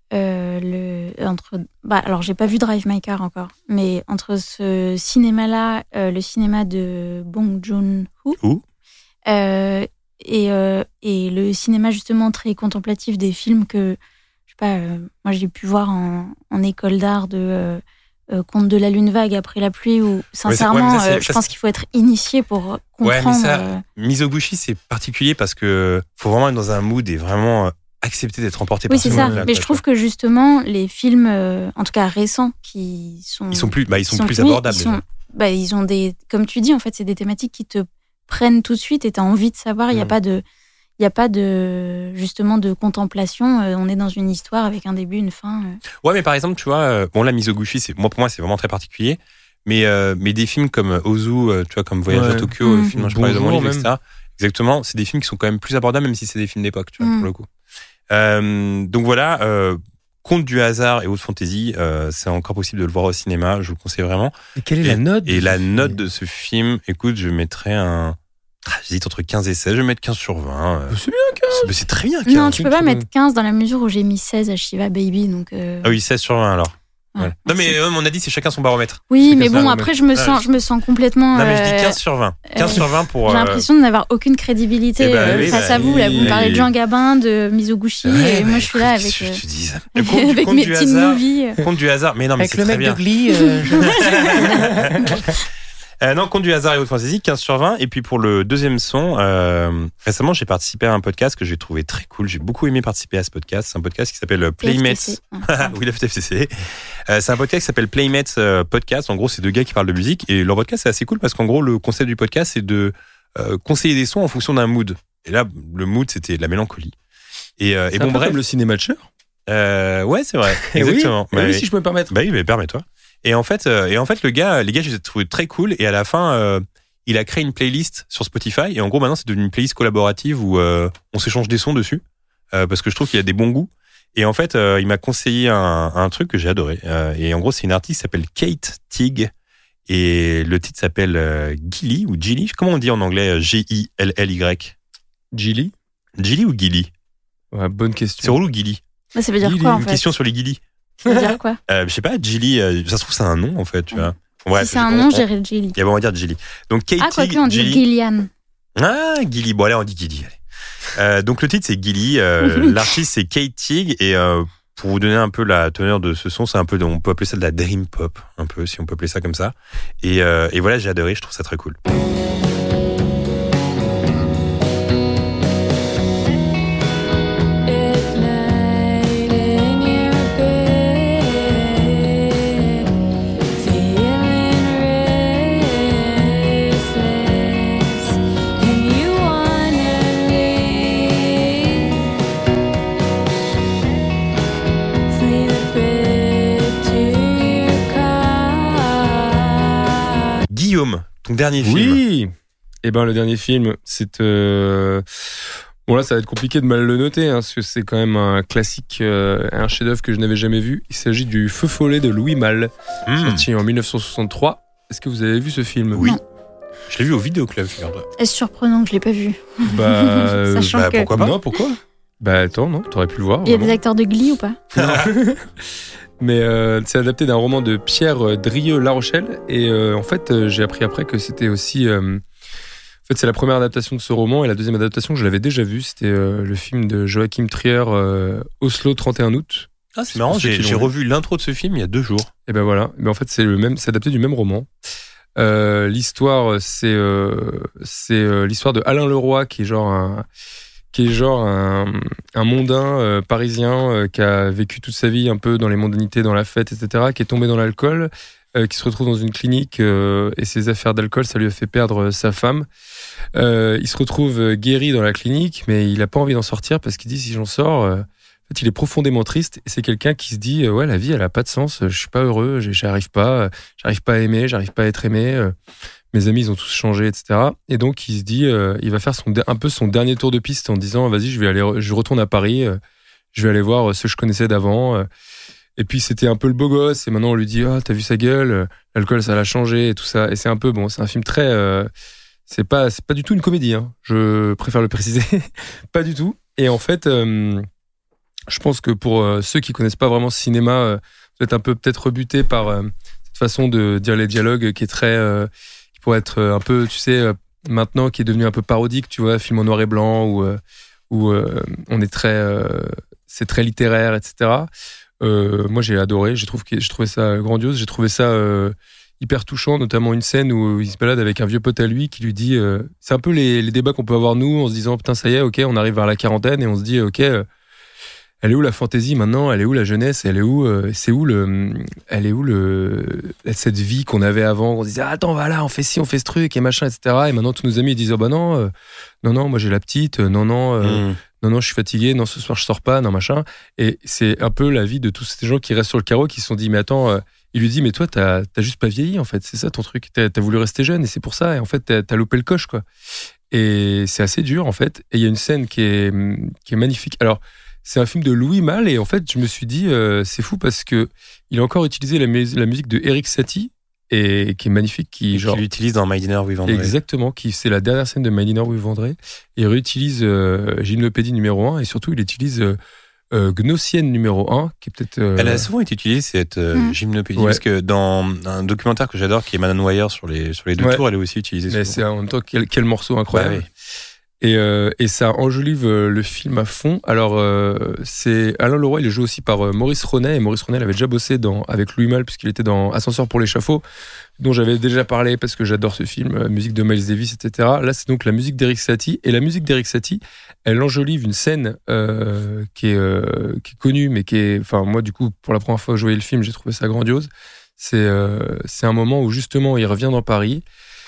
euh, le entre bah alors j'ai pas vu Drive My Car encore, mais entre ce cinéma-là, euh, le cinéma de Bong Joon-ho, Où euh, et euh, et le cinéma justement très contemplatif des films que je sais pas, euh, moi j'ai pu voir en, en école d'art de euh, euh, Conte de la lune vague après la pluie, où sincèrement, ouais, mais ça, c'est- euh, je ça, pense qu'il faut être initié pour Ouais, comprendre. mais ça, euh, Mizoguchi, c'est particulier parce que faut vraiment être dans un mood et vraiment euh, accepter d'être emporté Oui, par c'est ce ça. mood-là, Mais quoi, je trouve que justement, les films, euh, en tout cas récents, qui sont. Ils sont plus, bah, ils sont, plus oui, abordables. Ils, sont, déjà. bah, ils ont des. Comme tu dis, en fait, c'est des thématiques qui te prennent tout de suite et tu as envie de savoir. Il n'y a Mm. pas de. Il n'y a pas de, justement, de contemplation. Euh, on est dans une histoire avec un début, une fin. euh. Ouais, mais par exemple, tu vois, euh, bon, là, Mizoguchi, c'est, moi, pour moi, c'est vraiment très particulier. Mais, euh, mais des films comme Ozu, euh, tu vois, comme Voyage à Ouais. Tokyo, Mm. le film dont je parlais de mon Bonjour, livre, même. et cetera. Exactement, c'est des films qui sont quand même plus abordables, même si c'est des films d'époque, tu vois, Mm. pour le coup. Euh, donc voilà, euh, Conte du hasard et Haute Fantasy, euh, c'est encore possible de le voir au cinéma, je vous le conseille vraiment. Et quelle est Et- la note Et de la ce note film de ce film, écoute, je mettrais un. Ah, j'hésite entre quinze et seize, je vais mettre quinze sur vingt. euh. C'est bien, C'est, c'est très bien, Non, quinze. tu peux pas trop mettre quinze dans la mesure où j'ai mis seize à Shiva Baby. Donc, euh, Ah oui, seize sur vingt alors. ouais, Voilà. Non, mais merci. euh, on a dit, c'est chacun son baromètre. Oui, c'est mais comme bon, ça, après, mais- je me, Ah, sens, je- je me sens complètement. Non, mais je dis euh, quinze sur vingt. quinze euh, sur vingt pour. J'ai euh, l'impression de n'avoir aucune crédibilité Eh ben euh, oui, face bah, à vous. Là, vous me oui. parlez de Jean Gabin, de Mizoguchi, ouais, et moi bah, je suis là écoute, avec, qu'est-ce que euh, tu dis Le conte du- avec conte mes du teen hasard. movies. Conte du hasard. Mais non, mais c'est très bien. Glee. euh, je- Euh, non, Conte du hasard et Haute Fantasy, quinze sur vingt. Et puis pour le deuxième son, euh, récemment, j'ai participé à un podcast que j'ai trouvé très cool. J'ai beaucoup aimé participer à ce podcast. C'est un podcast qui s'appelle Playmates. T F T C. Oui, le F T C. Euh, c'est un podcast qui s'appelle Playmates euh, Podcast. En gros, c'est deux gars qui parlent de musique. Et leur podcast, c'est assez cool parce qu'en gros, le concept du podcast, c'est de euh, conseiller des sons en fonction d'un mood. Et là, le mood, c'était de la mélancolie. Et, euh, et C'est bon, un peu bref. comme le cinématcher. Euh, ouais, c'est vrai. Eh oui, Exactement. eh Bah oui, oui. si je peux me permettre. Bah oui, mais permets-toi. Et en fait, euh, et en fait, le gars, les gars, je les ai trouvés très cool. Et à la fin, euh, il a créé une playlist sur Spotify. Et en gros, maintenant, c'est devenu une playlist collaborative où euh, on s'échange des sons dessus, euh, parce que je trouve qu'il y a des bons goûts. Et en fait, euh, il m'a conseillé un, un truc que j'ai adoré. Euh, et en gros, c'est une artiste qui s'appelle Kate Tig. Et le titre s'appelle euh, Gilly ou Gilly. Comment on dit en anglais G I L L Y Gilly. Gilly ou Gilly Ouais, bonne C'est question. relou, Gilly. Bah, ça veut dire Gilly, quoi en Une fait question sur les Gilly. Ça veut dire quoi Euh, je sais pas, Gilly, euh, ça se trouve, c'est un nom, en fait, tu vois. Bref, Si c'est un on- nom, on- je dirais Gilly. Et bon, on va dire Gilly. Donc, Kate Ah, quoi Tig, que, on dit Gilly. Gillian. Ah, Gilly. Bon, allez, on dit Gilly. Allez. Euh, donc, le titre, c'est Gilly. Euh, l'artiste, c'est Kate Tig. Et euh, pour vous donner un peu la teneur de ce son, c'est un peu, de- on peut appeler ça de la dream pop, un peu, si on peut appeler ça comme ça. Et, euh, et voilà, j'ai adoré, je trouve ça très cool. Guillaume, ton dernier film. Oui. Eh ben le dernier film, c'est euh... bon là ça va être compliqué de mal le noter hein, parce que c'est quand même un classique, euh, un chef-d'œuvre que je n'avais jamais vu. Il s'agit du Feu follet de Louis Malle, Mmh. sorti en dix-neuf cent soixante-trois. Est-ce que vous avez vu ce film? Oui. Non. Je l'ai vu au vidéoclub, figure-toi. Est-ce surprenant que je l'ai pas vu Bah, euh, Sachant bah, que pourquoi pas non, pourquoi? Bah attends, non, t'aurais pu le voir. il y a vraiment. des acteurs de Glee ou pas Mais euh, c'est adapté d'un roman de Pierre Drieux La Rochelle. Et euh, en fait, euh, j'ai appris après que c'était aussi. euh, en fait, c'est la première adaptation de ce roman. Et la deuxième adaptation, je l'avais déjà vue. C'était euh, le film de Joachim Trier, euh, Oslo trente et un août. Ah, c'est marrant, pour ceux j'ai, qui l'ont j'ai vu. revu l'intro de ce film il y a deux jours. Et ben voilà. Mais en fait, c'est le même. C'est adapté du même roman. Euh, l'histoire, c'est euh, c'est euh, l'histoire de Alain Leroy, qui est genre un qui est genre un, un mondain euh, parisien euh, qui a vécu toute sa vie un peu dans les mondanités, dans la fête, et cetera, qui est tombé dans l'alcool, euh, qui se retrouve dans une clinique euh, et ses affaires d'alcool, ça lui a fait perdre euh, sa femme. Euh, il se retrouve euh, guéri dans la clinique, mais il n'a pas envie d'en sortir parce qu'il dit si j'en sors, euh, en fait, il est profondément triste. Et c'est quelqu'un qui se dit euh, ouais, la vie, elle a pas de sens. Je suis pas heureux, j'arrive pas, j'arrive pas à aimer, j'arrive pas à être aimé. euh, Mes amis, ils ont tous changé, et cetera. Et donc, il se dit, euh, il va faire son, un peu son dernier tour de piste en disant, vas-y, je vais aller, je retourne à Paris, euh, je vais aller voir ceux que je connaissais d'avant. euh. Et puis, c'était un peu le beau gosse. Et maintenant, on lui dit, ah, t'as vu sa gueule, euh, l'alcool, ça l'a changé, et tout ça. Et c'est un peu, bon, c'est un film très, euh, c'est pas, c'est pas du tout une comédie, hein. Je préfère le préciser. Pas du tout. Et en fait, euh, je pense que pour euh, ceux qui connaissent pas vraiment ce cinéma, euh, vous êtes un peu peut-être rebuté par euh, cette façon de dire les dialogues qui est très, euh, qui pourrait être un peu, tu sais, euh, maintenant qui est devenu un peu parodique, tu vois, film en noir et blanc où euh, où euh, on est très, euh, c'est très littéraire, et cetera. Euh, moi, j'ai adoré. J'ai trouvé, j'ai trouvé ça grandiose. J'ai trouvé ça euh, hyper touchant, notamment une scène où il se balade avec un vieux pote à lui qui lui dit, euh, c'est un peu les, les débats qu'on peut avoir nous en se disant putain ça y est, ok, on arrive vers la quarantaine et on se dit ok. Euh, Elle est où la fantaisie maintenant ? Elle est où la jeunesse ? Elle est où euh, C'est où le Elle est où le cette vie qu'on avait avant ? On se disait ah, attends voilà, on fait ci, on fait ce truc et machin, et cetera. Et maintenant tous nos amis ils disent oh, bah non, euh, non non, moi j'ai la petite, euh, non non, euh, mmh. non non, je suis fatigué, non ce soir je sors pas, non machin. Et c'est un peu la vie de tous ces gens qui restent sur le carreau, qui se sont dit mais attends, euh, il lui dit mais toi t'as t'as juste pas vieilli en fait, c'est ça ton truc, t'as, t'as voulu rester jeune et c'est pour ça et en fait t'as, t'as loupé le coche quoi. Et c'est assez dur en fait. Et il y a une scène qui est qui est magnifique. Alors c'est un film de Louis Malle et en fait je me suis dit euh, c'est fou parce que il a encore utilisé la, mu- la musique de Eric Satie et qui est magnifique, qui et genre qui l'utilise dans My Dinner with André. Exactement, qui c'est la dernière scène de My Dinner with André. Et il réutilise euh, Gymnopédie numéro un et surtout il utilise euh, euh, Gnossienne numéro un qui est peut-être. Euh... Elle a souvent été utilisée cette euh, mmh. Gymnopédie ouais. parce que dans un documentaire que j'adore qui est Man on Wire sur les sur les deux ouais. tours, elle est aussi utilisée. Mais souvent. c'est en même temps quel, quel morceau incroyable. Bah, oui. Et, euh, et ça enjolive euh, le film à fond. Alors, euh, c'est Alain Leroy, il est joué aussi par euh, Maurice Ronet. Et Maurice Ronet, il avait déjà bossé dans, avec Louis Malle, puisqu'il était dans Ascenseur pour l'échafaud, dont j'avais déjà parlé parce que j'adore ce film, euh, musique de Miles Davis, et cetera. Là, c'est donc la musique d'Eric Satie. Et la musique d'Eric Satie, elle enjolive une scène euh, qui, est, euh, qui est connue, mais qui est. Enfin, moi, du coup, pour la première fois que je voyais le film, j'ai trouvé ça grandiose. C'est, euh, c'est un moment où, justement, il revient dans Paris.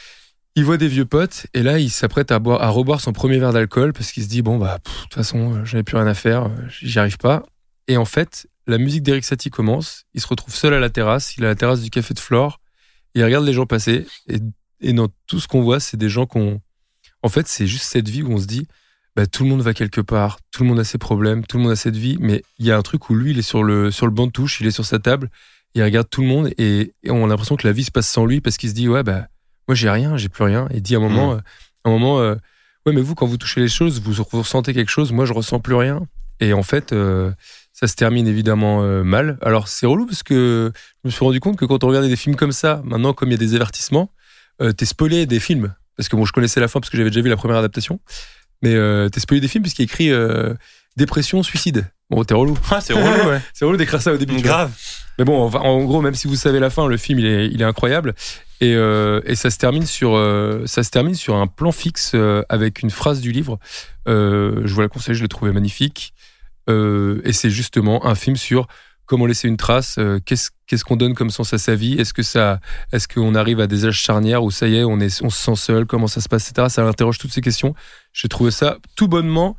Il voit des vieux potes et là il s'apprête à boire, à reboire son premier verre d'alcool parce qu'il se dit bon bah de toute façon j'en ai plus rien à faire, j'y arrive pas. Et en fait la musique d'Eric Satie commence, il se retrouve seul à la terrasse, il est à la terrasse du Café de Flore, il regarde les gens passer et, et dans tout ce qu'on voit c'est des gens qu'on, en fait c'est juste cette vie où on se dit bah tout le monde va quelque part, tout le monde a ses problèmes, tout le monde a cette vie, mais il y a un truc où lui il est sur le sur le banc de touche, il est sur sa table, il regarde tout le monde et, et on a l'impression que la vie se passe sans lui parce qu'il se dit ouais bah moi j'ai rien, j'ai plus rien. Et dit à un moment, mmh. euh, à un moment, euh, ouais mais vous quand vous touchez les choses, vous, vous ressentez quelque chose. Moi je ressens plus rien. Et en fait, euh, ça se termine évidemment euh, mal. Alors c'est relou parce que je me suis rendu compte que quand on regardait des films comme ça, maintenant comme il y a des avertissements, euh, t'es spoilé des films. Parce que bon, je connaissais la fin parce que j'avais déjà vu la première adaptation, mais euh, t'es spoilé des films puisqu'il y a écrit euh, dépression, suicide. Bon, t'es relou. Ah, c'est relou, ouais. C'est relou d'écrire ça au début. Grave. Mais bon, en, en gros, même si vous savez la fin, le film il est, il est incroyable. Et, euh, et ça se termine sur, euh, ça se termine sur un plan fixe euh, avec une phrase du livre. Euh, je vous la conseille, je l'ai trouvé magnifique. Euh, et c'est justement un film sur comment laisser une trace. Euh, qu'est-ce, qu'est-ce qu'on donne comme sens à sa vie ? Est-ce que ça, est-ce qu'on arrive à des âges charnières où ça y est, on est, on se sent seul ? Comment ça se passe, et cetera. Ça interroge toutes ces questions. J'ai trouvé ça tout bonnement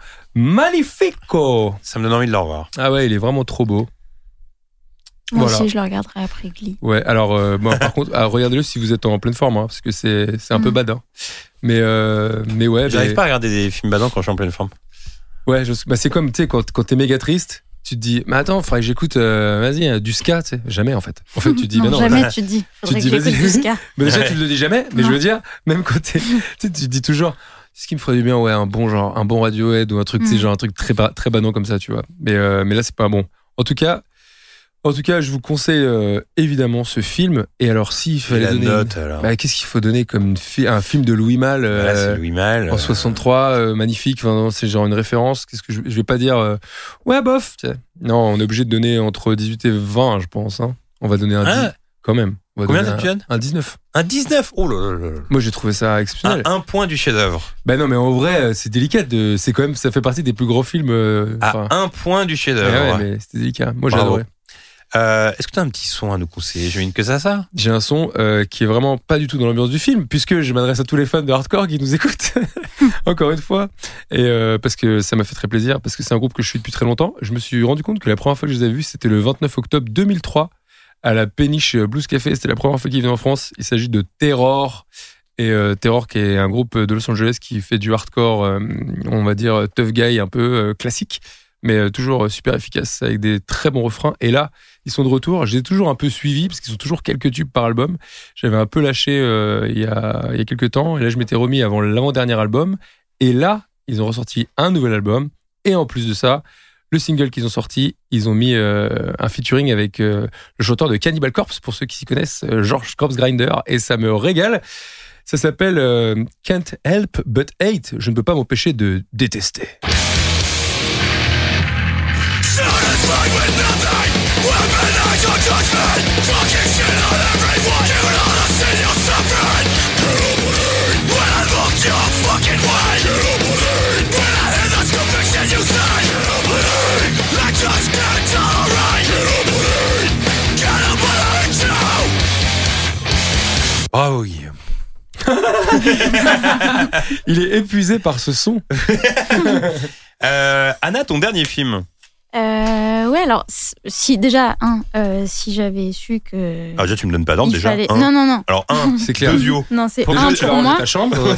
magnifico. Ça me donne envie de le revoir. Ah ouais, il est vraiment trop beau. Moi voilà. aussi, je le regarderai après Glee. Ouais, alors, euh, bon, par contre, ah, regardez-le si vous êtes en pleine forme, hein, parce que c'est, c'est un mmh. peu badin. Mais, euh, mais ouais. J'arrive mais... pas à regarder des films badants quand je suis en pleine forme. Ouais, je... bah, c'est comme, tu sais, quand, quand t'es méga triste, tu te dis, mais attends, faudrait que j'écoute, euh, vas-y, du ska, tu sais. Jamais, en fait. En fait, tu te dis, non, mais non. Jamais, là, tu te dis, tu te dis, vas-y. Du ska. Mais déjà, ouais. Tu te le dis jamais, mais non. Je veux dire, même quand t'es, tu sais, tu te dis toujours, ce qui me ferait du bien, ouais, un bon genre, un bon Radiohead ou un truc, mmh. tu sais, genre un truc très, très badant comme ça, tu vois. Mais, euh, mais là, c'est pas bon. En tout cas, En tout cas, je vous conseille euh, évidemment ce film. Et alors, s'il fallait la donner, note, alors. Bah, qu'est-ce qu'il faut donner comme une fi- un film de Louis Malle euh, voilà, c'est Louis Malle, en euh... soixante-trois, euh, magnifique. Enfin, c'est genre une référence. Qu'est-ce que je, je vais pas dire euh, ouais, bof. T'sais. Non, on est obligé de donner entre dix-huit et vingt, je pense. Hein. On va donner un ah. dix quand même. On va Combien donner tu donnes ? Un dix-neuf. Un dix-neuf. Oh là là là. Moi, j'ai trouvé ça exceptionnel. Un, un point du chef-d'œuvre. Ben non, mais en vrai, c'est délicat. De, c'est quand même, ça fait partie des plus gros films. Euh, à un point du chef-d'œuvre. Ouais, mais c'était délicat. Moi, j'ai Bravo. adoré. Euh, est-ce que tu as un petit son à nous conseiller ? J'imagine que ça, ça. J'ai un son euh, qui est vraiment pas du tout dans l'ambiance du film, puisque je m'adresse à tous les fans de hardcore qui nous écoutent, encore une fois, et euh, parce que ça m'a fait très plaisir, parce que c'est un groupe que je suis depuis très longtemps. Je me suis rendu compte que la première fois que je les ai vus, c'était le vingt-neuf octobre deux mille trois à la Péniche Blues Café. C'était la première fois qu'ils venaient en France. Il s'agit de Terror. Et euh, Terror, qui est un groupe de Los Angeles qui fait du hardcore, euh, on va dire tough guy, un peu euh, classique, mais euh, toujours euh, super efficace, avec des très bons refrains. Et là, ils sont de retour. Je les ai toujours un peu suivis, parce qu'ils ont toujours quelques tubes par album. J'avais un peu lâché euh, il y a, il y a quelques temps, et là, je m'étais remis avant l'avant-dernier album. Et là, ils ont ressorti un nouvel album. Et en plus de ça, le single qu'ils ont sorti, ils ont mis euh, un featuring avec euh, le chanteur de Cannibal Corpse, pour ceux qui s'y connaissent, euh, George Corpse Grinder, et ça me régale. Ça s'appelle euh, Can't Help But Hate. Je ne peux pas m'empêcher de détester. Bravo Guillaume. Il est épuisé par ce son. euh, Anna, ton dernier film. Euh, ouais, alors, si déjà, un, euh, si j'avais su que. Ah, déjà, tu me donnes pas d'ordre, déjà. Fallait... Un. Non, non, non. Alors, un, c'est clair. Deux duos. Non, c'est pour un déjà, pour tu moi. ta chambre, dans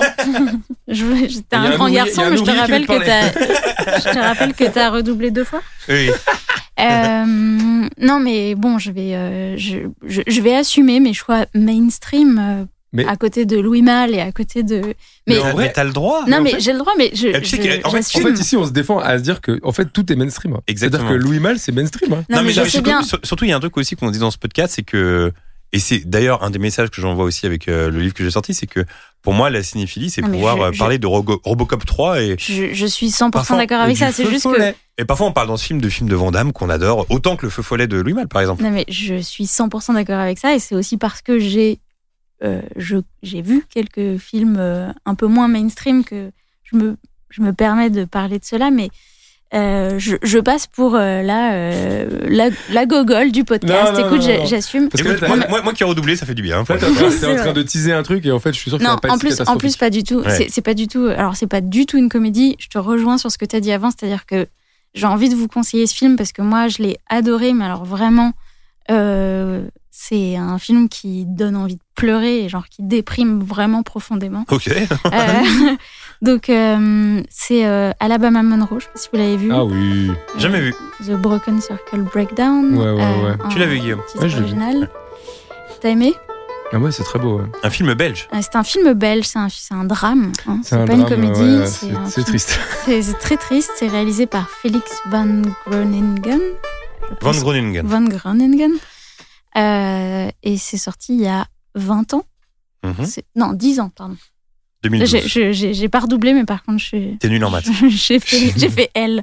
je, J'étais un grand garçon, mais je te rappelle que t'as. Je te rappelle que t'as redoublé deux fois. Oui. Euh, non, mais bon, je vais, euh, je, je, je vais assumer mes choix mainstream. Euh, Mais... à côté de Louis Malle et à côté de. Mais, mais en vrai, t'as le droit. Non, mais, mais fait... j'ai le droit, mais je. tu sais que, en, fait, en fait, ici, on se défend à se dire que, en fait, tout est mainstream. Exactement. C'est-à-dire que Louis Malle, c'est mainstream. Hein. Non, non, mais, mais je sais bien. Surtout, il y a un truc aussi qu'on dit dans ce podcast, c'est que. Et c'est d'ailleurs un des messages que j'envoie aussi avec euh, le livre que j'ai sorti, c'est que pour moi, la cinéphilie, c'est non, pouvoir je, parler je... de Robo- Robocop trois. Et je, je suis cent pour cent d'accord avec ça. C'est juste follet. que. Et parfois, on parle dans ce film de films de Van Damme qu'on adore, autant que le Feu follet de Louis Malle, par exemple. Non, mais je suis cent pour cent d'accord avec ça. Et c'est aussi parce que j'ai. Euh, je, j'ai vu quelques films euh, un peu moins mainstream que je me, je me permets de parler de cela, mais euh, je, je passe pour euh, la, euh, la, la gogole du podcast. Non, non, Écoute, non, non. j'assume. Parce que Écoute, moi, moi, moi qui ai redoublé, ça fait du bien. Là, t'es en train de teaser un truc et en fait, je suis sûr que non, ça va pas en être plus, en plus, pas du tout. Ouais. C'est, c'est pas du tout. Alors, c'est pas du tout une comédie. Je te rejoins sur ce que t'as dit avant, c'est-à-dire que j'ai envie de vous conseiller ce film parce que moi, je l'ai adoré, mais alors vraiment. Euh, c'est un film qui donne envie de pleurer et genre qui déprime vraiment profondément. Ok. euh, donc euh, c'est euh, Alabama Monroe, je sais pas si vous l'avez vu. Ah oui. Euh, Jamais vu. The Broken Circle Breakdown. Ouais ouais ouais. Tu l'as vu Guillaume? Ouais, je l'ai vu. T'as aimé? Ah ouais, c'est très beau. Ouais. Un film belge. Euh, c'est un film belge, c'est un, c'est un drame. Hein. C'est, c'est un pas drame, une comédie. Ouais, c'est, c'est, un c'est triste. C'est, c'est très triste. C'est réalisé par Felix van Groningen. Van Groningen. Van Groningen. Euh, et c'est sorti il y a vingt ans. Mm-hmm. C'est, non, dix ans, pardon. deux mille douze. J'ai, j'ai, j'ai, j'ai pas redoublé, mais par contre, je suis. T'es nul en maths. j'ai, fait, j'ai fait L.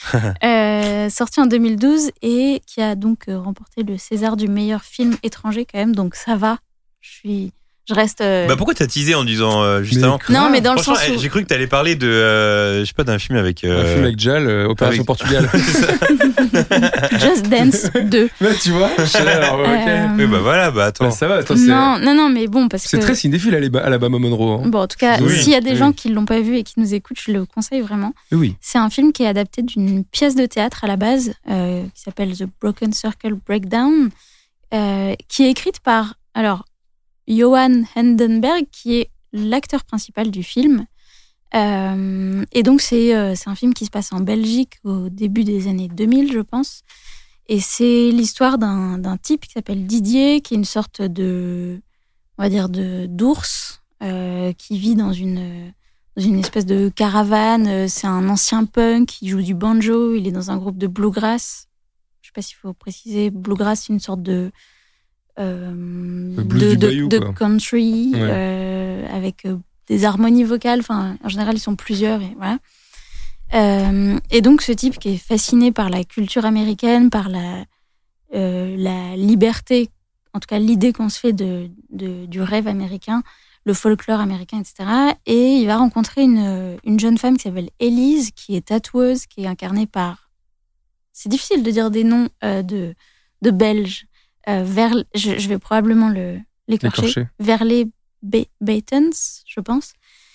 euh, sorti en deux mille douze et qui a donc remporté le César du meilleur film étranger, quand même. Donc ça va. Je suis. Je reste. Euh... Bah pourquoi t'as teasé en disant euh, juste mais avant? Non, mais dans le sens où... j'ai cru que t'allais parler de, euh, je sais pas, d'un film avec. Euh... Un film avec Jal, euh, Opération avec... Portugal. Just Dance deux. Bah tu vois. Alors, okay. euh... Oui bah voilà, bah attends. Bah, ça va. Attends, non, non, non, mais bon parce c'est que. C'est très cinéphile Alabama Monroe. Hein. Bon, en tout cas, oui. s'il y a des oui. gens qui l'ont pas vu et qui nous écoutent, je le conseille vraiment. Oui. C'est un film qui est adapté d'une pièce de théâtre à la base euh, qui s'appelle The Broken Circle Breakdown, euh, qui est écrite par alors. Johan Hendenberg, qui est l'acteur principal du film. Euh, et donc, c'est, euh, c'est un film qui se passe en Belgique au début des années deux mille, je pense. Et c'est l'histoire d'un, d'un type qui s'appelle Didier, qui est une sorte de, on va dire, de, d'ours, euh, qui vit dans une, dans une espèce de caravane. C'est un ancien punk, il joue du banjo, il est dans un groupe de bluegrass. Je ne sais pas s'il faut préciser. Bluegrass, c'est une sorte de... Euh, de, bayou, de, de country ouais. euh, avec euh, des harmonies vocales, enfin en général ils sont plusieurs et voilà. Euh, et donc ce type qui est fasciné par la culture américaine, par la euh, la liberté, en tout cas l'idée qu'on se fait de, de du rêve américain, le folklore américain, et cetera. Et il va rencontrer une une jeune femme qui s'appelle Élise, qui est tatoueuse, qui est incarnée par, c'est difficile de dire des noms euh, de de Belges. Euh, vers, je, je vais probablement le, l'écorcher. l'écorcher. Verley Baetens, je pense.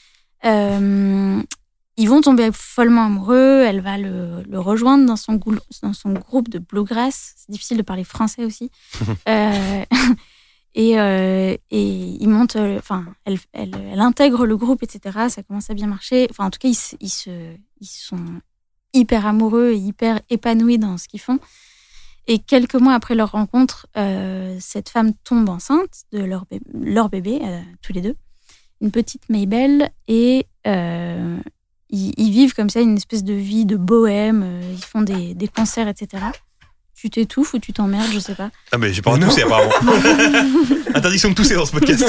Euh, ils vont tomber follement amoureux. Elle va le, le rejoindre dans son, dans son groupe de bluegrass. C'est difficile de parler français aussi. euh, et, euh, et ils montent. Enfin, elle, elle, elle intègre le groupe, et cetera. Ça commence à bien marcher. Enfin, en tout cas, ils, ils, se, ils sont hyper amoureux et hyper épanouis dans ce qu'ils font. Et quelques mois après leur rencontre, euh, cette femme tombe enceinte de leur, bé- leur bébé, euh, tous les deux, une petite Mabel, et euh, ils, ils vivent comme ça une espèce de vie de bohème. euh, Ils font des, des concerts, et cetera. Tu t'étouffes ou tu t'emmerdes, je sais pas. Ah, mais j'ai pas envie de tousser, apparemment. Interdiction de tousser dans ce podcast.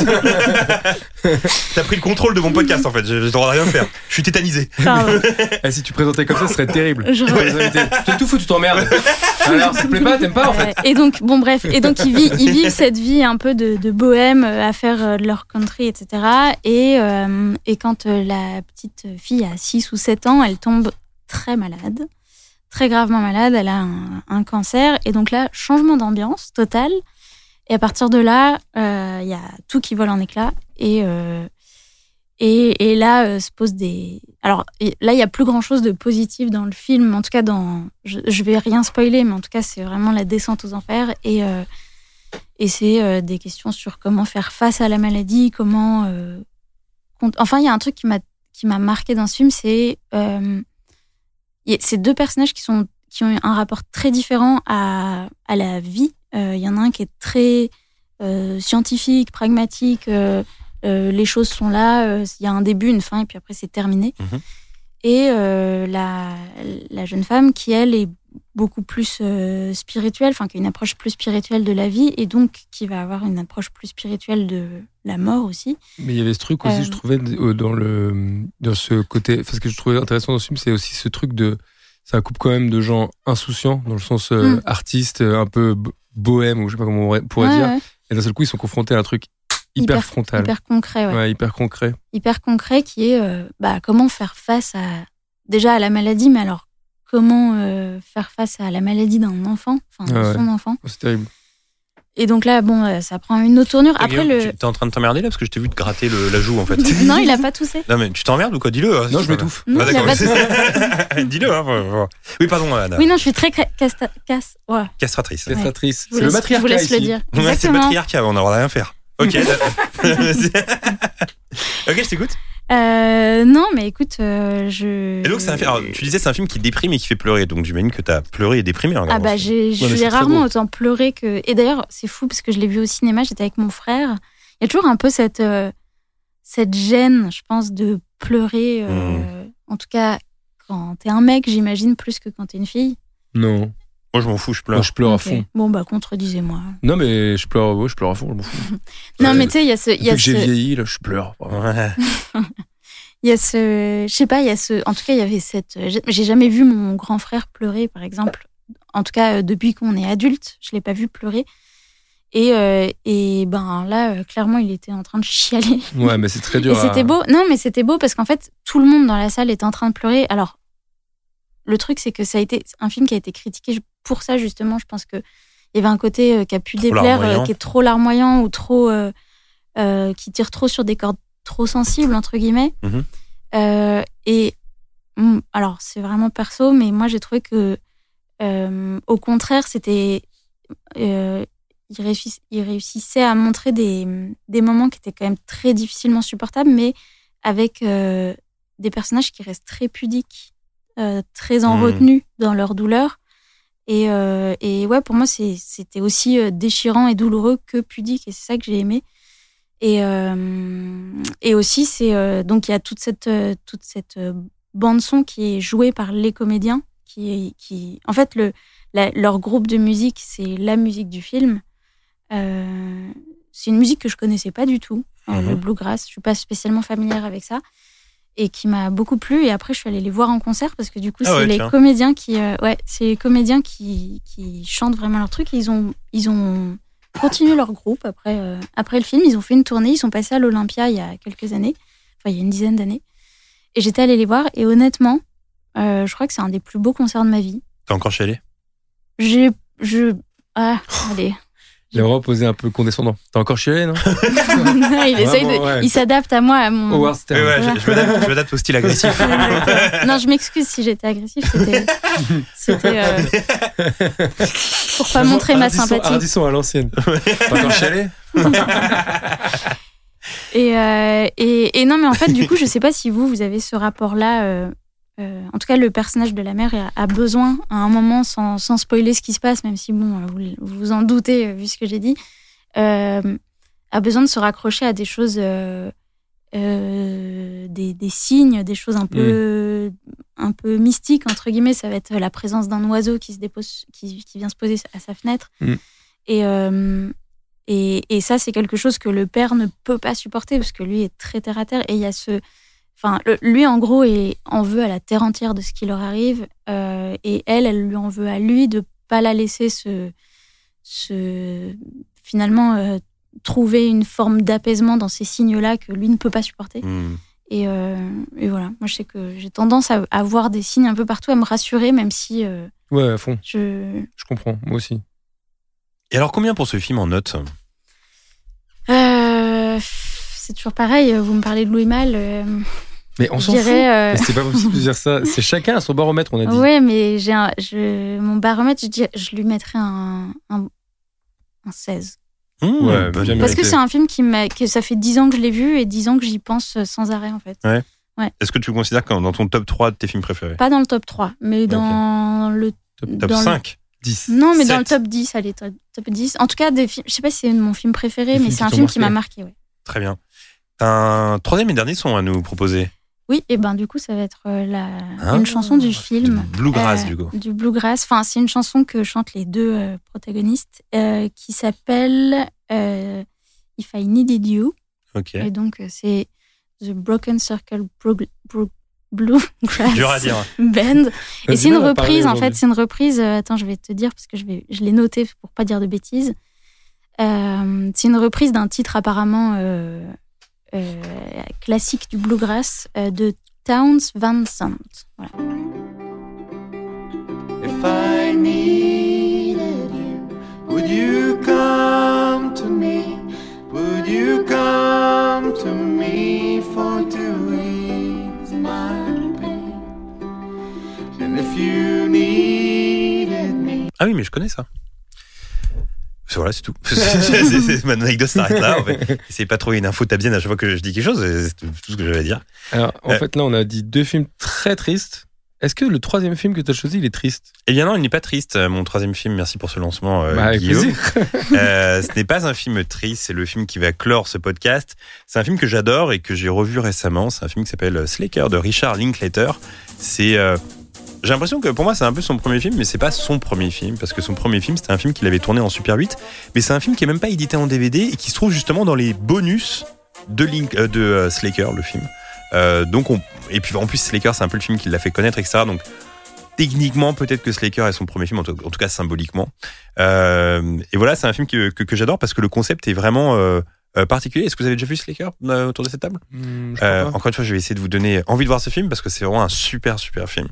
T'as pris le contrôle de mon podcast, en fait. J'ai le droit de rien faire. Je suis tétanisé. Pardon. Eh, si tu présentais comme ça, ce serait terrible. Je- Pour les invités. Tu t'étouffes ou tu t'emmerdes? Alors, ça te plaît pas, t'aimes pas en fait? Euh, et donc, bon, bref. Et donc, ils, vivent, ils vivent cette vie un peu de, de bohème euh, à faire euh, de leur country, et cetera. Et, euh, et quand euh, la petite fille a six ou sept ans, elle tombe très malade. Très gravement malade, elle a un, un cancer. Et donc là, changement d'ambiance total. Et à partir de là, il euh, y a tout qui vole en éclats. Et, euh, et, et là, euh, se pose des... Alors et là, il n'y a plus grand-chose de positif dans le film. En tout cas, dans... je ne vais rien spoiler, mais en tout cas, c'est vraiment la descente aux enfers. Et, euh, et c'est euh, des questions sur comment faire face à la maladie, comment... Euh... Enfin, il y a un truc qui m'a, qui m'a marqué dans ce film, c'est... Euh, Il y a ces deux personnages qui, sont, qui ont un rapport très différent à, à la vie. Euh, il y en a un qui est très euh, scientifique, pragmatique. Euh, euh, les choses sont là. Euh, il y a un début, une fin, et puis après, c'est terminé. Mhm. Et euh, la, la jeune femme qui, elle, est beaucoup plus euh, spirituelle, enfin, qui a une approche plus spirituelle de la vie, et donc qui va avoir une approche plus spirituelle de la mort aussi. Mais il y avait ce truc aussi, Euh, je trouvais, dans, le, dans ce côté. Enfin, ce que je trouvais intéressant dans ce film, c'est aussi ce truc de. C'est un couple quand même de gens insouciants, dans le sens euh, Mm. artiste, un peu bo- bohème, ou je sais pas comment on pourrait Ouais, dire. ouais. Et d'un seul coup, ils sont confrontés à un truc hyper, Hyper- frontal. Hyper concret, ouais. Ouais, hyper concret. hyper concret qui est euh, bah, comment faire face à déjà à la maladie, mais alors comment euh, faire face à la maladie d'un enfant, enfin de Ah ouais. son enfant. C'est terrible. Et donc là, bon, euh, ça prend une autre tournure. Après Guillaume, le, tu- T'es en train de t'emmerder là parce que je t'ai vu te gratter le, la joue en fait. non, il a pas toussé. Non, mais tu t'emmerdes ou quoi? Dis-le. hein, Non, si je tu m'étouffe. Non, Ah, il a d'accord. pas toussé. Dis-le. Hein, faut- faut- oui, pardon, Anna. Oui, non, je suis très cra- casta- casse. Ouais. Castratrice. Ouais. Castratrice. Je vous C'est le laisse- matriarcat Je vous laisse ici. le dire. Ouais, c'est le Exactement. patriarcat, on n'a rien à faire. Ok. Ok, je t'écoute. Euh, non, mais écoute, euh, je. Et donc, c'est un film. Alors, tu disais, c'est un film qui déprime et qui fait pleurer. Donc, j'imagine que t'as pleuré et déprimé. En Ah regardant bah ce film. j'ai Ouais, mais j'ai c'est très rarement beau. autant pleuré que... Et d'ailleurs, c'est fou parce que je l'ai vu au cinéma, j'étais avec mon frère. Il y a toujours un peu cette, euh, cette gêne, je pense, de pleurer. euh, En tout cas, quand t'es un mec, j'imagine, plus que quand t'es une fille. Non. Moi, je m'en fous, je pleure. Moi, je pleure à Ok. fond. Bon, bah, contredisez-moi. Non, mais je pleure, ouais, je pleure à fond, je m'en fous. Non, Ouais, mais tu sais, il y a ce... il Depuis y a que j'ai ce- vieilli, là, je pleure. Ouais. Il y a ce... Je sais pas, il y a ce... En tout cas, il y avait cette... j'ai- J'ai jamais vu mon grand frère pleurer, par exemple. En tout cas, euh, depuis qu'on est adulte, je l'ai pas vu pleurer. Et, euh, et ben là, euh, clairement, il était en train de chialer. Ouais, mais c'est très dur. Et c'était à- beau. Non, mais c'était beau parce qu'en fait, tout le monde dans la salle était en train de pleurer. Alors, le truc, c'est que ça a été un film qui a été critiqué pour ça, justement. Je pense qu'il y avait un côté euh, qui a pu déplaire, larmoyant. euh, qui est trop larmoyant ou trop. Euh, euh, qui tire trop sur des cordes trop sensibles, entre guillemets. Mhm. Euh, et. mm, Alors, c'est vraiment perso, mais moi, j'ai trouvé que. euh, au contraire, c'était. Euh, il, réussis- il réussissait à montrer des, des moments qui étaient quand même très difficilement supportables, mais avec euh, des personnages qui restent très pudiques, euh, très en Mmh. retenue dans leur douleur. Et, euh, et ouais, pour moi, c'est, c'était aussi euh, déchirant et douloureux que pudique, et c'est ça que j'ai aimé. Et, euh, et aussi, c'est euh, donc il y a toute cette, euh, toute cette euh, bande-son qui est jouée par les comédiens, qui, est- qui en fait, le, la- leur groupe de musique, c'est la musique du film. Euh, c'est une musique que je connaissais pas du tout, euh, Mhm. le bluegrass. Je suis pas spécialement familière avec ça et qui m'a beaucoup plu. Et après, je suis allée les voir en concert parce que du coup, Ah c'est ouais, les tiens. comédiens qui, euh, ouais, c'est les comédiens qui, qui chantent vraiment leur truc. Et ils ont, ils ont continué leur groupe après, euh, après le film. Ils ont fait une tournée. Ils sont passés à l'Olympia il y a quelques années, enfin il y a une dizaine d'années. Et j'étais allée les voir. Et honnêtement, euh, je crois que c'est un des plus beaux concerts de ma vie. T'es encore chialé? J'ai, je, ah, allez. Il a vraiment posé un peu condescendant. T'as encore chialé, non? il essaye de, Vraiment, ouais. il s'adapte à moi, à mon. Howard Oui, Stern. ouais, je, je m'adapte, je m'adapte au style agressif. Non, je m'excuse si j'étais agressif. C'était, c'était euh, pour pas montrer ma Ardisson- sympathie. Ardisson à l'ancienne. T'as encore chialé? Et, euh, et, et non, mais en fait, du coup, je sais pas si vous, vous avez ce rapport-là. Euh, euh, en tout cas, le personnage de la mère a, a besoin, à un moment, sans, sans spoiler ce qui se passe, même si, bon, vous vous, vous en doutez, euh, vu ce que j'ai dit, euh, a besoin de se raccrocher à des choses euh, euh, des, des signes, des choses un peu, mmh. un peu mystiques, entre guillemets. Ça va être la présence d'un oiseau qui, se dépose, qui, qui vient se poser à sa fenêtre. Mmh. Et, euh, et, et ça, c'est quelque chose que le père ne peut pas supporter parce que lui est très terre-à-terre. Et il y a ce... Enfin, le, lui, en gros, est, en veut à la terre entière de ce qui leur arrive. Euh, et elle, elle lui en veut à lui de ne pas la laisser se... se finalement... Euh, trouver une forme d'apaisement dans ces signes-là que lui ne peut pas supporter. Mmh. Et, euh, et voilà, moi je sais que j'ai tendance à, à voir des signes un peu partout, à me rassurer, même si... Euh, ouais, à fond. Je... je comprends, moi aussi. Et alors, combien pour ce film en notes ? euh, C'est toujours pareil, vous me parlez de Louis Malle... Euh, mais on s'en dirais, fout euh... mais c'est pas possible de dire ça. C'est chacun à son baromètre, on a dit. Ouais, mais j'ai un, je, mon baromètre, je, dis, je lui mettrais un, un, un seize. Mmh, ouais, bah, parce que c'est un film qui m'a, que ça fait dix ans que je l'ai vu et dix ans que j'y pense sans arrêt en fait. Ouais. Ouais. Est-ce que tu considères que dans ton top trois de tes films préférés ? Pas dans le top trois, mais dans okay. le top, top dans cinq, le... dix. Non, mais sept. Dans le top dix, allez, top, top dix. En tout cas, des films, je sais pas si c'est mon film préféré, des mais c'est un film marqué. Qui m'a marqué. Ouais. Très bien. T'as un troisième et dernier son à nous proposer ? Oui, et ben du coup, ça va être la, ah, une chanson du film. Du bluegrass, euh, du coup. Du bluegrass. Enfin, c'est une chanson que chantent les deux euh, protagonistes euh, qui s'appelle euh, If I Needed You. Ok. Et donc, c'est The Broken Circle Bro- Bro- Bluegrass Dur à dire. Band. Et c'est une reprise, en fait, c'est une reprise. Euh, attends, je vais te dire parce que je, vais, je l'ai noté pour pas dire de bêtises. Euh, c'est une reprise d'un titre apparemment. Euh, Euh, classique du bluegrass euh, de Townes Van Sant. Voilà. If I needed you, would you come to me? Would you come to me for to ease my pain? And if you needed me. Ah oui, mais je connais ça. Voilà, c'est tout. c'est, c'est, c'est, mon anecdote s'arrête là. En fait. Essayez pas de trouver une info tabienne à chaque fois que je dis quelque chose. C'est tout ce que j'avais à dire. Alors, en euh, fait, là, on a dit deux films très tristes. Est-ce que le troisième film que tu as choisi, il est triste ? Eh bien non, il n'est pas triste. Mon troisième film, merci pour ce lancement, euh, bah, avec Guillaume. euh, ce n'est pas un film triste, c'est le film qui va clore ce podcast. C'est un film que j'adore et que j'ai revu récemment. C'est un film qui s'appelle Slacker de Richard Linklater. C'est... Euh, J'ai l'impression que pour moi c'est un peu son premier film, mais c'est pas son premier film, parce que son premier film c'était un film qu'il avait tourné en Super huit, mais c'est un film qui est même pas édité en D V D et qui se trouve justement dans les bonus de, Link, euh, de euh, Slacker, le film. Euh, donc on, et puis en plus Slacker c'est un peu le film qui l'a fait connaître, et cetera. Donc techniquement peut-être que Slacker est son premier film, en tout, en tout cas symboliquement. Euh, et voilà, c'est un film que, que, que j'adore parce que le concept est vraiment euh, Euh, particulier. Est-ce que vous avez déjà vu Slacker euh, autour de cette table ? mmh, euh, Encore une fois, je vais essayer de vous donner envie de voir ce film parce que c'est vraiment un super super film.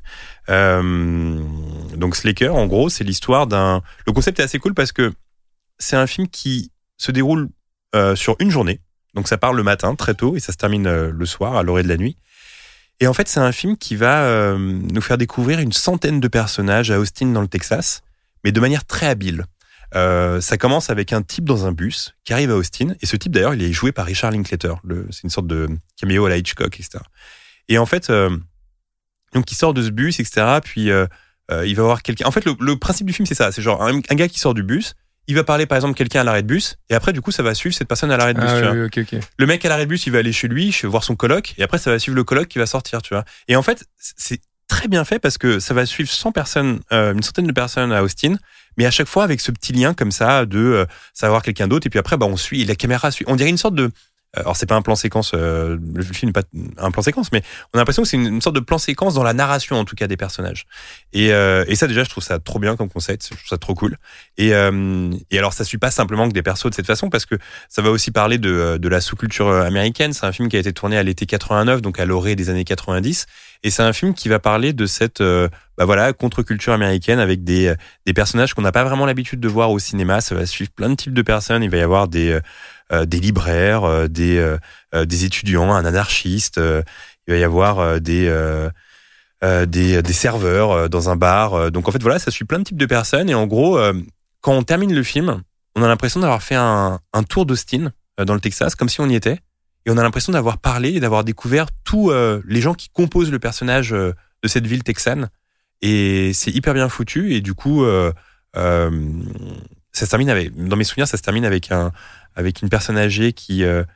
Euh, donc Slacker, en gros, c'est l'histoire d'un. Le concept est assez cool parce que c'est un film qui se déroule euh, sur une journée. Donc ça part le matin très tôt et ça se termine euh, le soir à l'orée de la nuit. Et en fait, c'est un film qui va euh, nous faire découvrir une centaine de personnages à Austin dans le Texas, mais de manière très habile. Euh, ça commence avec un type dans un bus qui arrive à Austin, et ce type d'ailleurs il est joué par Richard Linklater. Le, c'est une sorte de caméo à la Hitchcock, et cetera. Et en fait, euh, donc il sort de ce bus, et cetera. Puis euh, euh, il va voir quelqu'un. En fait, le, le principe du film c'est ça, c'est genre un, un gars qui sort du bus, il va parler par exemple quelqu'un à l'arrêt de bus, et après du coup ça va suivre cette personne à l'arrêt de bus. Ah, tu oui, vois. Okay, okay. Le mec à l'arrêt de bus, il va aller chez lui, voir son coloc, et après ça va suivre le coloc qui va sortir, tu vois. Et en fait, c'est très bien fait parce que ça va suivre cent personnes, euh, une centaine de personnes à Austin, mais à chaque fois avec ce petit lien comme ça de euh, savoir quelqu'un d'autre, et puis après bah on suit, et la caméra suit. On dirait une sorte de, alors c'est pas un plan séquence, euh, le film n'est pas un plan séquence, mais on a l'impression que c'est une, une sorte de plan séquence dans la narration en tout cas des personnages. Et, euh, et ça déjà je trouve ça trop bien comme concept, je trouve ça trop cool. Et, euh, et alors ça suit pas simplement que des persos de cette façon, parce que ça va aussi parler de, de la sous-culture américaine. C'est un film qui a été tourné à l'été quatre-vingt-neuf, donc à l'orée des années quatre-vingt-dix. Et c'est un film qui va parler de cette euh, bah voilà, contre-culture américaine avec des, des personnages qu'on n'a pas vraiment l'habitude de voir au cinéma. Ça va suivre plein de types de personnes. Il va y avoir des, euh, des libraires, euh, des, euh, des étudiants, un anarchiste. Euh, il va y avoir euh, des, euh, euh, des, des serveurs euh, dans un bar. Donc en fait, voilà, ça suit plein de types de personnes. Et en gros, euh, quand on termine le film, on a l'impression d'avoir fait un, un tour d'Austin euh, dans le Texas, comme si on y était. Et on a l'impression d'avoir parlé et d'avoir découvert tous euh, les gens qui composent le personnage euh, de cette ville texane. Et c'est hyper bien foutu. Et du coup, euh, euh, ça se termine avec, dans mes souvenirs, ça se termine avec un, avec une personne âgée qui, euh,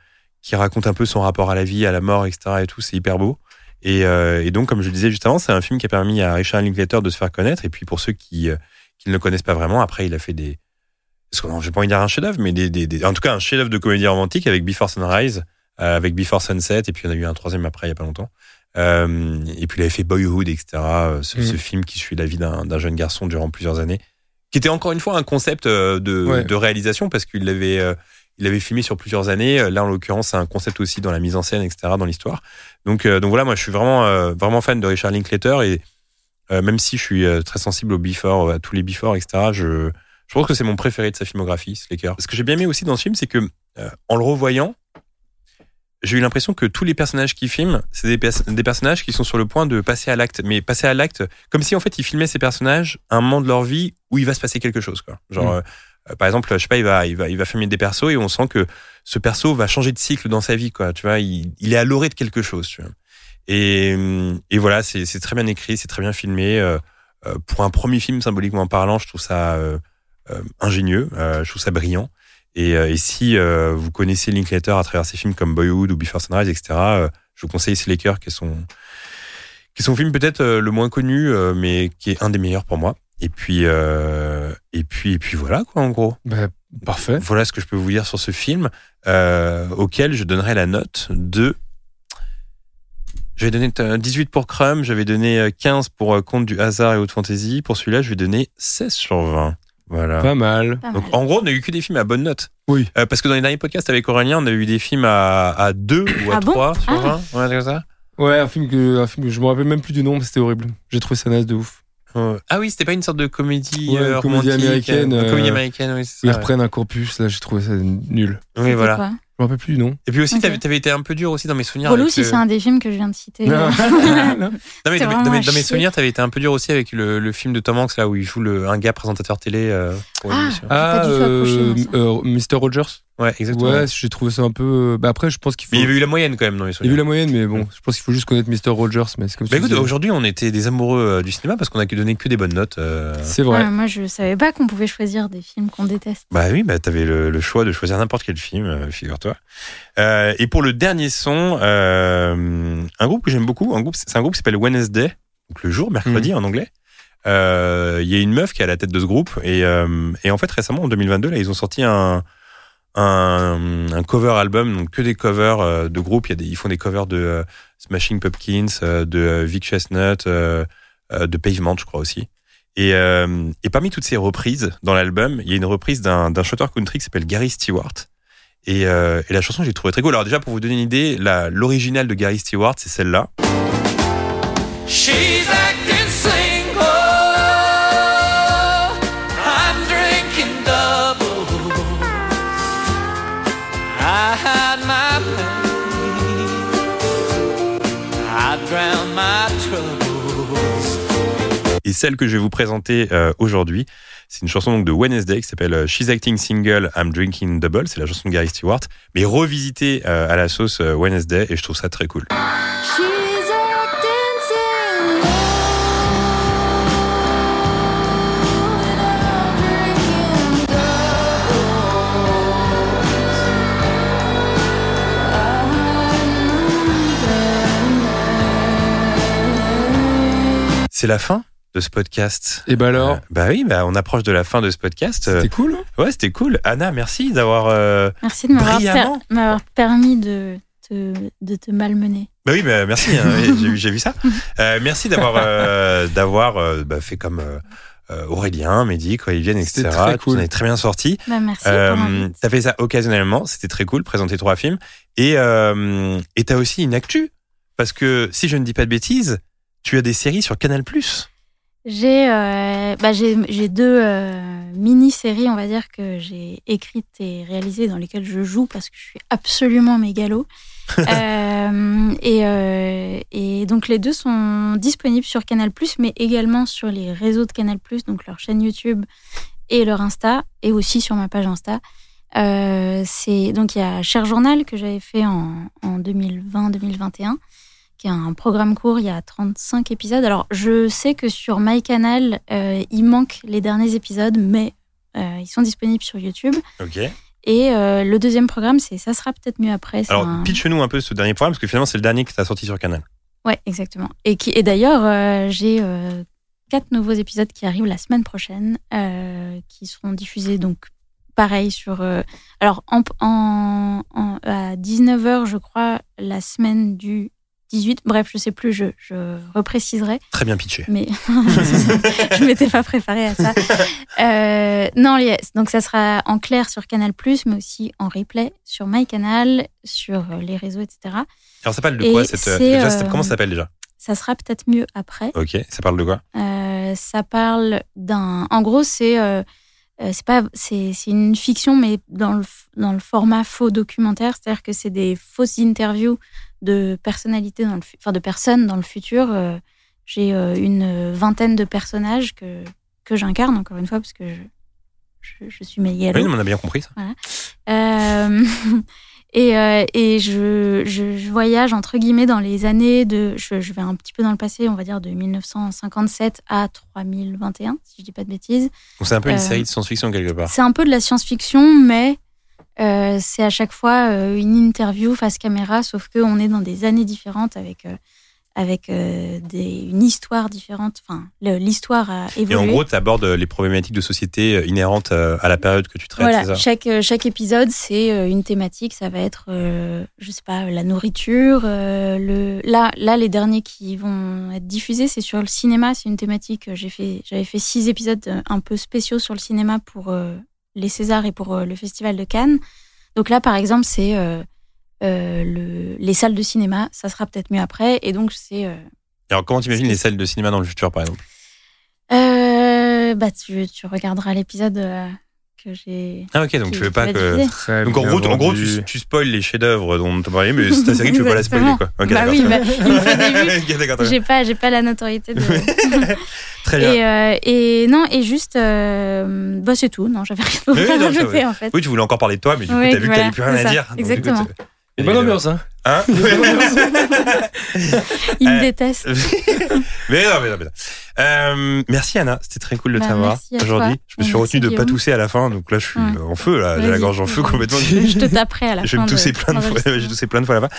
qui raconte un peu son rapport à la vie, à la mort, et cetera. Et tout, c'est hyper beau. Et, euh, et donc, comme je le disais juste avant, c'est un film qui a permis à Richard Linklater de se faire connaître. Et puis pour ceux qui, euh, qui ne le connaissent pas vraiment, après, il a fait des, non, j'ai pas envie de dire un chef-d'œuvre, mais des, des, des, en tout cas un chef-d'œuvre de comédie romantique avec Before Sunrise, euh, avec Before Sunset, et puis il y en a eu un troisième après il y a pas longtemps. Euh, et puis il avait fait Boyhood, et cetera. Ce, mmh. ce film qui suit la vie d'un, d'un jeune garçon durant plusieurs années, qui était encore une fois un concept de, ouais. de réalisation parce qu'il l'avait, euh, il l'avait filmé sur plusieurs années. Là, en l'occurrence, c'est un concept aussi dans la mise en scène, et cetera, dans l'histoire. Donc, euh, donc voilà, moi, je suis vraiment, euh, vraiment fan de Richard Linklater et euh, même si je suis euh, très sensible au Before, à tous les Before, et cetera, je, je pense que c'est mon préféré de sa filmographie, Slacker. Ce que j'ai bien aimé aussi dans ce film, c'est que euh, en le revoyant, j'ai eu l'impression que tous les personnages qu'il filme, c'est des, pers- des personnages qui sont sur le point de passer à l'acte, mais passer à l'acte comme si en fait il filmait ces personnages à un moment de leur vie où il va se passer quelque chose, quoi. Genre, mmh. euh, par exemple, je sais pas, il va, il va, il va filmer des persos et on sent que ce perso va changer de cycle dans sa vie, quoi. Tu vois, il, il est à l'orée de quelque chose, tu vois. Et, et voilà, c'est, c'est très bien écrit, c'est très bien filmé. Euh, euh, pour un premier film, symboliquement parlant, je trouve ça euh, euh, ingénieux, euh, je trouve ça brillant. Et, euh, et si euh, vous connaissez Linklater à travers ses films comme Boyhood ou Before Sunrise, et cetera, euh, je vous conseille Slacker, qui est son, qui est son film peut-être euh, le moins connu, euh, mais qui est un des meilleurs pour moi. Et puis, euh, et puis, et puis voilà, quoi, en gros. Bah, parfait. Voilà ce que je peux vous dire sur ce film, euh, auquel je donnerai la note de... Je vais donner dix-huit pour Crumb, j'avais donné quinze pour Conte du hasard et Haute Fantasy. Pour celui-là, je vais donner seize sur vingt. Voilà. Pas mal. Pas Donc, mal. en gros, on a eu que des films à bonne note. Oui. Euh, parce que dans les derniers podcasts avec Aurélien, on a eu des films à, à deux ou à Ah bon trois sur Ah. vingt. Ouais, c'est comme ça. Ouais, un film que, un film que je me rappelle même plus du nom, mais c'était horrible. J'ai trouvé ça naze de ouf. Euh, ah oui, c'était pas une sorte de comédie, Ouais, euh, comédie romantique, américaine, euh, euh, comédie américaine, oui, c'est ça. Ils ouais. reprennent un corpus, là, j'ai trouvé ça nul. Oui, C'était voilà. quoi Je me rappelle plus du nom. Et puis aussi, Ok. t'avais, t'avais été un peu dur aussi dans mes souvenirs. Relou, avec si le- c'est un des films que je viens de citer. Non. euh. Non. Non, mais C'était dans, mes- vraiment dans mes, à dans mes chier. souvenirs, t'avais été un peu dur aussi avec le, le film de Tom Hanks, là, où il joue le, un gars présentateur télé euh, pour une Ah. émission. Ah, pas du tout accroché, moi, ça. euh, mister Rogers. Ouais, exactement. Ouais, j'ai trouvé ça un peu. Bah après, je pense qu'il faut. Mais il y avait eu la moyenne quand même dans mes Il y a souvenirs. eu la moyenne, mais bon, je pense qu'il faut juste connaître mister Rogers. Mais c'est comme Bah si écoute, vous- aujourd'hui, on était des amoureux euh, du cinéma parce qu'on a que donné que des bonnes notes. euh. C'est vrai. Ouais, moi, je savais pas qu'on pouvait choisir des films qu'on déteste. Bah oui, bah t'avais le, le choix de choisir n'importe quel film, euh, figure-toi. Euh, et pour le dernier son, euh, un groupe que j'aime beaucoup, un groupe, c'est un groupe qui s'appelle Wednesday, donc le jour, mercredi Mm. en anglais. Euh, Il y a une meuf qui est à la tête de ce groupe et, euh, et en fait récemment en deux mille vingt-deux là ils ont sorti un un, un cover album, donc que des covers euh, de groupes. Il y a des, ils font des covers de euh, Smashing Pumpkins, euh, de euh, Vic Chestnut, euh, euh, de Pavement, je crois aussi. Et, euh, et parmi toutes ces reprises dans l'album, il y a une reprise d'un, d'un chanteur country qui s'appelle Gary Stewart. Et, euh, et la chanson, j'ai trouvé très cool. Alors déjà, pour vous donner une idée, la, l'original de Gary Stewart, c'est celle-là. She's acting single. I'm drinking double. I had my pain. I drowned my troubles. Et celle que je vais vous présenter euh, aujourd'hui, c'est une chanson donc de Wednesday qui s'appelle euh, She's Acting Single, I'm Drinking Double. C'est la chanson de Gary Stewart, mais revisitée euh, à la sauce euh, Wednesday, et je trouve ça très cool. She's acting single. C'est la fin de ce podcast. Et bah alors, Euh, bah oui, bah on approche de la fin de ce podcast. c'était cool. Ouais, c'était cool. Anna, merci d'avoir. euh, Merci de m'avoir, Brillamment. per- m'avoir permis de te, de te malmener. Bah oui, bah merci. hein, j'ai, vu- j'ai vu ça. Euh, merci d'avoir euh, d'avoir euh, bah, fait comme euh, euh, Aurélien, Mehdi, quand ils viennent, et cetera. C'était très cool. Tu en es très bien sorti. Bah, merci Euh, pour l'invite. t'as fait ça occasionnellement, c'était très cool, présenter trois films. Et euh, et t'as aussi une actu, parce que si je ne dis pas de bêtises, tu as des séries sur Canal+. J'ai, euh, bah, j'ai, j'ai deux euh, mini-séries, on va dire, que j'ai écrites et réalisées, dans lesquelles je joue parce que je suis absolument mégalo. euh, et, euh, et donc les deux sont disponibles sur Canal+, mais également sur les réseaux de Canal+, donc leur chaîne YouTube et leur Insta, et aussi sur ma page Insta. Euh, c'est, donc il y a Cher Journal que j'avais fait en, en deux mille vingt deux mille vingt et un, qui est un programme court, il y a trente-cinq épisodes. Alors, je sais que sur MyCanal, euh, il manque les derniers épisodes, mais euh, ils sont disponibles sur YouTube. Ok. Et euh, le deuxième programme, c'est Ça sera peut-être mieux après. C'est Alors, un... pitch-nous un peu ce dernier programme, parce que finalement, c'est le dernier que tu as sorti sur Canal. Ouais, exactement. Et, qui, et d'ailleurs, euh, j'ai euh, quatre nouveaux épisodes qui arrivent la semaine prochaine, euh, qui seront diffusés, donc, pareil, sur... Euh, alors, en, en, en, à dix-neuf heures, je crois, la semaine du dix-huit. Bref, je sais plus, je, je repréciserai. Très bien pitché. Mais je m'étais pas préparée à ça. Euh, non, yes. Donc ça sera en clair sur Canal+, mais aussi en replay sur MyCanal, sur les réseaux, et cetera. Alors ça parle de Et quoi cette, déjà, euh, comment ça s'appelle déjà? Ça sera peut-être mieux après. Ok, ça parle de quoi? euh, Ça parle d'un... En gros, c'est... Euh, c'est pas c'est c'est une fiction, mais dans le dans le format faux documentaire, c'est-à-dire que c'est des fausses interviews de personnalités dans le enfin de personnes dans le futur. Euh, j'ai euh, une vingtaine de personnages que que j'incarne, encore une fois, parce que je je, je suis Megalo. Oui, on a bien compris ça. Voilà. Euh, et euh, et je, je je voyage entre guillemets dans les années de je je vais un petit peu dans le passé, on va dire de mille neuf cent cinquante-sept à trois mille vingt et un, si je dis pas de bêtises. Donc c'est un peu une Euh, série de science-fiction quelque part. C'est un peu de la science-fiction, mais euh, c'est à chaque fois euh, une interview face caméra, sauf qu'on est dans des années différentes avec, euh, avec euh, des, une histoire différente. Enfin, le- l'histoire a évolué. Et en gros, tu abordes les problématiques de société inhérentes à la période que tu traites, c'est Voilà, ça? chaque, euh, chaque épisode, c'est euh, une thématique. Ça va être, euh, je sais pas, la nourriture. euh, le... là, là, les derniers qui vont être diffusés, c'est sur le cinéma. C'est une thématique. euh, J'ai fait, j'avais fait six épisodes euh, un peu spéciaux sur le cinéma pour euh, les Césars et pour euh, le Festival de Cannes. Donc là, par exemple, c'est euh, euh, le... les salles de cinéma. Ça sera peut-être mieux après. Et donc, c'est... euh, Alors comment t'imagines les salles de cinéma dans le futur, par exemple? euh, bah, tu, tu regarderas l'épisode euh, que j'ai... Ah ok, donc qui- tu veux qui pas va que... diffuser. Très Donc en bien gros, en gros vendu. tu, tu spoil les chefs-d'œuvre dont tu parlais, mais c'est ta série, tu veux pas la spoiler, quoi. Ok, Bah d'accord. oui, bah, il me faut des vues. Ok, d'accord, très bien. J'ai pas, j'ai pas la notoriété de. Très bien. Et, euh, et non, et juste, euh, bah c'est tout. Non, j'avais rien d'autre Oui, à non, ça, rajouter ouais. en fait. Oui, tu voulais encore parler de toi, mais du coup, Oui, t'as vu que voilà, t'avais plus rien c'est à ça, dire. Donc, du coup, exactement. c'est- Et bonne ambiance, hein. Hein? Il me Euh, déteste. mais non, mais non, mais non. Euh, merci Anna, c'était très cool de Bah, t'avoir merci à aujourd'hui. toi. Je me suis Merci, retenu de pas Guillaume. tousser à la fin, donc là je suis Ouais. en feu, là, j'ai la Vas-y. gorge en feu complètement. Je, je te taperai à la Je vais fin. me tousser de- plein de fois, l'enregistrement. j'ai toussé plein de fois à la fin.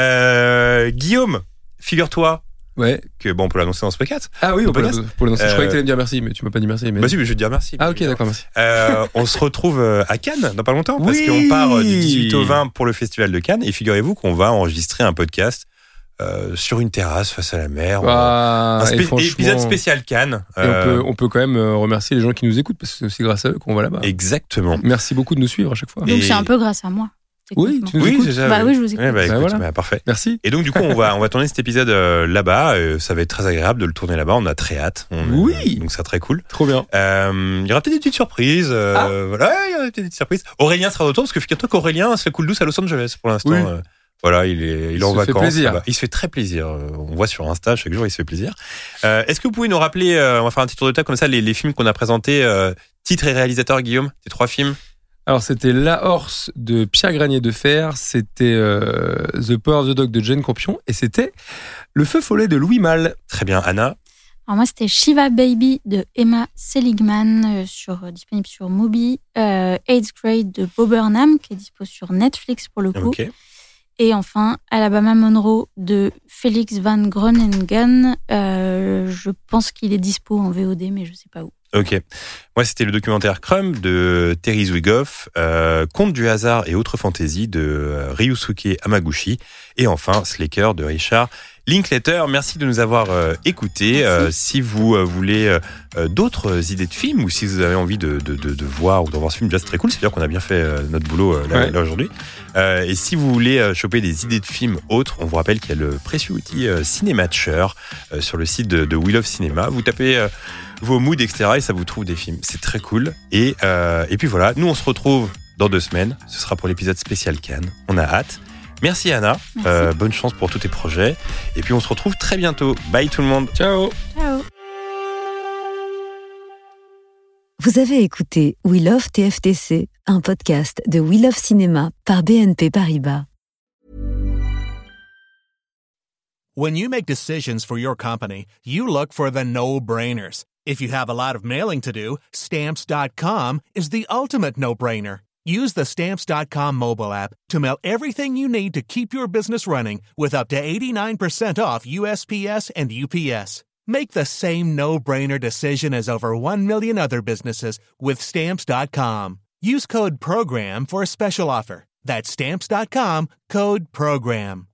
Euh, Guillaume, figure-toi Ouais. que bon, on peut l'annoncer dans ce podcast. Ah oui, Au on peut podcast. pour l'annoncer. Je croyais Euh, que t'allais me dire merci, mais tu m'as pas dit merci. Mais... Bah si, mais je vais te dire merci. Ah ok, d'accord, merci. Euh, on se retrouve euh, à Cannes dans pas longtemps parce Oui. qu'on part euh, du dix-huit au vingt pour le festival de Cannes et figurez-vous qu'on va enregistrer un podcast euh, sur une terrasse face à la mer. Ah, un et spé- franchement- épisode spécial Cannes. Et on, Euh, peut, on peut quand même euh, remercier les gens qui nous écoutent parce que c'est aussi grâce à eux qu'on va là-bas. Exactement. Merci beaucoup de nous suivre à chaque fois. Et- Donc c'est un peu grâce à moi. Oui, techniquement. tu nous Oui, écoutes. c'est ça. Bah oui, je vous écoute. Ouais, bah, Bah, écoute, voilà. bah, parfait. Merci. Et donc du coup, on va on va tourner cet épisode euh, là-bas. Euh, ça va être très agréable de le tourner là-bas. On a très hâte. On- Oui. Donc ça sera très cool. Trop bien. Euh, il y aura peut-être des petites surprises. euh, Ah. Voilà, il y aura peut-être des petites surprises. Aurélien sera de retour parce que figure-toi qu'Aurélien se fait cool douce à Los Angeles pour l'instant. Oui. Euh, Voilà, il est, il est Il en se fait vacances. plaisir. là-bas. Il se fait très plaisir. Euh, On voit sur Insta chaque jour, il se fait plaisir. Euh, Est-ce que vous pouvez nous rappeler, euh, on va faire un petit tour de table comme ça, les, les films qu'on a présentés, euh, titre et réalisateur, Guillaume, tes trois films. Alors c'était La Horse de Pierre Granier de Fer, c'était euh, The Power of the Dog de Jane Campion et c'était Le Feu follet de Louis Malle. Très bien, Anna. Alors moi, c'était Shiva Baby de Emma Seligman, euh, sur, euh, disponible sur Mubi. Euh, Eighth Grade de Bo Burnham, qui est dispo sur Netflix pour le coup. Ok. Et enfin, Alabama Monroe de Felix Van Groningen. Euh, je pense qu'il est dispo en V O D, mais je sais pas où. Ok. Moi, c'était le documentaire Crumb de Terry Zwigoff, euh, Conte du hasard et autres fantaisies de euh, Ryusuke Hamaguchi, et enfin Slacker de Richard Linklater. Merci de nous avoir euh, écoutés. Euh, si vous euh, voulez euh, d'autres idées de films ou si vous avez envie de, de, de, de voir ou de voir ce film, déjà c'est très cool. C'est-à-dire qu'on a bien fait euh, notre boulot euh, là, Ouais. là aujourd'hui. Euh, et si vous voulez euh, choper des idées de films autres, on vous rappelle qu'il y a le précieux outil euh, Cinématcher euh, sur le site de, de We Love Cinéma. Vous tapez euh, vos moods, et cetera et ça vous trouve des films. C'est très cool. Et, euh, et puis voilà, nous on se retrouve dans deux semaines. Ce sera pour l'épisode spécial Cannes. On a hâte. Merci Anna. Merci. Euh, bonne chance pour tous tes projets. Et puis on se retrouve très bientôt. Bye tout le monde. Ciao. Ciao. Vous avez écouté We Love T F T C, un podcast de We Love Cinéma par B N P Paribas. When you make decisions for your company, you look for the no-brainers. If you have a lot of mailing to do, Stamps dot com is the ultimate no-brainer. Use the Stamps dot com mobile app to mail everything you need to keep your business running with up to eighty-nine percent off U S P S and U P S. Make the same no-brainer decision as over one million other businesses with Stamps dot com. Use code PROGRAM for a special offer. That's Stamps dot com, code PROGRAM.